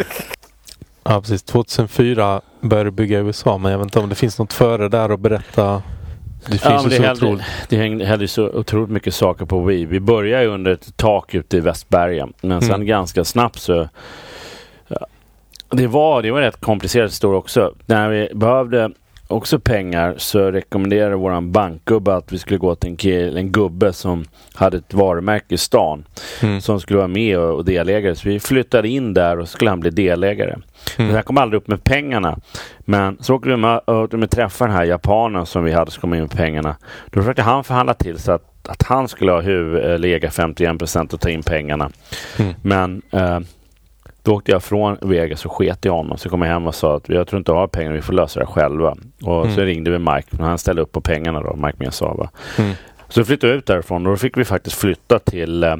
ja, precis. tjugohundrafyra började bygga i U S A, men jag vet inte om det finns något före där att berätta. Det finns ja, det, så händer, det händer så otroligt mycket saker på Wii. Vi börjar ju under ett tak ute i Västbergen, men sen mm. ganska snabbt så ja, det var det var rätt komplicerat stor också. När vi behövde också pengar så rekommenderade våran bankgubbe att vi skulle gå till en, kill, en gubbe som hade ett varumärke i stan mm. som skulle vara med och, och delägare. Så vi flyttade in där och skulle han bli delägare. Mm. Men han kom aldrig upp med pengarna. Men så åkte vi med, och med träffa den här japanen som vi hade som kom in med pengarna. Då försökte han förhandla till så att, att han skulle ha huvudlägga femtioen procent och ta in pengarna. Mm. Men eh, då åkte jag från Vegas och sket i honom. Så kom jag hem och sa att jag tror inte jag har pengar, vi får lösa det själva. Och mm. så ringde vi Mike, men han ställde upp på pengarna då, Mike Miyazawa. Mm. Så flyttade vi ut därifrån och då fick vi faktiskt flytta till uh,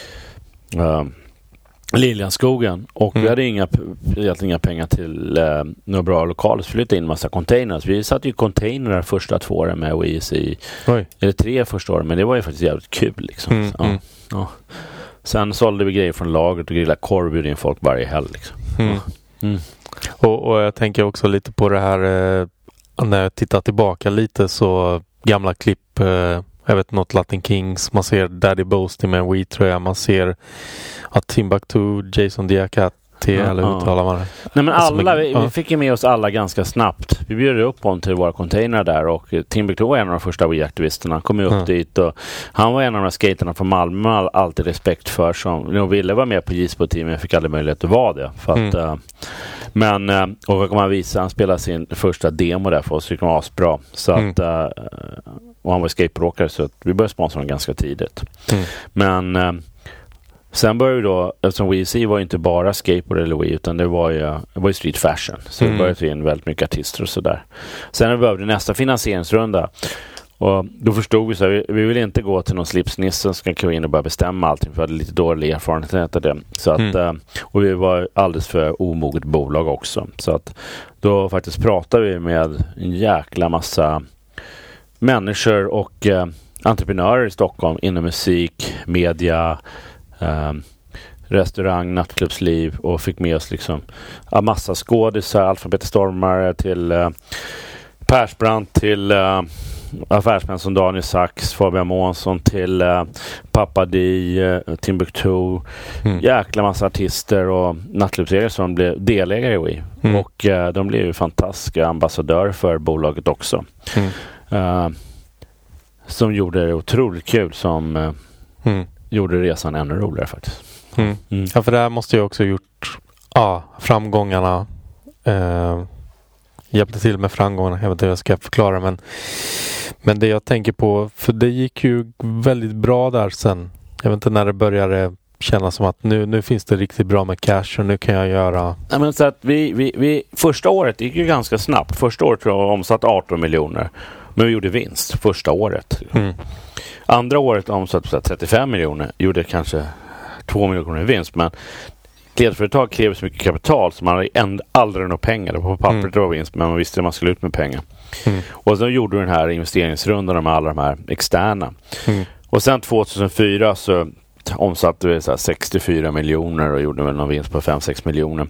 uh, Liljanskogen. Och mm. vi hade inga, egentligen inga pengar till uh, några bra lokaler, så flyttade in en massa containers. Vi satt ju containrar första två åren med O I S i, eller tre första åren, men det var ju faktiskt jävligt kul liksom. Mm. Ja, ja. Sen sålde vi grejer från lagret och grillade korv och bjöd in folk varje helg liksom. Mm. Mm. Och, och jag tänker också lite på det här eh, när jag tittar tillbaka lite, så gamla klipp, eh, jag vet något Latin Kings, man ser Daddy Boasty med en Wii tröja, man ser att Timbuktu, Jason Diakate, ja, eller hur uttalar man det? Nej, men alla, alltså, vi, ja. vi fick ju med oss alla ganska snabbt. Vi bjöd upp honom till våra container där, och Timbuktu var en av de första Wii-aktivisterna. Kom ju upp ja. dit, och han var en av de skaterna från Malmö, all, alltid respekt för, som de ville vara med på J-Sport-team, men fick aldrig möjlighet att vara det. För att, mm. uh, men, uh, och vad kan man visa? Han spelade sin första demo där för oss, tyckte det var asbra. Så mm. att, uh, och han var skateboardåkare, så att vi började sponsra honom ganska tidigt. Mm. Men uh, sen började vi då, eftersom Wii C var ju inte bara skateboard eller Wii, utan det var ju, det var ju street fashion. Så mm. vi började in väldigt mycket artister och sådär. Sen när vi behövde nästa finansieringsrunda, och då förstod vi så här, vi, vi vill inte gå till någon slipsnissen som kan komma in och börja bestämma allting, för vi hade lite dålig erfarenhet av det. Så att, mm. och vi var alldeles för omoget bolag också. Så att då faktiskt pratade vi med en jäkla massa människor och eh, entreprenörer i Stockholm inom musik, media, Uh, restaurang, nattklubbsliv, och fick med oss liksom uh, massa skådisar, allt från Peter Stormare till uh, Persbrandt till uh, affärsmän som Daniel Sachs, Fabian Månsson till uh, Pappa Di, uh, Timbuktu, mm. jäkla massa artister och nattlivsägare som blev delägare i. Mm. Och uh, de blev ju fantastiska ambassadörer för bolaget också. Mm. Uh, som gjorde det otroligt kul, som uh, mm. gjorde resan ännu roligare faktiskt. Mm. Mm. Ja, för det här måste ju också ha gjort ja, framgångarna uh, hjälpte till med framgångarna. Jag vet inte hur jag ska förklara, men men det jag tänker på, för det gick ju väldigt bra där sen. Jag vet inte när det började kännas som att nu, nu finns det riktigt bra med cash och nu kan jag göra... Ja, men så att vi, vi, vi, första året gick ju ganska snabbt. Första året tror jag omsatt arton miljoner. Men vi gjorde vinst första året. Mm. Andra året omsatt trettiofem miljoner. Gjorde kanske två miljoner i vinst, men ledföretag kräver så mycket kapital så man hade aldrig några pengar. På pappret mm. var vinst, men man visste att man skulle ut med pengar. Mm. Och så gjorde vi den här investeringsrundan med alla de här externa. Mm. Och sen tjugohundrafyra så omsatte vi så här sextiofyra miljoner och gjorde väl någon vinst på fem sex miljoner.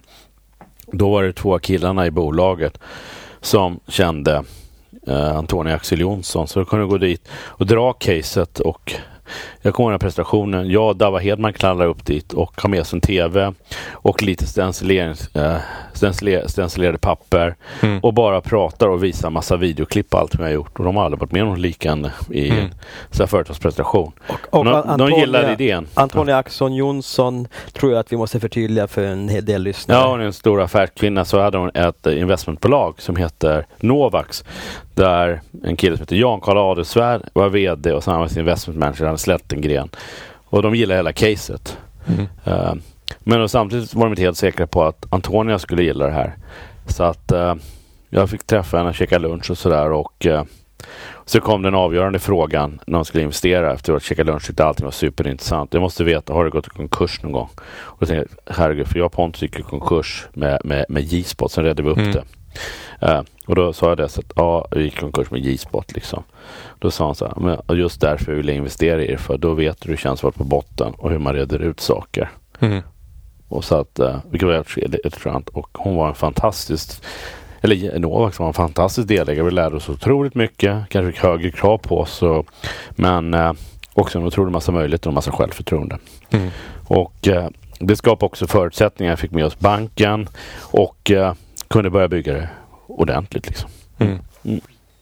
Då var det två killarna i bolaget som kände eh, Antonia Axel Jonsson, så de kunde gå dit och dra caset. Och jag kommer ihåg den prestationen. Jag och Dava Hedman knallar upp dit och har med sig en tv och lite stencilerings, äh, stenciler, stencilerade papper mm. och bara pratar och visar massa videoklipp och allt som jag har gjort. Och de har aldrig varit med någon liknande i mm. en sån här företagsprestation. Och, och de, Antonia, de gillade idén. Antonia Axel Jonsson tror jag att vi måste förtydliga för en hel del lyssnare. Ja, hon är en stor affärskvinna. Så hade hon ett investmentbolag som heter Novax, där en kille som heter Jan Karl Adelsvärd var vd och sen var sin investment manager han Slättengren. Och de gillade hela caset. Mm. Uh, men och samtidigt var de inte helt säkra på att Antonia skulle gilla det här. Så att uh, jag fick träffa henne och käka lunch och sådär. Och uh, så kom den avgörande frågan när de skulle investera. Efter att käka lunch tyckte allting var superintressant. Jag måste veta, har det gått i konkurs någon gång? Och då tänkte jag, herregud, för jag och Pontus gick i konkurs med, med, med J-spot. Sen redde vi upp mm. det. Uh, och då sa jag det så att ja, jag gick konkurs med J-spot liksom. Då sa han så här, men just därför vill jag investera i det, för då vet du hur det känns att vara på botten och hur man reder ut saker. Mm. Och så att, uh, vilket var jätteintressant. Och hon var en fantastisk, eller Novax var en fantastisk delägare. Vi lärde oss otroligt mycket, kanske fick högre krav på oss, och, men uh, också en otrolig massa möjligheter och en massa självförtroende. Mm. Och uh, det skapade också förutsättningar. Jag fick med oss banken och uh, kunde börja bygga det ordentligt liksom. Mm. Mm.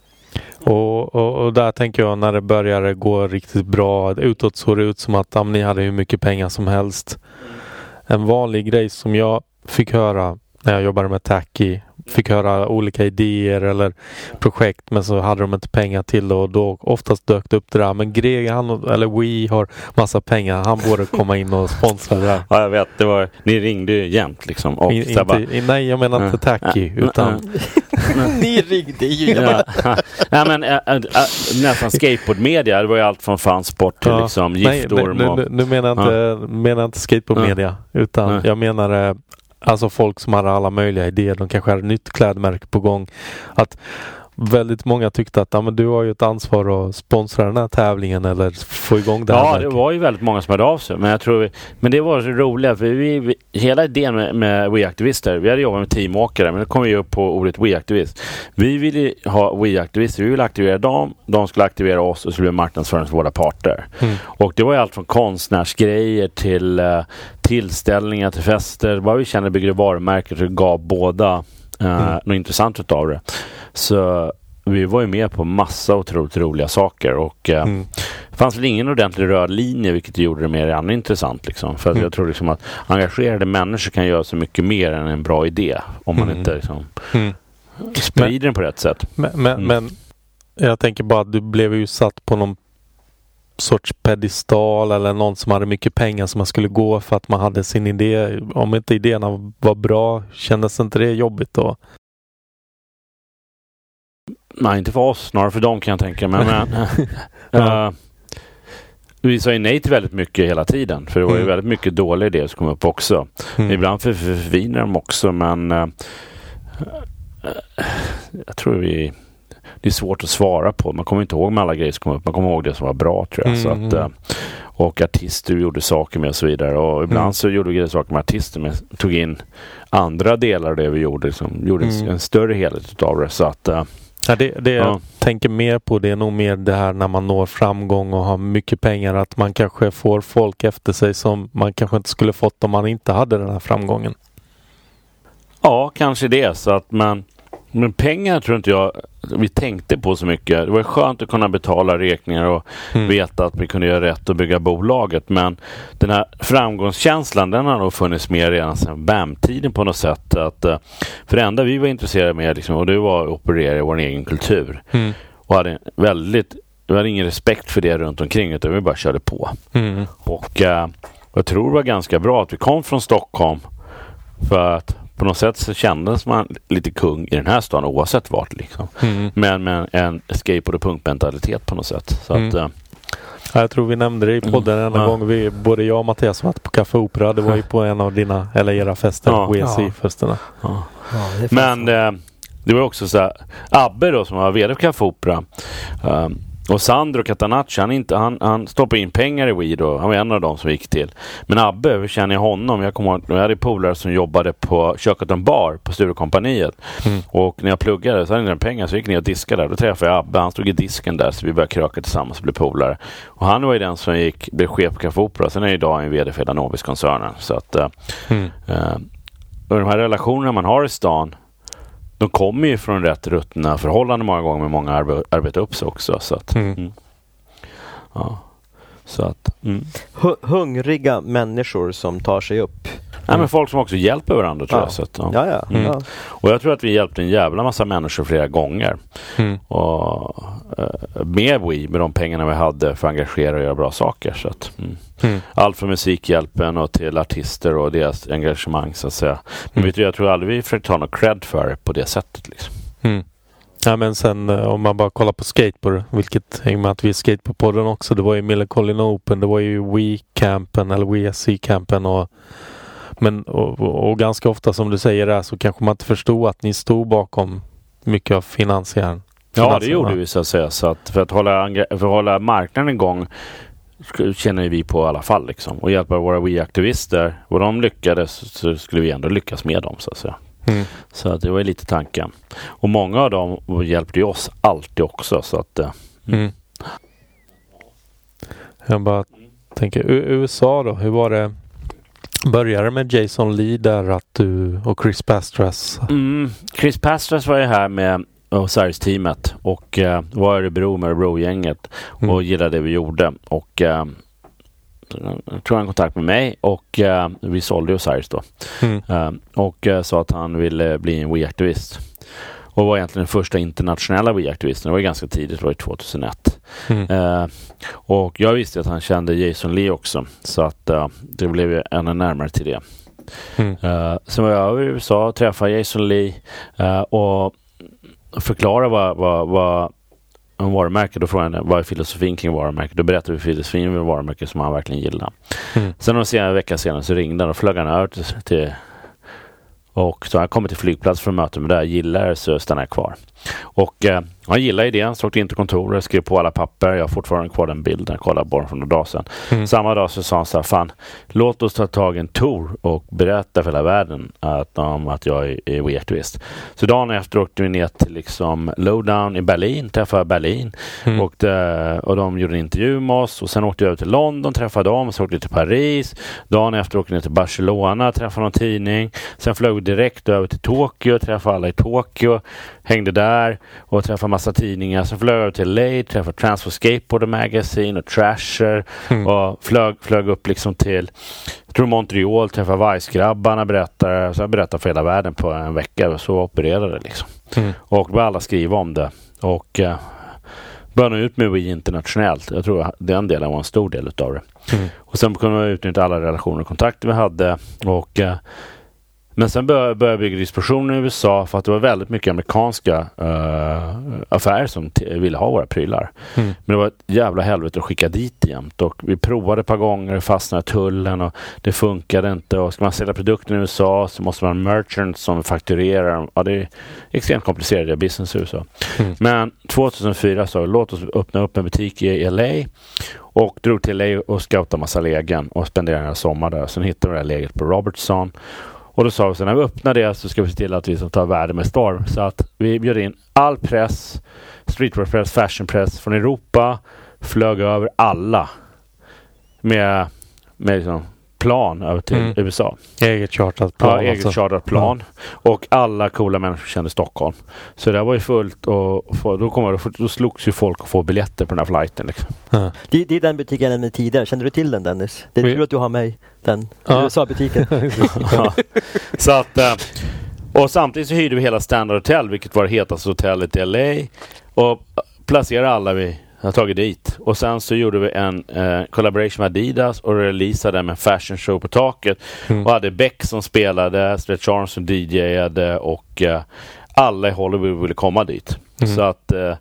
Och, och, och där tänker jag, när det började gå riktigt bra utåt, såg det ut som att ja, ni hade hur mycket pengar som helst. En vanlig grej som jag fick höra när jag jobbade med Tacky, fick höra olika idéer eller projekt, men så hade de inte pengar till det, och då oftast dök det upp det där. Men Greg, han, eller We har massa pengar, han borde komma in och sponsra det där. Ja, jag vet, det var, ni ringde ju jämt liksom. Och in, inte, bara, nej, jag menar inte Tacky, äh, utan... Äh, ni ringde ju. Ja. Nej, men äh, äh, nästan skateboardmedia, det var ju allt från fansport till ja, liksom giftorm. Nej, nu, nu, nu menar jag inte, ja. menar inte skateboardmedia, ja. utan ja. jag menar... Alltså folk som hade alla möjliga idéer. De kanske hade ett nytt klädmärke på gång. Att väldigt många tyckte att ja, men du har ju ett ansvar att sponsra den här tävlingen eller få igång det här. Ja, märket. Det var ju väldigt många som hade av sig. Men jag tror vi, men det var så roligt. För vi, vi, hela idén med, med We-aktivister, vi hade jobbat med teamåkare, men det kom ju upp på ordet We-aktivist. Vi ville ha We-aktivister. Vi ville aktivera dem. De skulle aktivera oss och skulle bli marknadsförande för våra parter. Mm. Och det var ju allt från konstnärsgrejer till uh, tillställningar, till fester. Bara vi kände byggde varumärket och gav båda uh, mm. något intressant utav det. Så vi var ju med på massa otroligt roliga saker, och eh, mm. det fanns väl ingen ordentlig röd linje, vilket gjorde det mer än intressant liksom. För att mm. jag tror liksom att engagerade människor kan göra så mycket mer än en bra idé om man mm. inte liksom mm. sprider men, den på rätt sätt. Men, men, mm. men jag tänker bara att du blev ju satt på någon sorts pedestal eller någon som hade mycket pengar som man skulle gå för att man hade sin idé. Om inte idéerna var bra, kändes inte det jobbigt då? Nej, inte för oss, snarare för dem kan jag tänka mig. Men, ja. uh, vi sa ju nej till väldigt mycket hela tiden. För det var ju mm. väldigt mycket dåliga idéer som kom upp också. Mm. Ibland förviner de också, men uh, uh, jag tror vi... Det är svårt att svara på. Man kommer inte ihåg med alla grejer som kom upp. Man kommer ihåg det som var bra, tror jag. Mm. Så att, uh, och artister gjorde saker med och så vidare. Och ibland mm. så gjorde vi saker med artister. Men tog in andra delar av det vi gjorde. Liksom, gjorde mm. en, en större helhet av det. Så att... Uh, Ja, det, det ja. jag tänker mer på det är nog mer det här när man når framgång och har mycket pengar, att man kanske får folk efter sig som man kanske inte skulle fått om man inte hade den här framgången. Ja, kanske det. Så att man, men pengar tror inte jag vi tänkte på så mycket. Det var skönt att kunna betala räkningar och mm. veta att vi kunde göra rätt och bygga bolaget. Men den här framgångskänslan, den har nog funnits med redan sedan B A M-tiden på något sätt. Att, för det enda vi var intresserade med liksom, och det var att operera i vår egen kultur. Mm. Och hade väldigt, vi hade ingen respekt för det runt omkring, utan vi bara körde på. Mm. Och uh, jag tror det var ganska bra att vi kom från Stockholm, för att på något sätt så kändes man lite kung i den här staden oavsett vart liksom. Mm. Men med en skateboard- och punkmentalitet på något sätt. Så mm. att, uh, ja, jag tror vi nämnde det i podden mm. en ja. gång. Vi, både jag och Mattias var på Café Opera. Det var ju på en av dina, eller era fester, ja. W S I-festerna. Ja. Ja, men uh, det var också så här, Abbe då som var vd på Café Opera. Uh, Och Sandro Catanacci, han, inte, han, han stoppade in pengar i Weed och han var en av dem som gick till. Men Abbe, hur känner jag honom? Jag, kom, jag hade polare som jobbade på köket och bar på Sturecompagniet. Mm. Och när jag pluggade så hade jag pengar, så gick ner och diskade där. Då träffade jag Abbe, han stod i disken där, så vi började kröka tillsammans och blev polare. Och han var ju den som gick, blev chef på Café Opera. Sen är jag idag en vd för hela Novis-koncernen. Så att mm. uh, och de här relationerna man har i stan, de kommer ju från rätt ruttna förhållanden många gånger, med många arbe- arbetar upp sig också. Så att, mm. Mm. Ja. Så att, mm. H- hungriga människor som tar sig upp. Ja, men folk som också hjälper varandra, tror ja. jag. Så att, ja. Ja, ja. Mm. Ja. Och jag tror att vi hjälpte en jävla massa människor flera gånger. Mm. Och, uh, med We, med de pengarna vi hade för att engagera och göra bra saker. Så att, mm. Mm. Allt från Musikhjälpen och till artister och deras engagemang, så att säga. Men mm. vet du, jag tror aldrig vi försökte ta något cred för det på det sättet. Liksom. Mm. Ja, men sen om man bara kollar på skateboard, vilket i och med att vi är skateboardpodden också, det var ju Millencolin Open, det var ju We-campen eller W S C-campen och men och, och, och ganska ofta som du säger där, så kanske man inte förstod att ni stod bakom mycket av finansiären. Ja, det gjorde vi, så att säga. Så att för att hålla, för att hålla marknaden igång känner vi på i alla fall liksom. Och hjälpa våra We-aktivister, och de lyckades, så skulle vi ändå lyckas med dem, så att säga. Mm. Så att det var lite tanken. Och många av dem hjälpte ju oss alltid också, så att mm. Mm. Jag bara tänker, U S A då, hur var det? Började med Jason Lee där, att du och Chris Pastras? Mm. Chris Pastras var ju här med Osiris-teamet och uh, var i Örebro med Örebro-gänget och mm. gillade det vi gjorde. Och uh, jag tror han kontakt med mig och uh, vi sålde Osiris då. Mm. Uh, och uh, sa att han ville bli en We-aktivist. Och var egentligen den första internationella We-aktivisten. Det var ganska tidigt, det var tjugohundraett. Mm. Uh, och jag visste att han kände Jason Lee också. Så att uh, det blev ju ännu närmare till det. Mm. Uh, sen var jag i U S A och träffade Jason Lee uh, och förklara vad, vad, vad en varumärke, då frågade jag vad är filosofin kring varumärket. Då berättade vi filosofin med varumärket som han verkligen gillar. Mm. Sen en vecka senare så ringde han och flög han över till, till och så han kommer till flygplats för att möta med det här, gillar så stannar jag kvar. Och eh, han gillar idén, så åkte in till kontoret, skrev på alla papper. Jag har fortfarande kvar den bilden, jag kollade bara från några dagar sedan. Mm. Samma dag så sa han så här, fan, låt oss ta tag i en tour och berätta för hela världen att, om att jag är, är We-aktivist. Så dagen efter åkte vi ner till liksom Lowdown i Berlin, träffade Berlin. Mm. Och, de, och de gjorde en intervju med oss. Och sen åkte jag över till London, träffade dem. Så åkte jag till Paris. Dagen efter åkte jag ner till Barcelona, träffade någon tidning. Sen flög vi direkt över till Tokyo, träffade alla i Tokyo. Hängde där och träffade massa tidningar. Sen flög jag till L A, träffade Transfer Skateboard Magazine och Trasher. Mm. Och flög, flög upp liksom till, jag tror Montreal, träffade Vice-grabbarna, berättade, så jag berättade för hela världen på en vecka. Och så opererade det liksom. Mm. Och började alla skriva om det. Och eh, började ut med We internationellt. Jag tror den delen var en stor del utav det. Mm. Och sen kunde vi utnyttja alla relationer och kontakter vi hade. Och eh, men sen började, började bygga distributionen i U S A, för att det var väldigt mycket amerikanska uh, affärer som t- ville ha våra prylar. Mm. Men det var ett jävla helvete att skicka dit jämt. Och vi provade ett par gånger, fastnade i tullen och det funkade inte. Och ska man sälja produkten i U S A så måste man ha merchant som fakturerar. Ja, det är extremt komplicerade business i U S A. Mm. Men tjugohundrafyra så låt oss öppna upp en butik i L A. Och drog till L A och scoutade massa lägen och spenderade en sommar där. Sen hittade vi det här läget på Robertson. Och då sa vi så när vi öppnar det så ska vi se till att vi som tar värde med storm. Så att vi bjöd in all press, streetwear-press, fashion-press från Europa, flög över alla med, med liksom plan över till mm. U S A. Eget chartat plan. Ja, eget alltså. chartat plan. Mm. Och alla coola människor kände Stockholm. Så det var ju fullt och, och då, kom, då slogs ju folk att få biljetter på den här flighten. Liksom. Mm. Det, det är den butiken jag nämnde tidigare. Kände du till den, Dennis? Det är kul att du har mig. Den ja. U S A-butiken. ja. Så att, och samtidigt så hyrde vi hela Standard Hotel, vilket var det hetaste hotellet i L A. Och placerade alla vi har tagit dit. Och sen så gjorde vi en eh, collaboration med Adidas och releasade en fashion show på taket. Mm. Och hade Beck som spelade, Stretch Armstrong som D J:ade och eh, alla i Hollywood ville komma dit. Mm. Så att eh,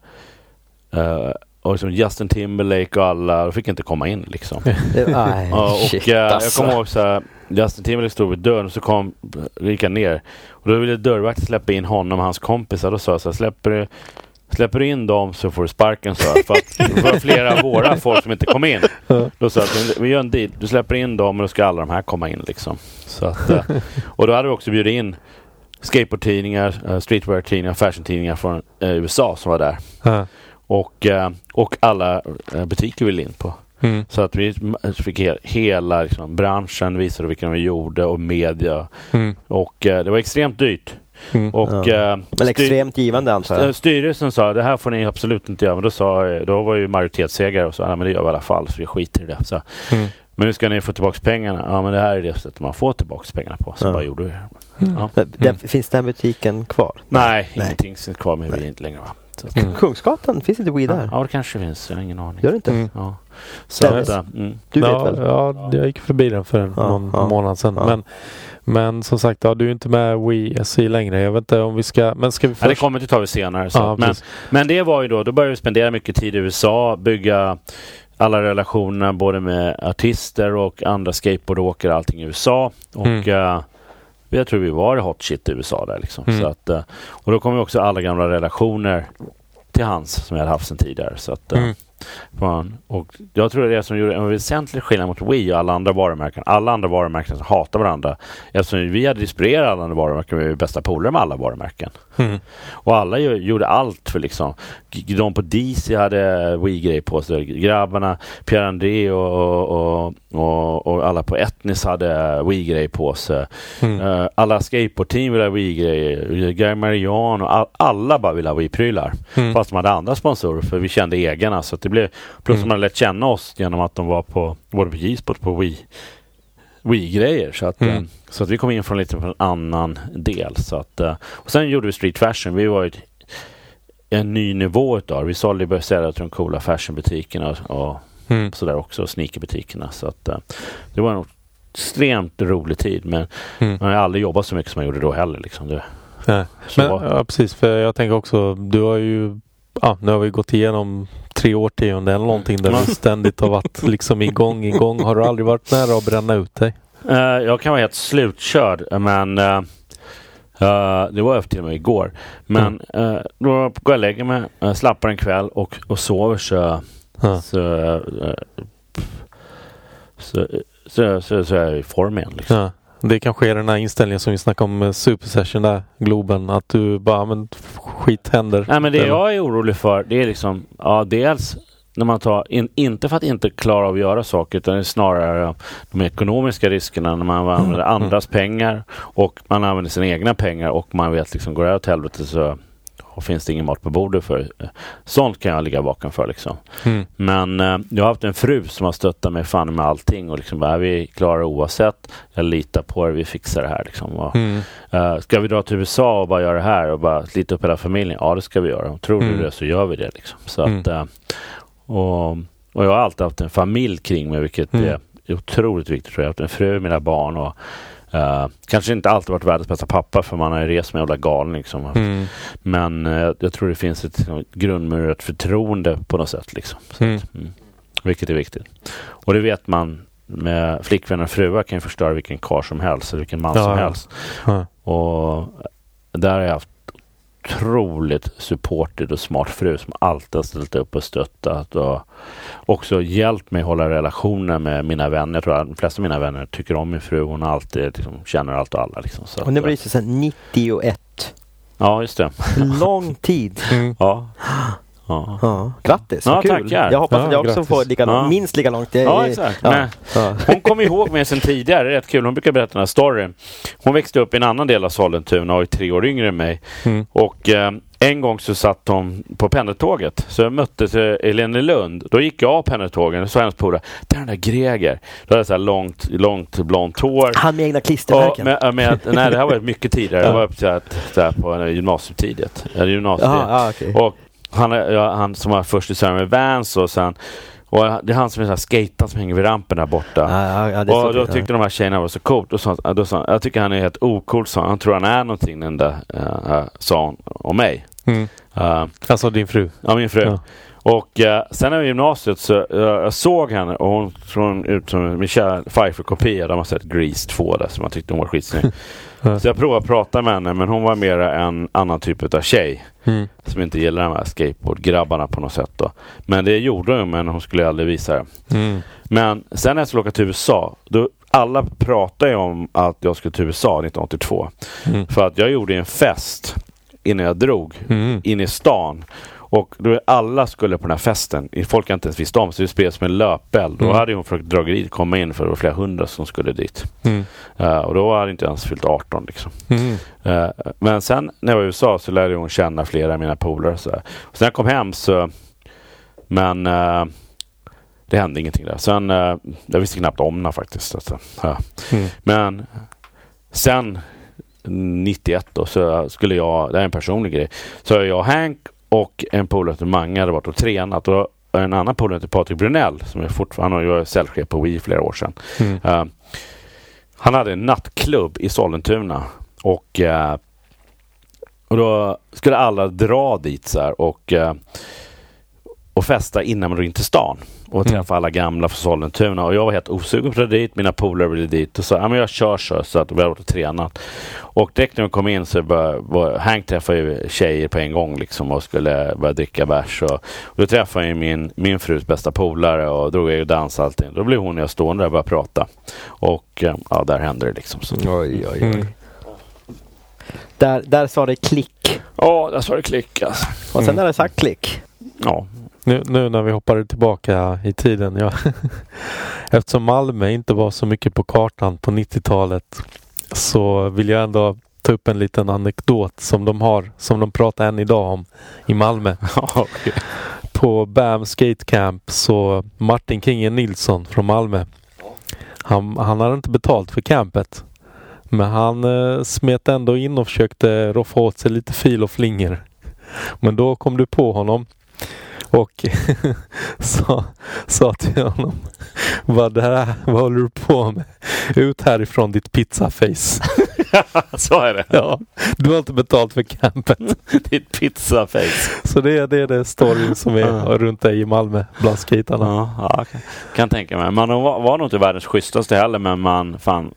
eh, och liksom Justin Timberlake och alla de fick inte komma in liksom. Aj, och shit, eh, jag alltså. kommer ihåg så här, Justin Timberlake stod vid dörren och så kom gick han ner. Och då ville dörrvakten släppa in honom och hans kompisar. Då sa jag så här, släpper du Släpper du in dem så får du sparken, så för att det var flera av våra folk som inte kom in. Då sa att vi gör en deal, du släpper in dem och då ska alla de här komma in liksom. Så att, och då hade vi också bjudit in skateboardtidningar, streetwear-tidningar, fashion-tidningar från U S A som var där. Mm. Och, och alla butiker ville in på. Mm. Så att vi fick he- hela liksom, branschen visade vilka vi gjorde och media. Mm. Och det var extremt dyrt. Mm. Och, ja. äh, men extremt styr- givande antar jag. Styrelsen sa, det här får ni absolut inte göra. Men då, sa, då var ju majoritetsägare och sa, ja men det gör vi i alla fall så vi skiter i det. Så, mm. Men nu ska ni få tillbaka pengarna. Ja men det här är det sättet man får tillbaka pengarna på. Så ja. Bara gjorde vi det. Mm. Ja. Mm. Finns den butiken kvar? Nej, Nej. ingenting finns kvar med vi inte längre va. Mm. Kungsgatan, finns inte Wii där? Ja, det kanske finns, jag har ingen aning. Gör det inte? Mm. Ja. Så att, mm. Du vet ja, väl? Ja, jag gick förbi den för en ja, någon ja, månad sedan. Ja. Men, men som sagt, ja, du är inte med Wii S C längre. Jag vet inte om vi ska... Men ska vi först... ja, det kommer till ta vi senare. Så. Ja, men, men det var ju då, då började vi spendera mycket tid i U S A, bygga alla relationer både med artister och andra skateboardåkare, allting i U S A. Och mm. uh, jag tror vi var hot shit i U S A där liksom. Mm. Så att, uh, och då kom ju också alla gamla relationer till hans som jag hade haft sedan tidigare. Så att, mm. man, och jag tror det är det som gjorde en väsentlig skillnad mot Wii och alla andra varumärken. Alla andra varumärken som hatar varandra. Eftersom vi hade inspirerat alla andra varumärken, vi var bästa polare med alla varumärken. Mm. Och alla ju, gjorde allt för liksom. De på D C hade Wii-grej på sig. Grabbarna, Pierre André och, och, och, och alla på Etnis hade Wii-grej på sig. Mm. Uh, alla skateboard-team ville ha Wii-grejer. Guy Marion och all, alla bara ville ha Wii-prylar. Mm. Fast de hade andra sponsorer för vi kände egna. Så att det blev, plus mm. man lärt känna oss genom att de var på både på G-sport på Wii Wii-grejer. Så att, mm. så att vi kom in från lite på en annan del. Så att, och sen gjorde vi street fashion. Vi var ett, en ny nivå utav. Vi sålde började sälja till de coola fashionbutikerna och mm. sådär också, sneakerbutikerna. Så att det var en extremt rolig tid. Men mm. man har aldrig jobbat så mycket som man gjorde då heller. Liksom. Det, Nej. Men, ja, precis, för jag tänker också, du har ju ja, nu har vi gått igenom tre årtionden eller någonting där vi ständigt har varit liksom igång, igång. Har du aldrig varit nära att bränna ut dig? Uh, jag kan vara helt slutkörd, men uh, uh, det var till och med igår. Men mm. uh, då går jag och lägger mig, uh, slappar en kväll och, och sover så, mm. så, uh, så, så, så, så är jag i form igen. Liksom. Ja. Det kanske är den här inställningen som vi snackade om med Super Session där, Globen, att du bara, men skit händer. Nej, men det jag är orolig för, det är liksom, ja, dels när man tar, in, inte för att inte klara av att göra saker, utan det är snarare de ekonomiska riskerna när man använder mm. andras pengar och man använder sina egna pengar och man vet liksom, går det åt helvete så och finns det ingen mat på bordet för. Sånt kan jag ligga bakom för liksom. Mm. Men eh, jag har haft en fru som har stöttat mig fan med allting och liksom bara, vi klarar oavsett. Jag litar på det, vi fixar det här liksom. Och, mm. uh, ska vi dra till U S A och bara göra det här och bara slita upp hela familjen? Ja, det ska vi göra. Tror mm. du det så gör vi det liksom. Så mm. att, uh, och, och jag har alltid haft en familj kring mig, vilket mm. är otroligt viktigt. Jag har haft en fru, mina barn och Uh, kanske inte alltid varit världens bästa pappa för man har rest med jävla galen liksom. Mm. Men uh, jag tror det finns ett liksom, grundmurat förtroende på något sätt liksom. Så mm. att, mm. Vilket är viktigt. Och det vet man med flickvänner och fruar kan ju förstöra vilken karl som helst eller vilken man ja, som helst. Ja. Och där har jag haft otroligt supported och smart fru som alltid har ställt upp och stöttat och också hjälpt mig hålla relationer med mina vänner. Jag tror att de flesta av mina vänner tycker om min fru. Hon alltid liksom, känner allt och alla. Liksom, så och det blir så sedan nittioett. Ja, just det. Lång tid. Mm. Ja. Ja. Ja. Grattis, ja, kul. Tackar. Jag hoppas ja, att jag också grattis. får lika långt, ja. minst lika långt. Jag, ja, exakt. Ja. Ja. Hon kom ihåg mig sen tidigare, rätt kul. Hon brukar berätta den här storyn. Hon växte upp i en annan del av Sollentuna och är tre år yngre än mig. Mm. Och eh, en gång så satt hon på pendeltåget. Så jag möttes i Lund. Då gick jag av pendeltågen och så hennes polare, det är den där Greger. Då hade så här långt, långt blont hår. Han med egna klistermärken. Med, med, nej, det här var mycket tidigare. Det var upp så här, så här på gymnasietidigt. Eller gymnasiet. Aha, okay. Och han, ja, han som var först i Sverige med Vans och sen och det är han som är så här skatan som hänger vid rampen där borta. Ja, ja, det och då tyckte ja. de här tjejerna var så coolt och så, då sa, jag tycker han är helt ocool, så han tror han är någonting den där, uh, sa han om mig. Mm. Uh, alltså din fru? Ja, min fru. Ja. Och uh, sen när jag var i gymnasiet så uh, jag såg henne och hon såg ut som Michelle Pfeiffer-kopia. De har sett Grease två där som jag tyckte hon var skitsnygg. Mm. Så jag provade att prata med henne, men hon var mer en annan typ av tjej. Mm. Som inte gillar de här skateboardgrabbarna på något sätt då. Men det gjorde hon, men hon skulle aldrig visa det. Mm. Men sen när jag skulle åka till U S A, då alla pratade ju om att jag skulle till U S A nittonhundraåttiotvå. Mm. För att jag gjorde en fest innan jag drog mm. in i stan. Och då alla skulle på den här festen. Folk inte ens visste om, så det spelades som en löpeld. Mm. Då hade hon försökt drageriet komma in för det var flera hundra som skulle dit. Mm. Uh, och då hade inte ens fyllt arton liksom. Mm. Uh, men sen när jag var i U S A så lärde hon känna flera av mina polare. Så och sen när jag kom hem så men uh, det hände ingenting där. Sen, uh, jag visste knappt om henne faktiskt. Alltså. Uh. Mm. Men sen nittioett då så skulle jag, det är en personlig grej, så jag och Hank och en polare till Mange hade varit och tränat och en annan polare till Patrik Brunell som är fortfarande, han har ju säljchef på Wii flera år sedan. Mm. Uh, han hade en nattklubb i Sollentuna och, uh, och då skulle alla dra dit så här och, uh, och festa innan man drog in till stan och träffa mm. alla gamla från Sollentuna. Och jag var helt osugen på det dit. Mina polare ville dit och sa, ja men jag kör så, så att vi hade varit och tränat. Och direkt när jag kom in så var Hank träffade ju tjejer på en gång liksom och skulle börja dricka bärs. Och, och då träffade jag min, min frus bästa polare och drog jag och dansade allting. Då blev hon och jag stående där och började prata. Och ja, där hände det liksom. Så. Oj, oj, oj. Mm. Där, där sa det klick. Ja, där sa det klick alltså. Och sen mm. när det sagt klick. Ja. Nu, nu när vi hoppar tillbaka i tiden, ja. Eftersom Malmö inte var så mycket på kartan på nittiotalet så vill jag ändå ta upp en liten anekdot som de har, som de pratar än idag om i Malmö. Okay. På B A M Skate Camp så Martin Kingen Nilsson från Malmö, han, han hade inte betalt för campet. Men han eh, smet ändå in och försökte roffa åt sig lite fil och flinger. Men då kom du på honom och sa, sa till honom, vad det här, vad håller du på med? Ut härifrån ditt pizzaface. Så är det. Ja, du har inte betalt för campet. Ditt pizzaface. Så det är det, är det storyn som är uh. runt dig i Malmö bland skaterna. Ja, ja, okay. Kan tänka mig. Man var, var nog inte världens schysstaste heller, men man fan...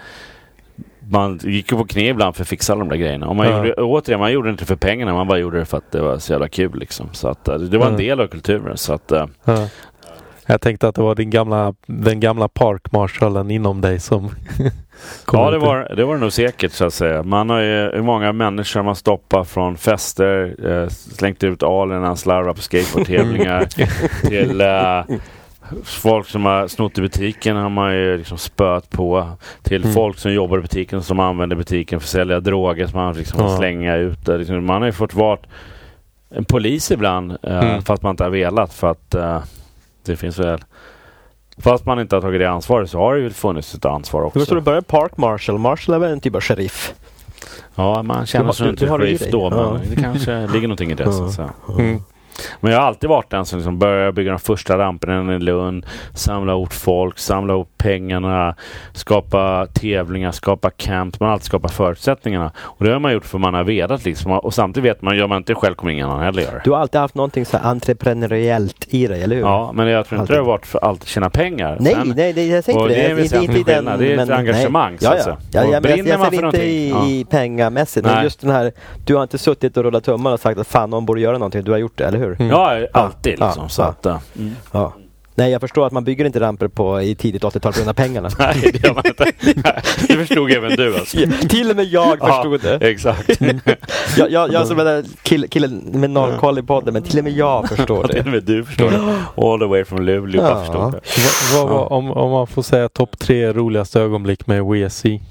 Man gick ju på knä ibland för att fixa alla de där grejerna. Och man, ja. gjorde, återigen, man gjorde det inte för pengarna, man bara gjorde det för att det var så jävla kul liksom. Så att, det var en ja. del av kulturen. Så att, ja. Jag tänkte att det var din gamla, den gamla parkmarshallen inom dig som ja, det var, det var nog säkert så att säga. Man har ju hur många människor man stoppar från fester, eh, slängt ut alen när han slarvar på skateboardtävlingar till... Eh, folk som har snott i butiken har man ju liksom spöt på, till mm. folk som jobbar i butiken som använder butiken för att sälja droger som man liksom ja. slänga ut där. Liksom, man har ju fått vara en polis ibland mm. uh, fast man inte har velat, för att uh, det finns väl, fast man inte har tagit det ansvaret så har det ju funnits ett ansvar också. Du måste börja Park Marshal. Marshal är väl en typ av sheriff? Ja, man känner sig inte sheriff då, men ja. det kanske ligger någonting i det. Ja. Så. Mm. Men jag har alltid varit den som liksom börjar bygga de första ramperna i Lund, samla ihop folk, samla ihop pengarna, skapa tävlingar, skapa camp. Man har alltid skapat förutsättningarna. Och det har man gjort för man har vetat liksom. Och samtidigt vet man, gör man inte själv kommer ingen annan heller göra. Du har alltid haft någonting så entreprenöriellt i dig, eller hur? Ja, men jag tror inte alltid. Det har varit för att alltid tjäna pengar. Nej, men, nej, det, jag säger inte det. Det är, inte, inte den, det är ett engagemang. Ja, ja. Ja, jag, jag, jag, jag ser inte i, ja. i pengamässigt. Men just den här, du har inte suttit och rullat tummar och sagt att fan, någon borde göra någonting. Du har gjort det, eller hur? Mm. Ja, alltid ja, liksom. Ja, så att, ja. Mm. Ja. Nej, jag förstår att man bygger inte ramper på i tidigt åttiotal på grund av pengarna. Nej, det gör man inte. Det förstod även du alltså. Ja, till och med jag förstod ja, det. Exakt. jag, jag, jag som är den kill, killen med noll koll i podden, men till och med jag förstår det. Till och med du förstår det. All the way from Luleå, ja. Förstår det. Va, va, va, om, om man får säga topp tre roligaste ögonblick med W S C?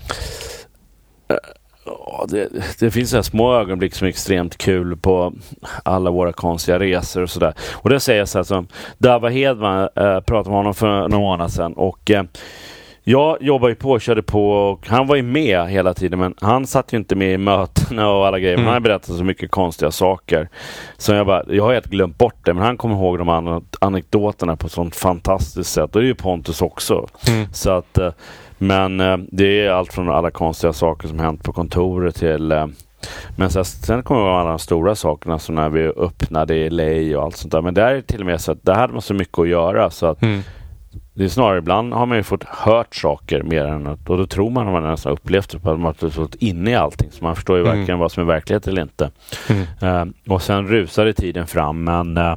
Det, det finns så här små ögonblick som är extremt kul på alla våra konstiga resor och sådär. Och det säger jag så här som Dava Hedman, äh, pratade med honom för några månader sedan och äh, jag jobbade ju på och körde på och han var ju med hela tiden men han satt ju inte med i mötena och alla grejer. Mm. Han har berättat så mycket konstiga saker. Så jag bara, jag har helt glömt bort det men han kommer ihåg de an- anekdoterna på ett sånt fantastiskt sätt. Och det är ju Pontus också. Mm. Så att äh, Men eh, det är allt från alla konstiga saker som hänt på kontoret till eh, men så, sen kommer det alla de stora sakerna som när vi öppnade i L A och allt sånt där. Men där är till och med så att där hade man så mycket att göra så att mm. det är snarare ibland har man ju fått hört saker mer än att, och då tror man att man nästan upplevt det på att man har fått inne i allting så man förstår ju verkligen mm. vad som är verklighet eller inte. Mm. Eh, och sen rusade tiden fram men eh,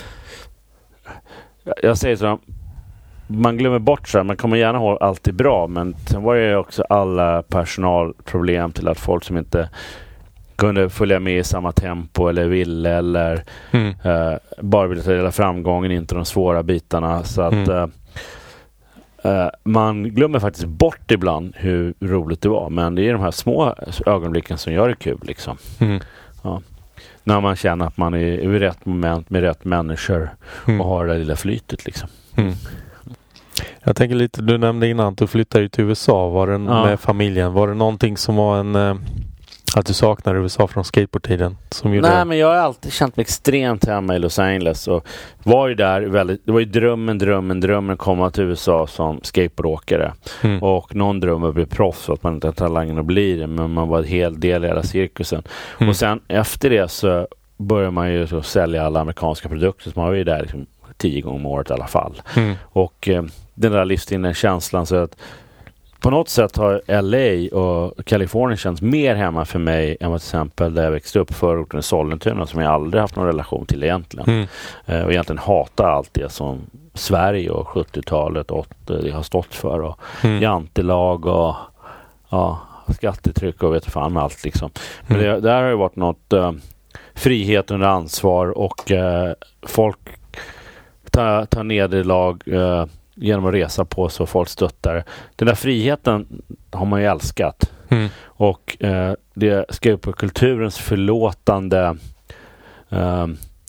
jag säger så man glömmer bort så här, man kommer gärna ha allt är bra men sen var det också alla personalproblem till att folk som inte kunde följa med i samma tempo eller ville eller mm. uh, bara ville ta del av framgången, inte de svåra bitarna så att mm. uh, uh, man glömmer faktiskt bort ibland hur roligt det var men det är de här små ögonblicken som gör det kul liksom. Mm. Ja. När man känner att man är i rätt moment med rätt människor mm. och har det lilla flytet liksom. Mm. Jag tänker lite, du nämnde innan att du flyttade till U S A var det, ja. Med familjen. Var det någonting som var en eh, att du saknar U S A från skateboardtiden? Som gjorde... Nej, men jag har alltid känt mig extremt hemma i Los Angeles och var ju där väldigt, det var ju drömmen, drömmen, drömmen att komma till U S A som skateboardåkare. Mm. Och någon dröm att bli proffs och att man inte har talangen att bli det, men man var en hel del i hela cirkusen. Mm. Och sen efter det så börjar man ju så sälja alla amerikanska produkter så man var ju där liksom tio gånger om året i alla fall. Mm. Och eh, den där livsstilen, känslan så att på något sätt har L A och Kalifornien känts mer hemma för mig än vad till exempel där jag växte upp förorten i Sollentuna som jag aldrig haft någon relation till egentligen. Mm. Eh, och egentligen hatar allt det som Sverige och sjuttiotalet och det har stått för och mm. jantelag och ja, skattetryck och vet fan med allt liksom. Men mm. det, där har ju varit något eh, frihet under ansvar och eh, folk tar ta nederlag eh, genom att resa på så folk stöttar. Den där friheten har man ju älskat. Mm. Och eh, det ska upp på kulturens förlåtande eh,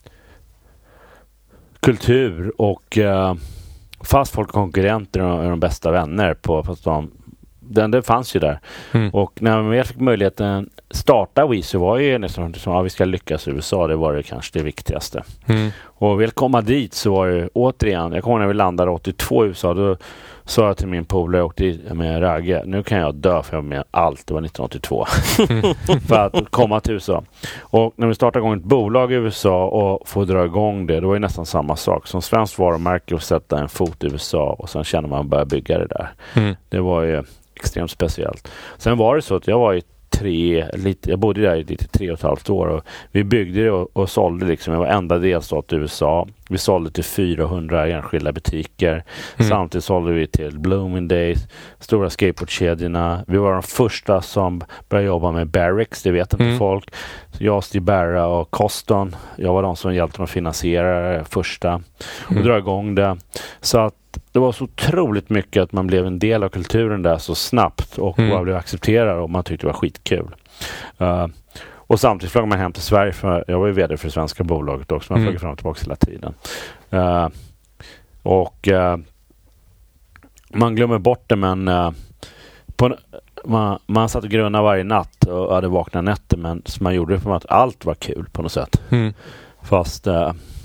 kultur och eh, fast folk konkurrenter är de bästa vänner på fast de den det fanns ju där. Mm. Och när man fick möjligheten starta W I så var ju nästan som att vi ska lyckas i U S A, det var det kanske det viktigaste. Mm. Och väl komma dit så var det återigen, jag kommer när vi landade åttiotvå i U S A, då sa jag till min polare och åkte med Ragge, nu kan jag dö för jag var med allt, det var nittonhundraåttiotvå. Mm. För att komma till U S A. Och när vi startade igång ett bolag i U S A och få dra igång det, det var ju nästan samma sak. Som svenskt varumärke och sätta en fot i U S A och sen känner man börja bygga det där. Mm. Det var ju extremt speciellt. Sen var det så att jag var i tre, lite, jag bodde där i lite tre och ett halvt år och vi byggde det och, och sålde liksom, jag var enda delstat i U S A. Vi sålde till fyrahundra enskilda butiker. Mm. Samtidigt sålde vi till Bloomingdale's, stora skateboardkedjorna. Vi var de första som började jobba med Barracks, det vet inte mm. folk. Så jag, Steve Barra och Coston, jag var de som hjälpte dem att finansiera det första och mm. dra igång det. Så att det var så otroligt mycket att man blev en del av kulturen där så snabbt och mm. bara blev accepterad och man tyckte det var skitkul. Uh, och samtidigt flög man hem till Sverige för jag var ju vd för det svenska bolaget också, man mm. flög fram och tillbaka hela tiden. Uh, och uh, man glömmer bort det men uh, på, man, man satt och grunna varje natt och hade vaknat nätter men man gjorde det för att allt var kul på något sätt. Mm. Fast uh,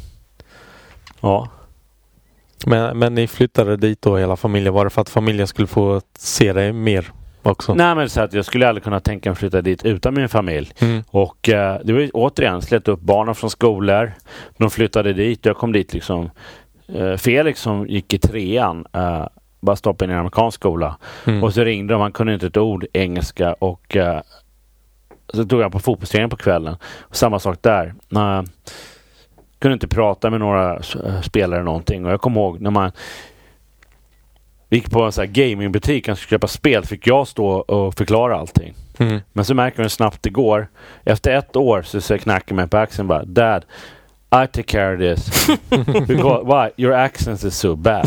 Ja. Men, men ni flyttade dit då hela familjen. Var det för att familjen skulle få se dig mer också? Nej, men så att jag skulle aldrig kunna tänka mig att flytta dit utan min familj. Mm. Och eh, det var ju återigen släppt upp barnen från skolor. De flyttade dit. Jag kom dit liksom. Eh, Felix som gick i trean eh, bara stoppade in i en amerikansk skola. Mm. Och så ringde de. Han kunde inte ett ord engelska. Och eh, så tog jag på fotbollsträning på kvällen. Och samma sak där. Eh, kunde inte prata med några spelare eller någonting. Och jag kommer ihåg när man gick på en sån här gamingbutik och skulle köpa spel, fick jag stå och förklara allting. Mm. Men så märker man hur snabbt det går. Efter ett år så säger knackar mig på axeln bara, Dad, I take care of this. Because, why? Your accent is so bad.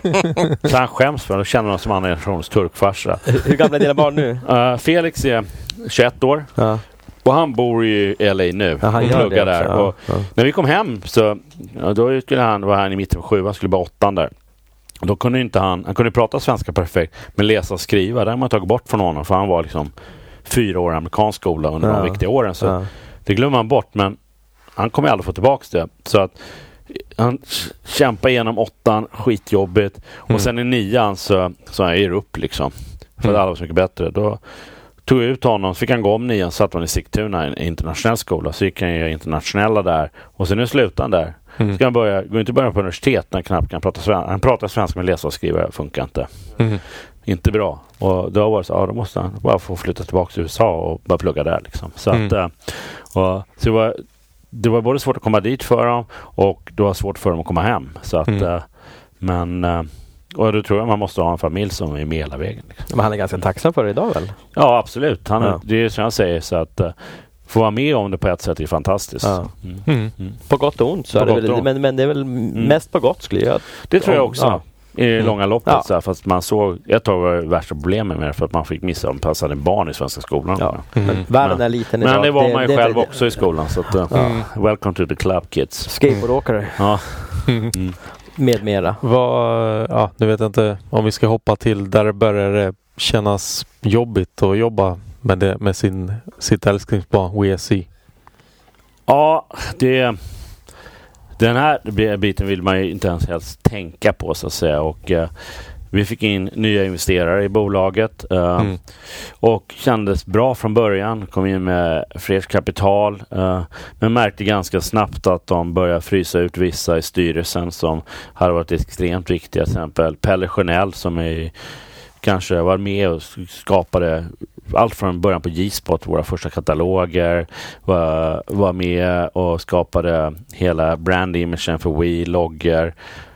Så han skäms för det. Då känner man som han är en från turkfarsa. Hur gamla är dina barn nu? Uh, Felix är tjugoett år. Ja. Och han bor i L A nu. Ja, han pluggar där. Ja, och ja. När vi kom hem så ja, då skulle han vara här i mitten av sju. Han skulle bara åttan där. Då kunde inte han, han kunde prata svenska perfekt, men läsa och skriva, där har man tagit bort från honom, för han var liksom fyra år i amerikansk skola under ja. de viktiga åren. Så ja. det glömmer man bort, men han kommer aldrig få tillbaka det. Så att han kämpar igenom åttan, skitjobbigt. Mm. Och sen i nian så, så han ger upp liksom. För mm. att alla var så mycket bättre. Då tog jag ut honom, så fick han gå om nian, satt han i Sigtuna, en internationell skola. Så gick han ju internationella där. Och sen nu slutar han där. Mm. Ska han börja, går inte börja på universitet när han knappt kan prata svenska. Han pratar svenska med läsa och skriva, funkar inte. Mm. Inte bra. Och då var det så, ja, då måste han bara få flytta tillbaka till U S A och bara plugga där liksom. Så mm. att, och, så det var, det var både svårt att komma dit för dem, och det var svårt för dem att komma hem. Så att, mm. men, och då tror jag man måste ha en familj som är med hela vägen. Liksom. Men han är ganska tacksam för det idag väl? Ja, absolut. Han, ja. Det är som jag säger, så att få vara med om det på ett sätt är fantastiskt. Ja. Mm. Mm. Mm. På gott och ont så är det väl, men, men det är väl mm. mest på gott skulle jag. Det tror jag också. Ja. I mm. långa loppet ja. så här, fast man såg ett av de värsta problemen med det, för att man fick missa anpassade barn i svenska skolan. Ja. Mm. Men världen är liten men, idag. men det var man ju det, själv det, också i skolan, så att, uh, mm. welcome to the club, kids. Skateboardåkare. Ja. Mm. Med mera. Vad, ja, nu vet jag inte om vi ska hoppa till där det börjar kännas jobbigt att jobba med, det, med sin, sitt älsklingsbarn W S C. Ja, det den här biten vill man ju inte ens helst tänka på, så att säga. Och uh, vi fick in nya investerare i bolaget uh, mm. och kändes bra från början. Kom in med fräscht kapital, uh, men märkte ganska snabbt att de började frysa ut vissa i styrelsen som hade varit extremt viktiga. Till exempel Pelle Sjönell som är, kanske var med och skapade allt från början på G-spot, våra första kataloger, var, var med och skapade hela brand-imagen för Wii, loggar,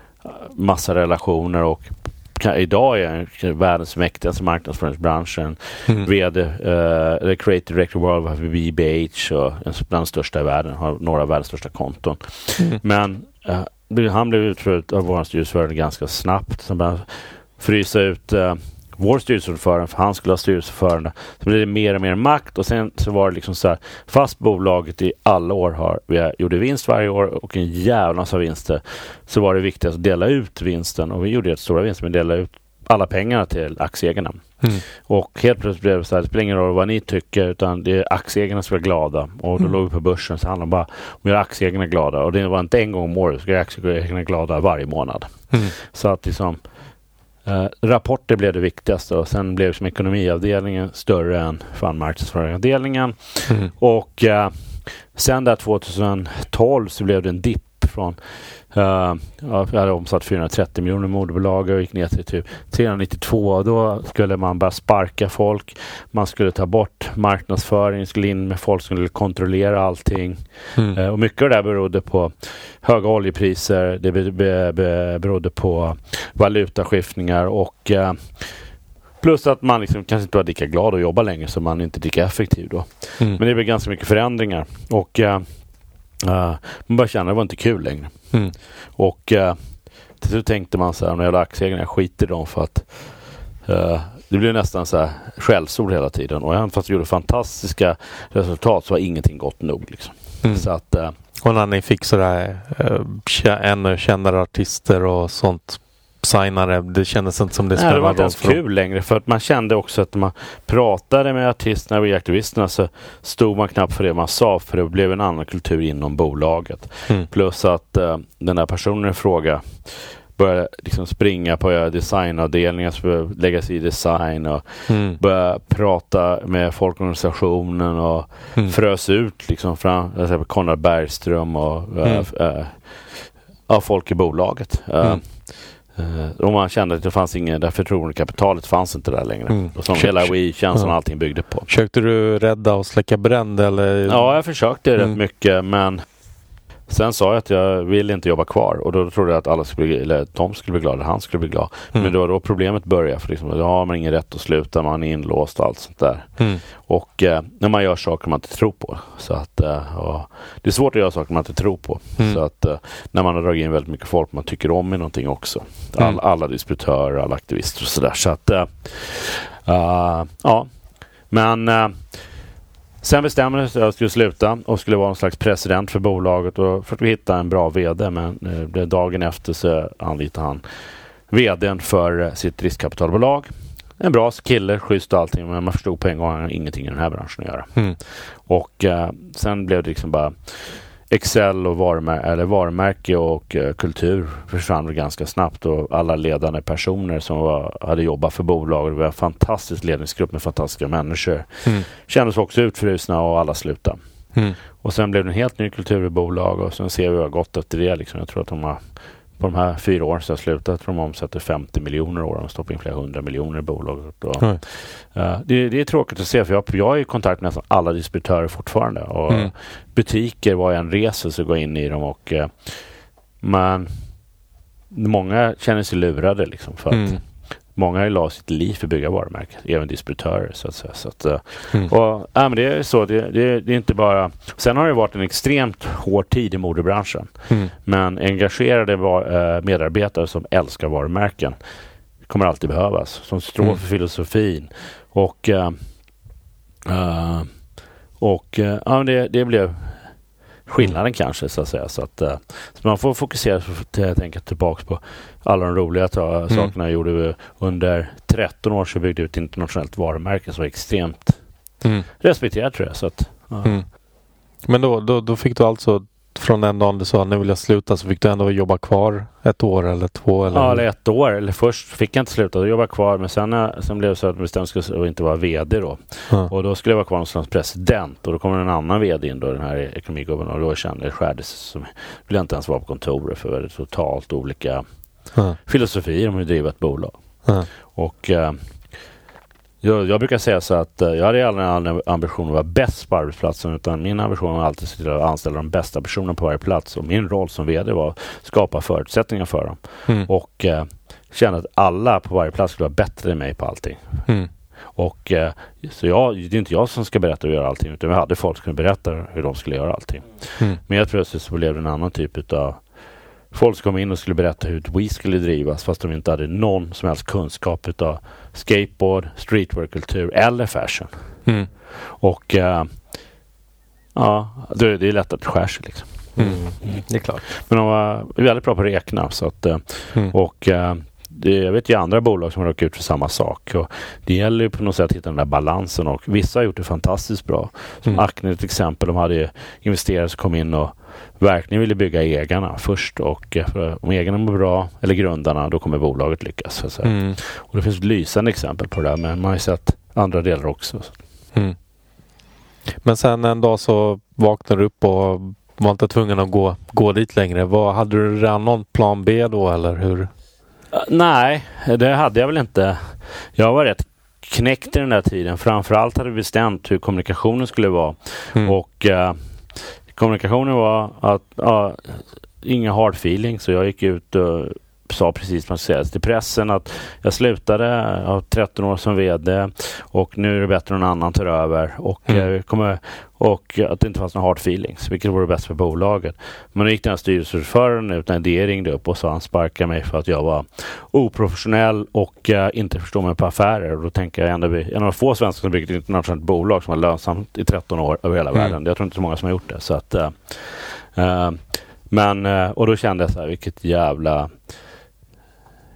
massa relationer, och kan, idag är jag världens mäktigaste marknadsföringsbranschen. Mm. V D, uh, the Creative Director World för B B H och bland de största i världen, har några av världens största konton. Mm. Men uh, han blev utförd av våra styrelseförande ganska snabbt, som bara frysa ut uh, vår styrelseordförande, för han skulle ha styrelseordförande. Så blev det mer och mer makt, och sen så var det liksom så här, fast bolaget i alla år har, vi gjorde vinst varje år och en jävla massa vinster, så var det viktigt att dela ut vinsten, och vi gjorde ett stora vinst, men dela ut alla pengarna till aktieägarna. Mm. Och helt plötsligt blev det så här, det spelar ingen roll vad ni tycker, utan det är aktieägarna som är glada, och då mm. låg vi på börsen, så handlar det bara om att göra aktieägarna glada, och det var inte en gång om året, så är aktieägarna glada varje månad. Mm. Så att liksom Uh, rapporter blev det viktigaste, och sen blev som ekonomiavdelningen större än marknadsföringsavdelningen. Mm. Och uh, sen där tjugohundratolv så blev det en dipp från uh, jag hade omsatt fyrahundratrettio miljoner moderbolag och gick ner till typ trehundranittiotvå, och då skulle man bara sparka folk, man skulle ta bort marknadsföring, skulle in med folk som skulle kontrollera allting. Mm. Uh, och mycket av det där berodde på höga oljepriser, det be, be, be, berodde på valutaskiftningar, och uh, plus att man liksom kanske inte var lika glad att jobba längre, så man inte lika effektiv då. Mm. Men det blev ganska mycket förändringar, och uh, uh, man bara kände att det var inte kul längre. Mm. Och uh, till slut tänkte man så här, när jag hade aktieägarna, jag skiter i dem, för att uh, det blev nästan så här skällsord hela tiden, och även fast jag gjorde fantastiska resultat så var ingenting gott nog liksom. Mm. Så att uh, och när ni fick sådär uh, ännu kändare artister och sånt signare. Det kändes inte som det spelade. Nej, det var inte ens kul längre, för att man kände också att när man pratade med artisterna och aktivisterna så stod man knappt för det man sa, för det blev en annan kultur inom bolaget. Mm. Plus att uh, den där personen i fråga börja liksom springa på designavdelningar, lägga sig i design och mm. börja prata med folkorganisationen och mm. frös ut liksom fram exempel Konrad Bergström och mm. äh, äh, av folk i bolaget. Mm. Uh, och man kände att det fanns ingen, där förtroendekapitalet fanns inte där längre. Mm. Och som hela Wii-känslan och allting byggde på. Försökte du rädda och släcka bränd? Eller? Ja, jag försökte mm. rätt mycket, men sen sa jag att jag vill inte jobba kvar, och då trodde jag att alla skulle bli, eller Tom skulle bli glad, eller han skulle bli glad. Mm. Men då då problemet började, för liksom, då har man ingen rätt att sluta, man är inlåst och allt sånt där. Mm. Och eh, när man gör saker man inte tror på, så att eh, och det är svårt att göra saker man inte tror på. Mm. Så att eh, när man har dragit in väldigt mycket folk man tycker om i någonting också. All, mm. Alla disputörer, alla aktivister och sådär. Så att eh, uh, ja, men uh, sen bestämde jag att jag skulle sluta och skulle vara någon slags president för bolaget, och för att vi hitta en bra vd, men eh, dagen efter så anlitade han vdn för sitt riskkapitalbolag. En bra kille, schysst och allting, men man förstod på en gång att han hade ingenting i den här branschen att göra. Mm. Och eh, sen blev det liksom bara Excel och varumär- eller varumärke och eh, kultur försvann ganska snabbt, och alla ledande personer som var, hade jobbat för bolaget, det var en fantastisk ledningsgrupp med fantastiska människor. Mm. Kändes också utfrusna och alla slutade. Mm. Och sen blev det en helt ny kultur i bolag, och sen ser vi vad gott efter det. Liksom. Jag tror att de har, på de här fyra åren så har slutat, tror de omsätter femtio miljoner år, de stoppar in flera hundra miljoner i bolaget. Och, mm. uh, det, det är tråkigt att se, för jag, jag är i kontakt med nästan alla distributörer fortfarande, och mm. butiker var en resa så går in i dem, och uh, man, många känner sig lurade liksom, för mm. att många har la sitt liv för att bygga varumärken, även distributörer så att säga. Så att, uh, mm. och, ja, men det är så, det, det, det är inte bara. Sen har det varit en extremt hård tid i modebranschen, mm. men engagerade var, uh, medarbetare som älskar varumärken kommer alltid behövas, som står mm. för filosofin, och uh, uh, och uh, ja, det, det blev skillnaden kanske, så att säga. Så att uh, så man får fokusera helt enkelt tillbaka på alla de roliga ta- mm. sakerna jag gjorde under tretton år, så byggde ut ett internationellt varumärke som var extremt mm. respekterat, tror jag. Så att, uh. mm. Men då, då, då fick du alltså, från den dagen du sa nu vill jag sluta, så fick du ändå jobba kvar ett år eller två? Eller? Ja, eller ett år. Eller först fick jag inte sluta, då jobba kvar, men sen, sen blev det så att jag bestämde att jag inte vara vd då. Mm. Och då skulle jag vara kvar som president, och då kommer en annan vd in då, den här ekonomigubben, och då kände jag skärdes som ville inte ens vara på kontoret, för det är totalt olika mm. filosofier om hur driva ett bolag. Mm. Och uh, jag, jag brukar säga så att uh, jag hade aldrig ambition att vara bäst på arbetsplatsen, utan min ambition var alltid att anställa de bästa personerna på varje plats, och min roll som vd var att skapa förutsättningar för dem. Mm. Och uh, känna att alla på varje plats skulle vara bättre än mig på allting. Mm. Och uh, så jag, det är inte jag som ska berätta och göra allting, utan vi hade folk som kunde berätta hur de skulle göra allting. Mm. Men helt plötsligt så blev det en annan typ av folk som kom in och skulle berätta hur Wii skulle drivas, fast de inte hade någon som helst kunskap utav skateboard, streetwear-kultur eller fashion. Mm. Och uh, ja, det, det är lätt att det skär sig liksom. Mm. Mm. Det är klart. Men de var väldigt bra på att räkna, så att, uh, mm. och uh, det, jag vet ju andra bolag som har råkat ut för samma sak, och det gäller ju på något sätt att hitta den där balansen, och vissa har gjort det fantastiskt bra. Som mm. Acne till exempel, de hade investerare som kom in och verkligen ville bygga ägarna först, och om ägarna är bra, eller grundarna, då kommer bolaget lyckas. Så att säga. Mm. Och det finns ett lysande exempel på det där, men man har ju sett andra delar också. Mm. Men sen en dag så vaknade du upp och var inte tvungen att gå, gå dit längre. Vad, hade du redan någon plan B då, eller hur? Uh, nej, det hade jag väl inte. Jag var rätt knäckt i den där tiden. Framförallt hade vi bestämt hur kommunikationen skulle vara. Mm. Och uh, kommunikationen var att ja, inga hard feelings, så jag gick ut och sa precis vad jag till pressen att jag slutade, jag har tretton år som vd, och nu är det bättre än någon annan tar över, och, mm. kommer, och att det inte fanns några hard feelings, vilket vore bäst för bolaget. Men då gick den här styrelseordföranden ut när det ringde upp och sa han sparkade mig för att jag var oprofessionell och uh, inte förstod mig på affärer. Och då tänker jag ändå en av de få svenskar som byggt ett internationellt bolag som var lönsamt i tretton år över hela mm. världen. Jag tror inte så många som har gjort det. Så att, uh, uh, men, uh, och då kände jag så här, vilket jävla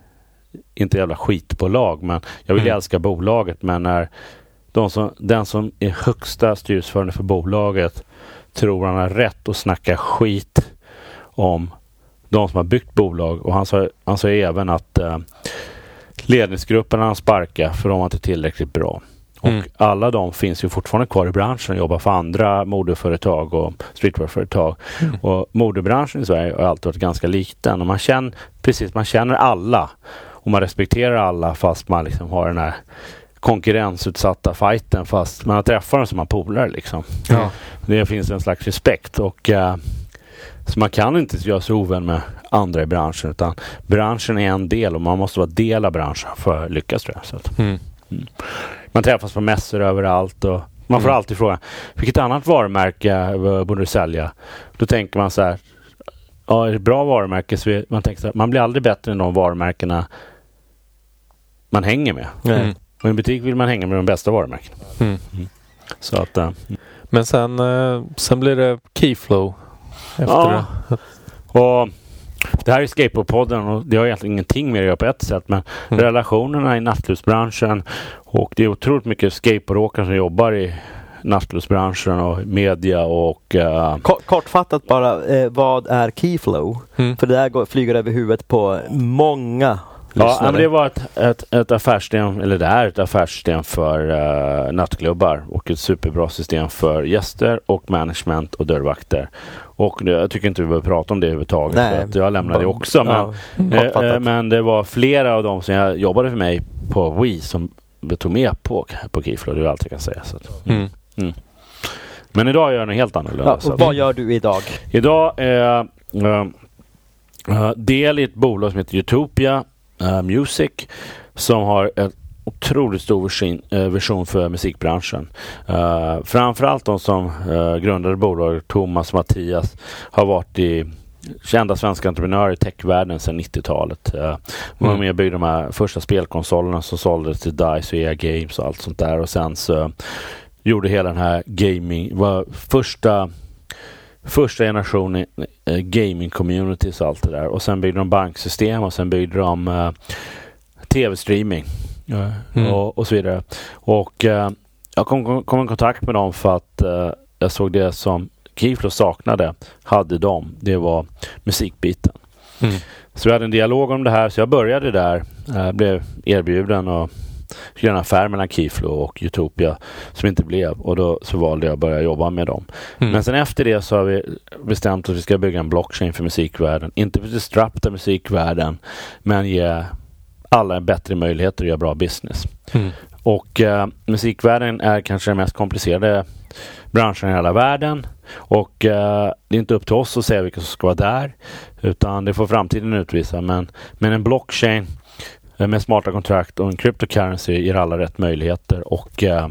inte jävla skitbolag, men jag vill mm. älska bolaget, men när de som, den som är högsta styrelseförande för bolaget tror han har rätt att snacka skit om de som har byggt bolag, och han sa, han sa även att eh, ledningsgrupperna han sparkar för de var inte tillräckligt bra. Mm. Och alla de finns ju fortfarande kvar i branschen och jobbar för andra modeföretag och streetwear-företag. Mm. Och modebranschen i Sverige har alltid varit ganska liten. Och man känner, precis, man känner alla. Och man respekterar alla fast man liksom har den här konkurrensutsatta fighten, fast man har träffat dem som man polare liksom. Ja. Det finns en slags respekt. Och uh, så man kan inte göra sig ovän med andra i branschen, utan branschen är en del och man måste vara del av branschen för att lyckas, tror jag. Så att, mm. Mm. Man träffas på mässor överallt och man får mm. alltid fråga, vilket annat varumärke borde du sälja? Då tänker man så här, ja, är det bra varumärke? Så man tänker så här, man blir aldrig bättre än de varumärkena man hänger med. Mm. Och i en butik vill man hänga med de bästa varumärkena. Mm. Mm. Så att, uh, men sen, uh, sen blir det Keyflow efter ja. det. Och det här är Skateboardpodden och det har egentligen ingenting med att göra på ett sätt, men mm. relationerna i nattklubbsbranschen, och det är otroligt mycket skateboardåkare som jobbar i nattklubbsbranschen och media och... Uh... Kort, kortfattat bara, eh, vad är Keyflow? Mm. För det där går, flyger över huvudet på många lyssnare. Ja, men det var ett, ett, ett affärssystem, eller det är ett affärssystem för uh, nattklubbar och ett superbra system för gäster och management och dörrvakter. Och det, jag tycker inte vi behöver prata om det överhuvudtaget. Nej, för att jag lämnade det också. Men, ja, eh, men det var flera av dem som jag jobbade för mig på Wii som tog med på, på Keyflow. Det är allt jag kan säga. Så att, mm. Mm. Men idag gör jag något helt annorlunda. Ja, och vad gör du idag? Idag är jag äh, äh, del i ett bolag som heter Utopia äh, Music, som har ett otroligt stor version, eh, version för musikbranschen. Uh, framförallt de som uh, grundade bolaget, Thomas och Mattias, har varit i kända svenska entreprenörer i techvärlden sedan nittiotalet. Uh, mm. var med och byggde de här första spelkonsolerna som såldes till DICE och E A Games och allt sånt där. Och sen så uh, gjorde hela den här gaming, var första första generationen uh, gaming communities och allt det där. Och sen byggde de banksystem och sen byggde de uh, tv-streaming. Mm. Och, och så vidare. Och eh, jag kom, kom i kontakt med dem för att eh, jag såg det som Keyflow saknade, hade de. Det var musikbiten. Mm. Så vi hade en dialog om det här, så jag började där. Jag blev erbjuden och gjorde en affär mellan Keyflow och Utopia som inte blev, och då så valde jag att börja jobba med dem. Mm. Men sen efter det så har vi bestämt att vi ska bygga en blockchain för musikvärlden. Inte för att disrupta musikvärlden, men ge alla en bättre möjligheter att göra bra business. Mm. Och eh, musikvärlden är kanske den mest komplicerade branschen i hela världen. Och eh, det är inte upp till oss att säga vilka som ska vara där, utan det får framtiden utvisa. Men, men en blockchain med smarta kontrakt och en cryptocurrency ger alla rätt möjligheter. Och, eh,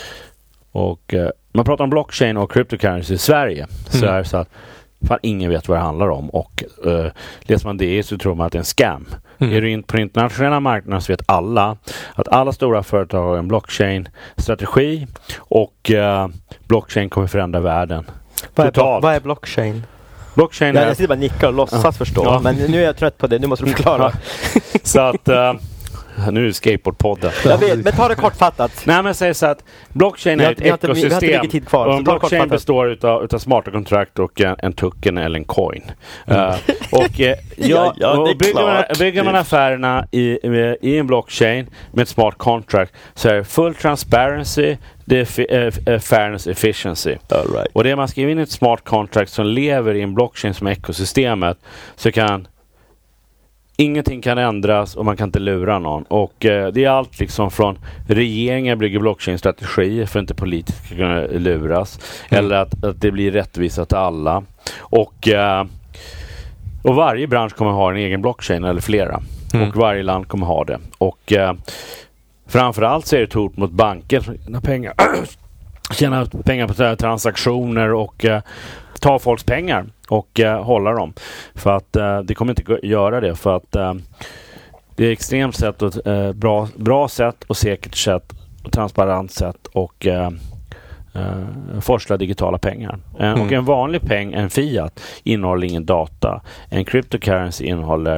och eh, man pratar om blockchain och cryptocurrency i Sverige. Mm. Så är det så att fan, ingen vet vad det handlar om, och uh, läser man det så tror man att det är en scam. Mm. Är du in på internationella marknaden så vet alla att alla stora företag har en blockchain-strategi, och uh, blockchain kommer förändra världen. Vad är, vad är blockchain? Blockchain ja, är... Jag sitter bara och nickar och låtsas ja. förstå, ja. men nu är jag trött på det, nu måste du förklara. Så att... Uh, nu är det Skateboardpodden. Jag vet, men ta det kortfattat. Nej, men säg så att blockchain är ett ekosystem. Kvar, och en blockchain består utav, utav smarta kontrakt och en, en token eller en coin. Mm. Uh, och uh, ja, ja, ja, och bygger, man, bygger man affärerna i, i, i en blockchain med ett smart contract så är det full transparency, det är uh, fairness, efficiency. All right. Och det man skriver in i ett smart contract som lever i en blockchain som är ekosystemet, så kan ingenting kan ändras och man kan inte lura någon. Och eh, det är allt liksom från regeringen bygger blockchain-strategier för att inte politiskt ska kunna luras. Mm. Eller att, att det blir rättvisa till alla. Och, eh, och varje bransch kommer ha en egen blockchain eller flera. Mm. Och varje land kommer ha det. Och eh, framförallt så är det ett hot mot banker som tjänar pengar. tjänar pengar på transaktioner och eh, ta folks pengar och uh, hålla dem. För att uh, det kommer inte gå- göra det. För att uh, det är extremt sätt och uh, bra, bra sätt och säkert sätt och transparent sätt och uh, uh, forsla digitala pengar. Uh, mm. Och en vanlig peng, en fiat, innehåller ingen data. En cryptocurrency innehåller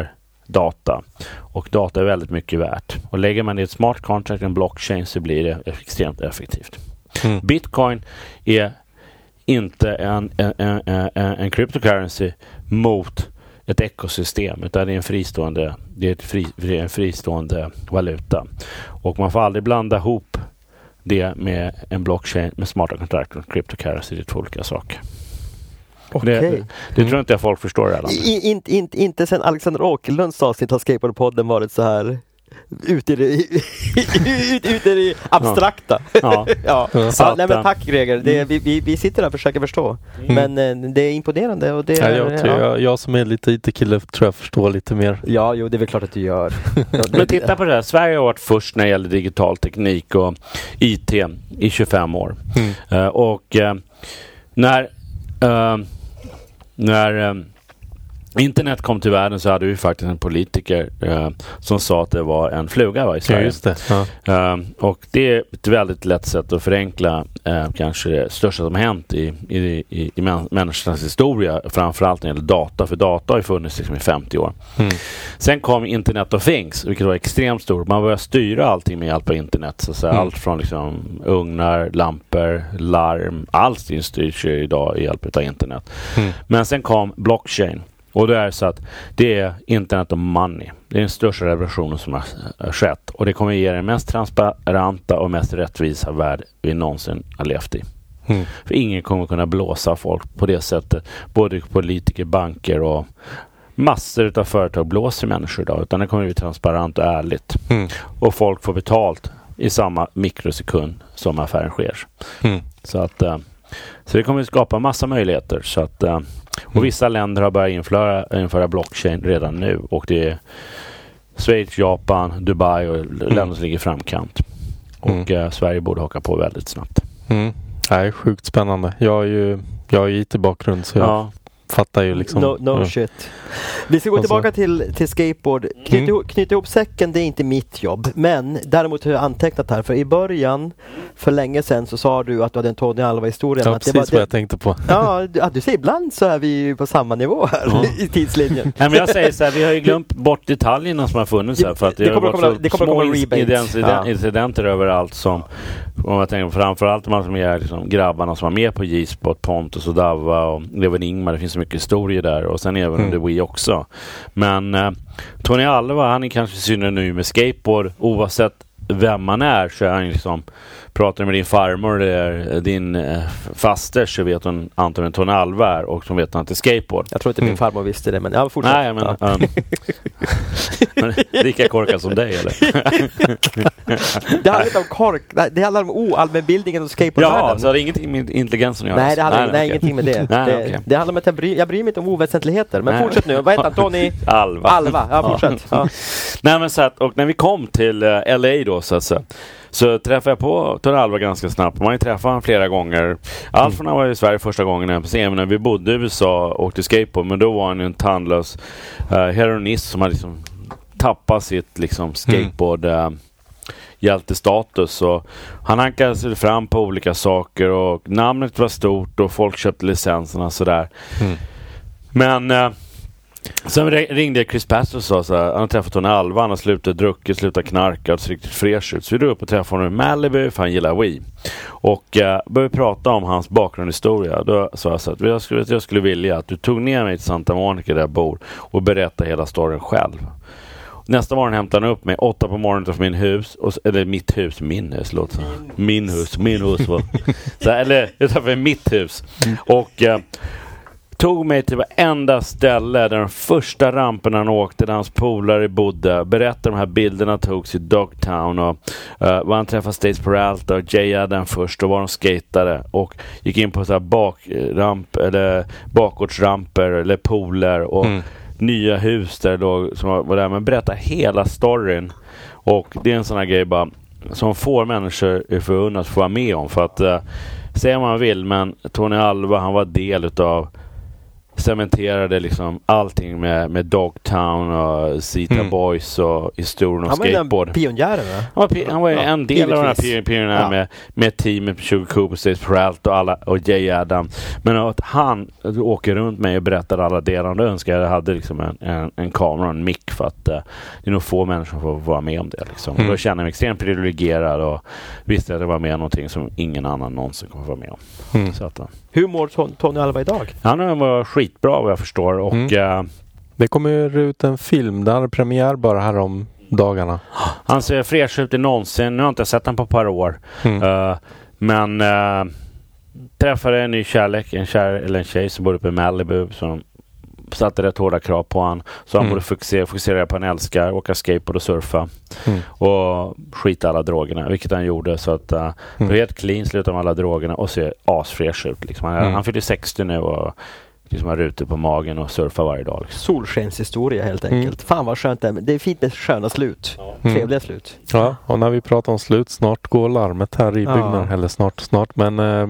data. Och data är väldigt mycket värt. Och lägger man i ett smart contract, en blockchain, så blir det extremt effektivt. Mm. Bitcoin är inte en, en, en, en, en cryptocurrency mot ett ekosystem, utan det är en fristående, det är ett fri, det är en fristående valuta. Och man får aldrig blanda ihop det med en blockchain med smarta kontrakt och cryptocurrency. Det är två olika saker. Okay. Det, det, det tror inte jag folk förstår redan. I, in, in, inte sen Alexander Åkerlunds avsnitt har Skateboardpodden varit så här ut i det, ut, ut i det abstrakta. Ja. ja. ja. ja nej, men tack Greger. Det, vi, vi, vi sitter där och försöker förstå. Mm. Men eh, det är imponerande. Och det är, ja, jag, tror, ja. jag, jag som är lite I T-kille tror jag förstår lite mer. Ja, jo, det är väl klart att du gör. Men titta på det här. Sverige har varit först när det gäller digital teknik och I T i tjugofem år. Mm. Uh, och uh, när uh, när uh, internet kom till världen så hade vi faktiskt en politiker uh, som sa att det var en fluga va, i Sverige. Ja, just det. Ja. Uh, och det är ett väldigt lätt sätt att förenkla uh, kanske det största som hänt i, i, i, i män, människans historia, framförallt när det gäller data, för data har ju funnits liksom i femtio år. Mm. Sen kom Internet of Things, vilket var extremt stort. Man började styra allting med hjälp av internet. Så att säga. Mm. Allt från liksom ugnar, lampor, larm, allt styrs ju idag i hjälp av internet. Mm. Men sen kom blockchain. Och det är så att det är internet of money. Det är den största revolutionen som har skett. Och det kommer ge den mest transparenta och mest rättvisa värld vi någonsin har levt i. Mm. För ingen kommer kunna blåsa folk på det sättet. Både politiker, banker och massor av företag blåser människor idag. Utan det kommer bli transparent och ärligt. Mm. Och folk får betalt i samma mikrosekund som affären sker. Mm. Så att så det kommer att skapa massa möjligheter. Så att och vissa länder har börjat införa, införa blockchain redan nu. Och det är Schweiz, Japan, Dubai och mm. länder som ligger i framkant. Och mm. eh, Sverige borde haka på väldigt snabbt. Mm. Det är sjukt spännande. Jag är ju jag har ju I T-bakgrund så jag ja. fattar ju liksom. No, no ja. shit. Vi ska gå tillbaka till, till skateboard. Knyta, mm. knyta ihop säcken, det är inte mitt jobb. Men däremot har jag antecknat här. För i början, för länge sedan, så sa du att du hade en Tony Alva-historia. Ja, precis det var, vad jag tänkte på. Ja, du, du säger ibland så är vi på samma nivå här ja. i tidslinjen. Nej, men jag säger så här, vi har ju glömt bort detaljerna som har funnits här. För att det, det kommer komma, det kommer små komma rebates. Ja. incidenter överallt som, om jag tänker framförallt de som är liksom grabbarna som var med på J-spot, Pontus och Dava och Levin Ingmar. Det finns så mycket historier där och sen även mm. under Wii också. Men eh, Tony Alva, han är kanske synonym med skateboard. Oavsett vem man är så är han liksom, pratar med din farmor eller din eh, faster så vet hon antagligen Tony Alva är och så vet han att det är skateboard. Jag tror inte min farmor visste det, men jag fortsätter. Nej, men, ja. um, men lika korkad som dig eller? Det handlar inte om kork, det handlar om oallmänbildningen och skateboardvärlden. Ja, så det är ingenting med intelligensen att göra. Nej, det handlar nej, nej, nej, ingenting med det. nej, det, okay. det handlar om att jag bryr, jag bryr mig inte om oväsentligheter. Men nej. fortsätt nu, vad heter han? Tony? Alva. Alva, ja fortsätt. Ja. Nej, men så att, och när vi kom till uh, L A då så att säga, så träffade jag på Tony Alva ganska snabbt. Man har ju träffat honom flera gånger. Allt från han var i Sverige första gången. Sen när vi bodde i U S A och åkte skateboard. Men då var han en tandlös uh, heroinist som hade liksom tappat sitt liksom, skateboard uh, hjältestatus. Och han hankade sig fram på olika saker. Och namnet var stort och folk köpte licenserna och sådär. Mm. Men... Uh, sen ringde Chris Pastor och sa så här, han har träffat Tony Alva, han har slutat druckit, slutat knarka och ser riktigt fresh ut. Så vi drog upp och träffade honom i Malibu för han gillar Wii. Och uh, började prata om hans bakgrundshistoria. Då sa jag så att jag skulle, jag skulle vilja att du tog ner mig till Santa Monica där jag bor och berättade hela storyn själv. Nästa morgon hämtade han upp mig åtta på morgonen utanför min hus, och, eller mitt hus, min hus, låt så. Min hus, min hus var. Så, eller utanför mitt hus. Och... Uh, tog mig till varenda ställe där de första ramperna han åkte, där hans polare bodde. Berättade de här bilderna togs i Dogtown och uh, var han träffade Stace Peralta och Jay Adam först och var de skatade och gick in på så här bakramp eller bakåtsramper eller pooler och mm. nya hus där då som var där, men berätta hela storyn. Och det är en sån här grej bara som får människor är förunnat att få vara med om, för att uh, säga vad man vill, men Tony Alva, han var del utav cementerade liksom allting med, med Dogtown och Zeta mm. Boys och historien om skateboard. Han var pionjären, va? Han var, han var ja, en del givetvis. Av den här pionjären ja. med, med teamet med Sugar Cooper, Stace Peralt och, alla, och Jay Adam. Men att han åker runt mig och berättar alla delar. Då önskar jag att jag hade liksom en, en, en kamera och en mick för att uh, det är nog få människor som får vara med om det. Liksom. Mm. Och då känner jag mig extremt privilegierad och visste att det var med om någonting som ingen annan någonsin kommer vara med om. Mm. Så att, uh. Hur mår Tony, Tony Alva idag? Han var skitbra vad jag förstår. Och, mm. uh, det kommer ut en film där premiär bara här om dagarna. Han ser fräsch ut i någonsin. Nu har jag inte sett han på ett par år. Mm. Uh, men uh, träffade en ny kärlek, en kär eller en tjej som bor uppe i Malibu som satte rätt hårda krav på han. Så han mm. borde fokusera, fokusera på en älskar, åka skateboard och surfa. Mm. Och skita alla drogerna, vilket han gjorde. Så att uh, mm. det var helt clean, sluta med alla drogerna och ser asfräsch ut. Liksom. Han, mm. han fyller sextio nu och liksom har rutor på magen och surfar varje dag. Liksom. Solskenshistoria helt enkelt. Mm. Fan vad skönt det är. Det är fint med sköna slut. Mm. Trevliga slut. Ja, och när vi pratar om slut, snart går larmet här i byggnaden. Ja. Eller snart, snart. Men... Uh,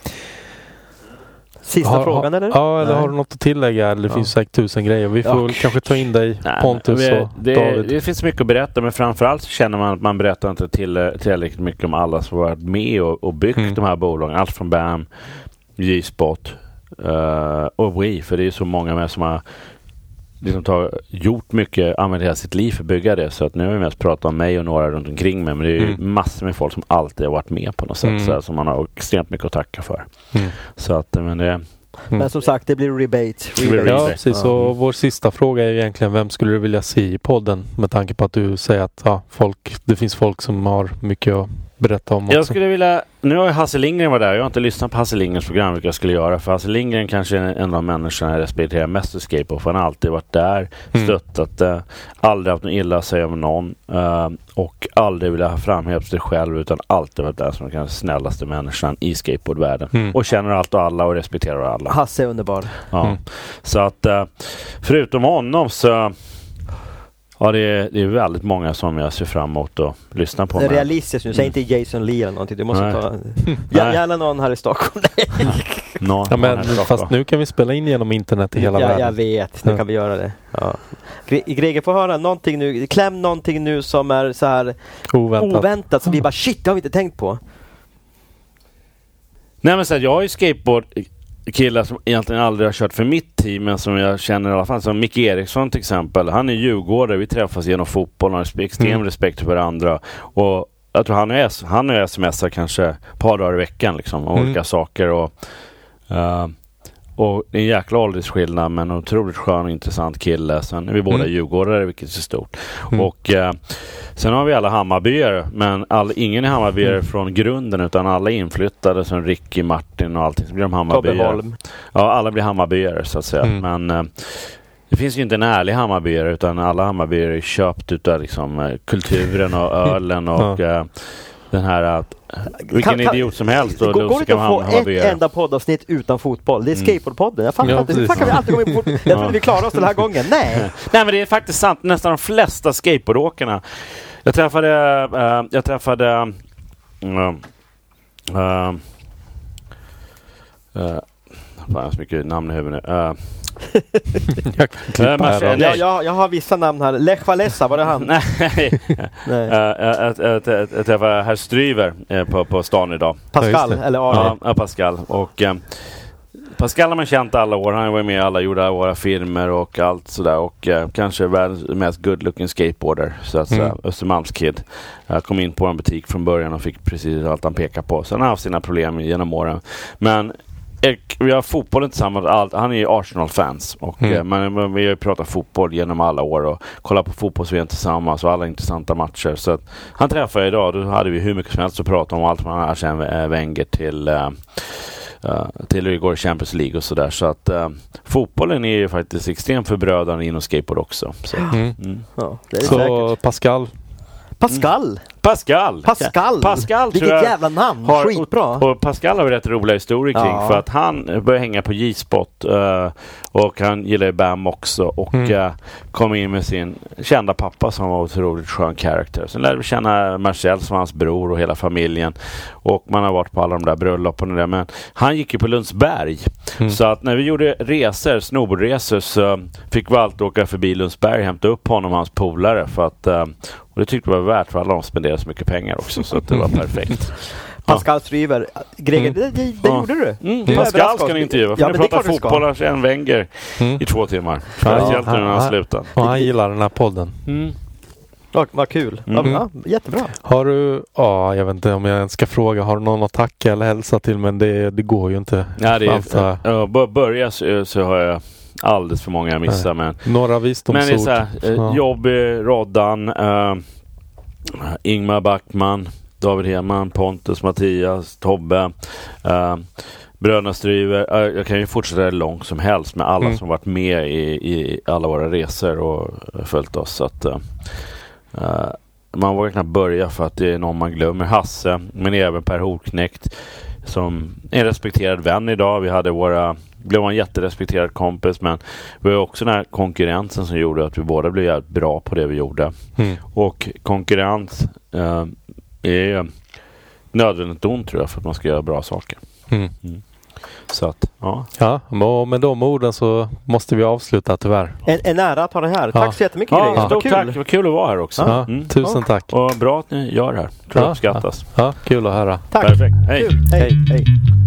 Sista har, frågan ha, eller? Ja, eller Nej. Har du något att tillägga? Eller det ja. finns säkert tusen grejer. Vi får ja. kanske ta in dig, Nej, Pontus vi, och det, David. Det finns mycket att berätta, men framförallt så känner man att man berättar inte till, tillräckligt mycket om alla som har varit med och, och byggt mm. de här bolagen. Allt från B A M, G-Spot uh, och Wii, för det är så många med som har liksom tar, gjort mycket, använt hela sitt liv för att bygga det. Så att nu har vi mest pratat om mig och några runt omkring mig, men det är ju mm. massor med folk som alltid har varit med på något sätt, mm. så här, som man har extremt mycket att tacka för. Mm. Så att, men det Mm. Men som sagt, det blir rebate. rebate. Ja, precis. Så mm. vår sista fråga är egentligen, vem skulle du vilja se i podden? Med tanke på att du säger att ja, folk, det finns folk som har mycket att berätta om också. Jag skulle vilja, nu har Hasse Lindgren var där. Jag har inte lyssnat på Hasse Lindgrens program, vilket jag skulle göra. För Hasse Lindgren kanske är en av de människorna jag respekterar mest i skateboard. För han har alltid varit där, stöttat det. Mm. Aldrig haft något illa att säga om någon. Uh, och aldrig vilja ha framhävt sig själv, utan alltid varit där som den snällaste människan i skateboardvärlden. Mm. Och känner allt och alla och respekterar alla. Hasse är underbar. Ja. Mm. Så att uh, förutom honom så ja, det är, det är väldigt många som jag ser fram emot att lyssna på. Det är realistiskt nu, säg inte Jason Lee eller någonting. Du måste Nej. ta... Ja, gärna någon här i Stockholm. någon, ja, men fast nu kan vi spela in genom internet i hela ja, världen. Jag vet, nu ja. kan vi göra det. Ja. Greger, får höra någonting nu. Kläm någonting nu som är så här oväntat, oväntat så vi bara, shit, det har vi inte tänkt på. Nej, men så här, jag har ju skateboard killar som egentligen aldrig har kört för mitt team, men som jag känner i alla fall, som Micke Eriksson till exempel. Han är djurgårdare, vi träffas genom fotboll och har extrem mm. respekt för varandra, och jag tror han är han är smsar kanske ett par dagar i veckan liksom, om mm. olika saker, och uh, och det är en jäkla åldersskillnad, men en otroligt skön och intressant kille. Sen är vi båda mm. djurgårdare, vilket är så stort. Mm. Och uh, sen har vi alla Hammarbyare, men all, ingen är Hammarbyare mm. från grunden, utan alla är inflyttade som Ricky, Martin och allting, så blir de Hammarbyare. Ja, alla blir Hammarbyare så att säga. Mm. Men uh, det finns ju inte en ärlig Hammarbyare, utan alla Hammarbyare är köpt utav liksom, uh, kulturen och ölen och uh, den här att vilken kan, idiot som helst och går inte att få ett begär. enda poddavsnitt utan fotboll. Det är skateboardpodden. Jag fattar ja, inte. Hur kan vi alltid gå in på fotboll? Jag trodde vi klarade oss den här gången. Nej. Nej, men det är faktiskt sant. Nästan de flesta skateboardåkarna. Jag träffade uh, jag träffade uh, uh, uh, fan, så mycket namn i huvudet nu. Uh, jag, kan uh, jag, jag, jag har vissa namn här. Lech Walesa, var det han? Nej. Nej. Uh, jag, jag, jag, jag träffade herr Stryver uh, på, på stan idag. Pascal, eller Arne? Ja, uh, Pascal. Och uh, Pascal har man känt alla år. Han var med i alla, gjorde våra filmer och allt sådär. Och uh, kanske världens mest good-looking skateboarder. Så att säga, mm. Östermalmskid. Jag kom in på en butik från början och fick precis allt han pekade på. Sen har han haft sina problem genom åren. Men vi har fotbollen tillsammans. Allt. Han är ju Arsenal-fans. Och, mm. men, vi har ju pratat fotboll genom alla år och kollat på fotbolls-V M tillsammans och alla intressanta matcher. Så att, han träffade idag. Då hade vi hur mycket som helst att prata om allt från här sen äh, Wenger till uh, uh, till hur det går i Champions League och sådär. Så att uh, fotbollen är ju faktiskt extremt förbrödande inom skateboard också. Så, mm. Mm. Ja, det är så säkert. Pascal, Pascal. Mm. Pascal. Pascal. Pascal Vilket jävla namn. Har, skitbra. Och, och Pascal har rätt roliga historier kring. Ja. För att han började hänga på G-spot. Uh, och han gillar ju B A M också. Och mm. uh, kom in med sin kända pappa som var otroligt skön karaktär. Sen lärde vi känna Marcel som hans bror och hela familjen. Och man har varit på alla de där bröllopen och det. Men han gick ju på Lundsberg. Mm. Så att när vi gjorde resor, snowboardresor, så fick vi alltid åka förbi Lundsberg och hämta upp honom och hans polare. För att, uh, och det tyckte vi var värt för alla de spenderade så mycket pengar också. Så att det var perfekt. Pascal Stryver, Greger, mm. det, det, det ja. gjorde du. Mm. Du Pascal ska ni intervjua. För ja, ni pratar fotboll och en Wenger mm. i två timmar. Speciellt när han slutar. Och han gillar den här podden. Mm. Vad va kul. Mm. Ja, jättebra. Har du, ja, jag vet inte om jag ens ska fråga, har du någon att tacka eller hälsa till, men det, det går ju inte. Ja, det är, ja, börja så, så har jag alldeles för många jag missar. Men, några visdomsord. Men det är så här, ja. Jobby, Roddan, uh, Ingmar Backman, David Heman, Pontus, Mattias, Tobbe, uh, Bröderna Stryver. Uh, jag kan ju fortsätta långt som helst med alla mm. som varit med i, i alla våra resor och följt oss. Så att, uh, uh, man vågar knappt börja för att det är någon man glömmer. Hasse, men även Per Horknäckt som är en respekterad vän idag. Vi hade våra, blev en jätterespekterad kompis, men vi har också den här konkurrensen som gjorde att vi båda blev jävligt bra på det vi gjorde. Mm. Och konkurrens uh, är nödvändigt ont, tror jag, för att man ska göra bra saker. Mm. Mm. Så att, ja. Ja, och med de orden så måste vi avsluta tyvärr. En, en ära att ha det här. Tack ja. så jättemycket. Ja, ja. Stort kul. Tack, det var kul att vara här också. Ja. Mm. Tusen ja. tack. Och bra att ni gör det här. Tror jag ja. uppskattas. Ja. ja, kul att höra. Tack. Perfekt. Hej. Hej. Hej.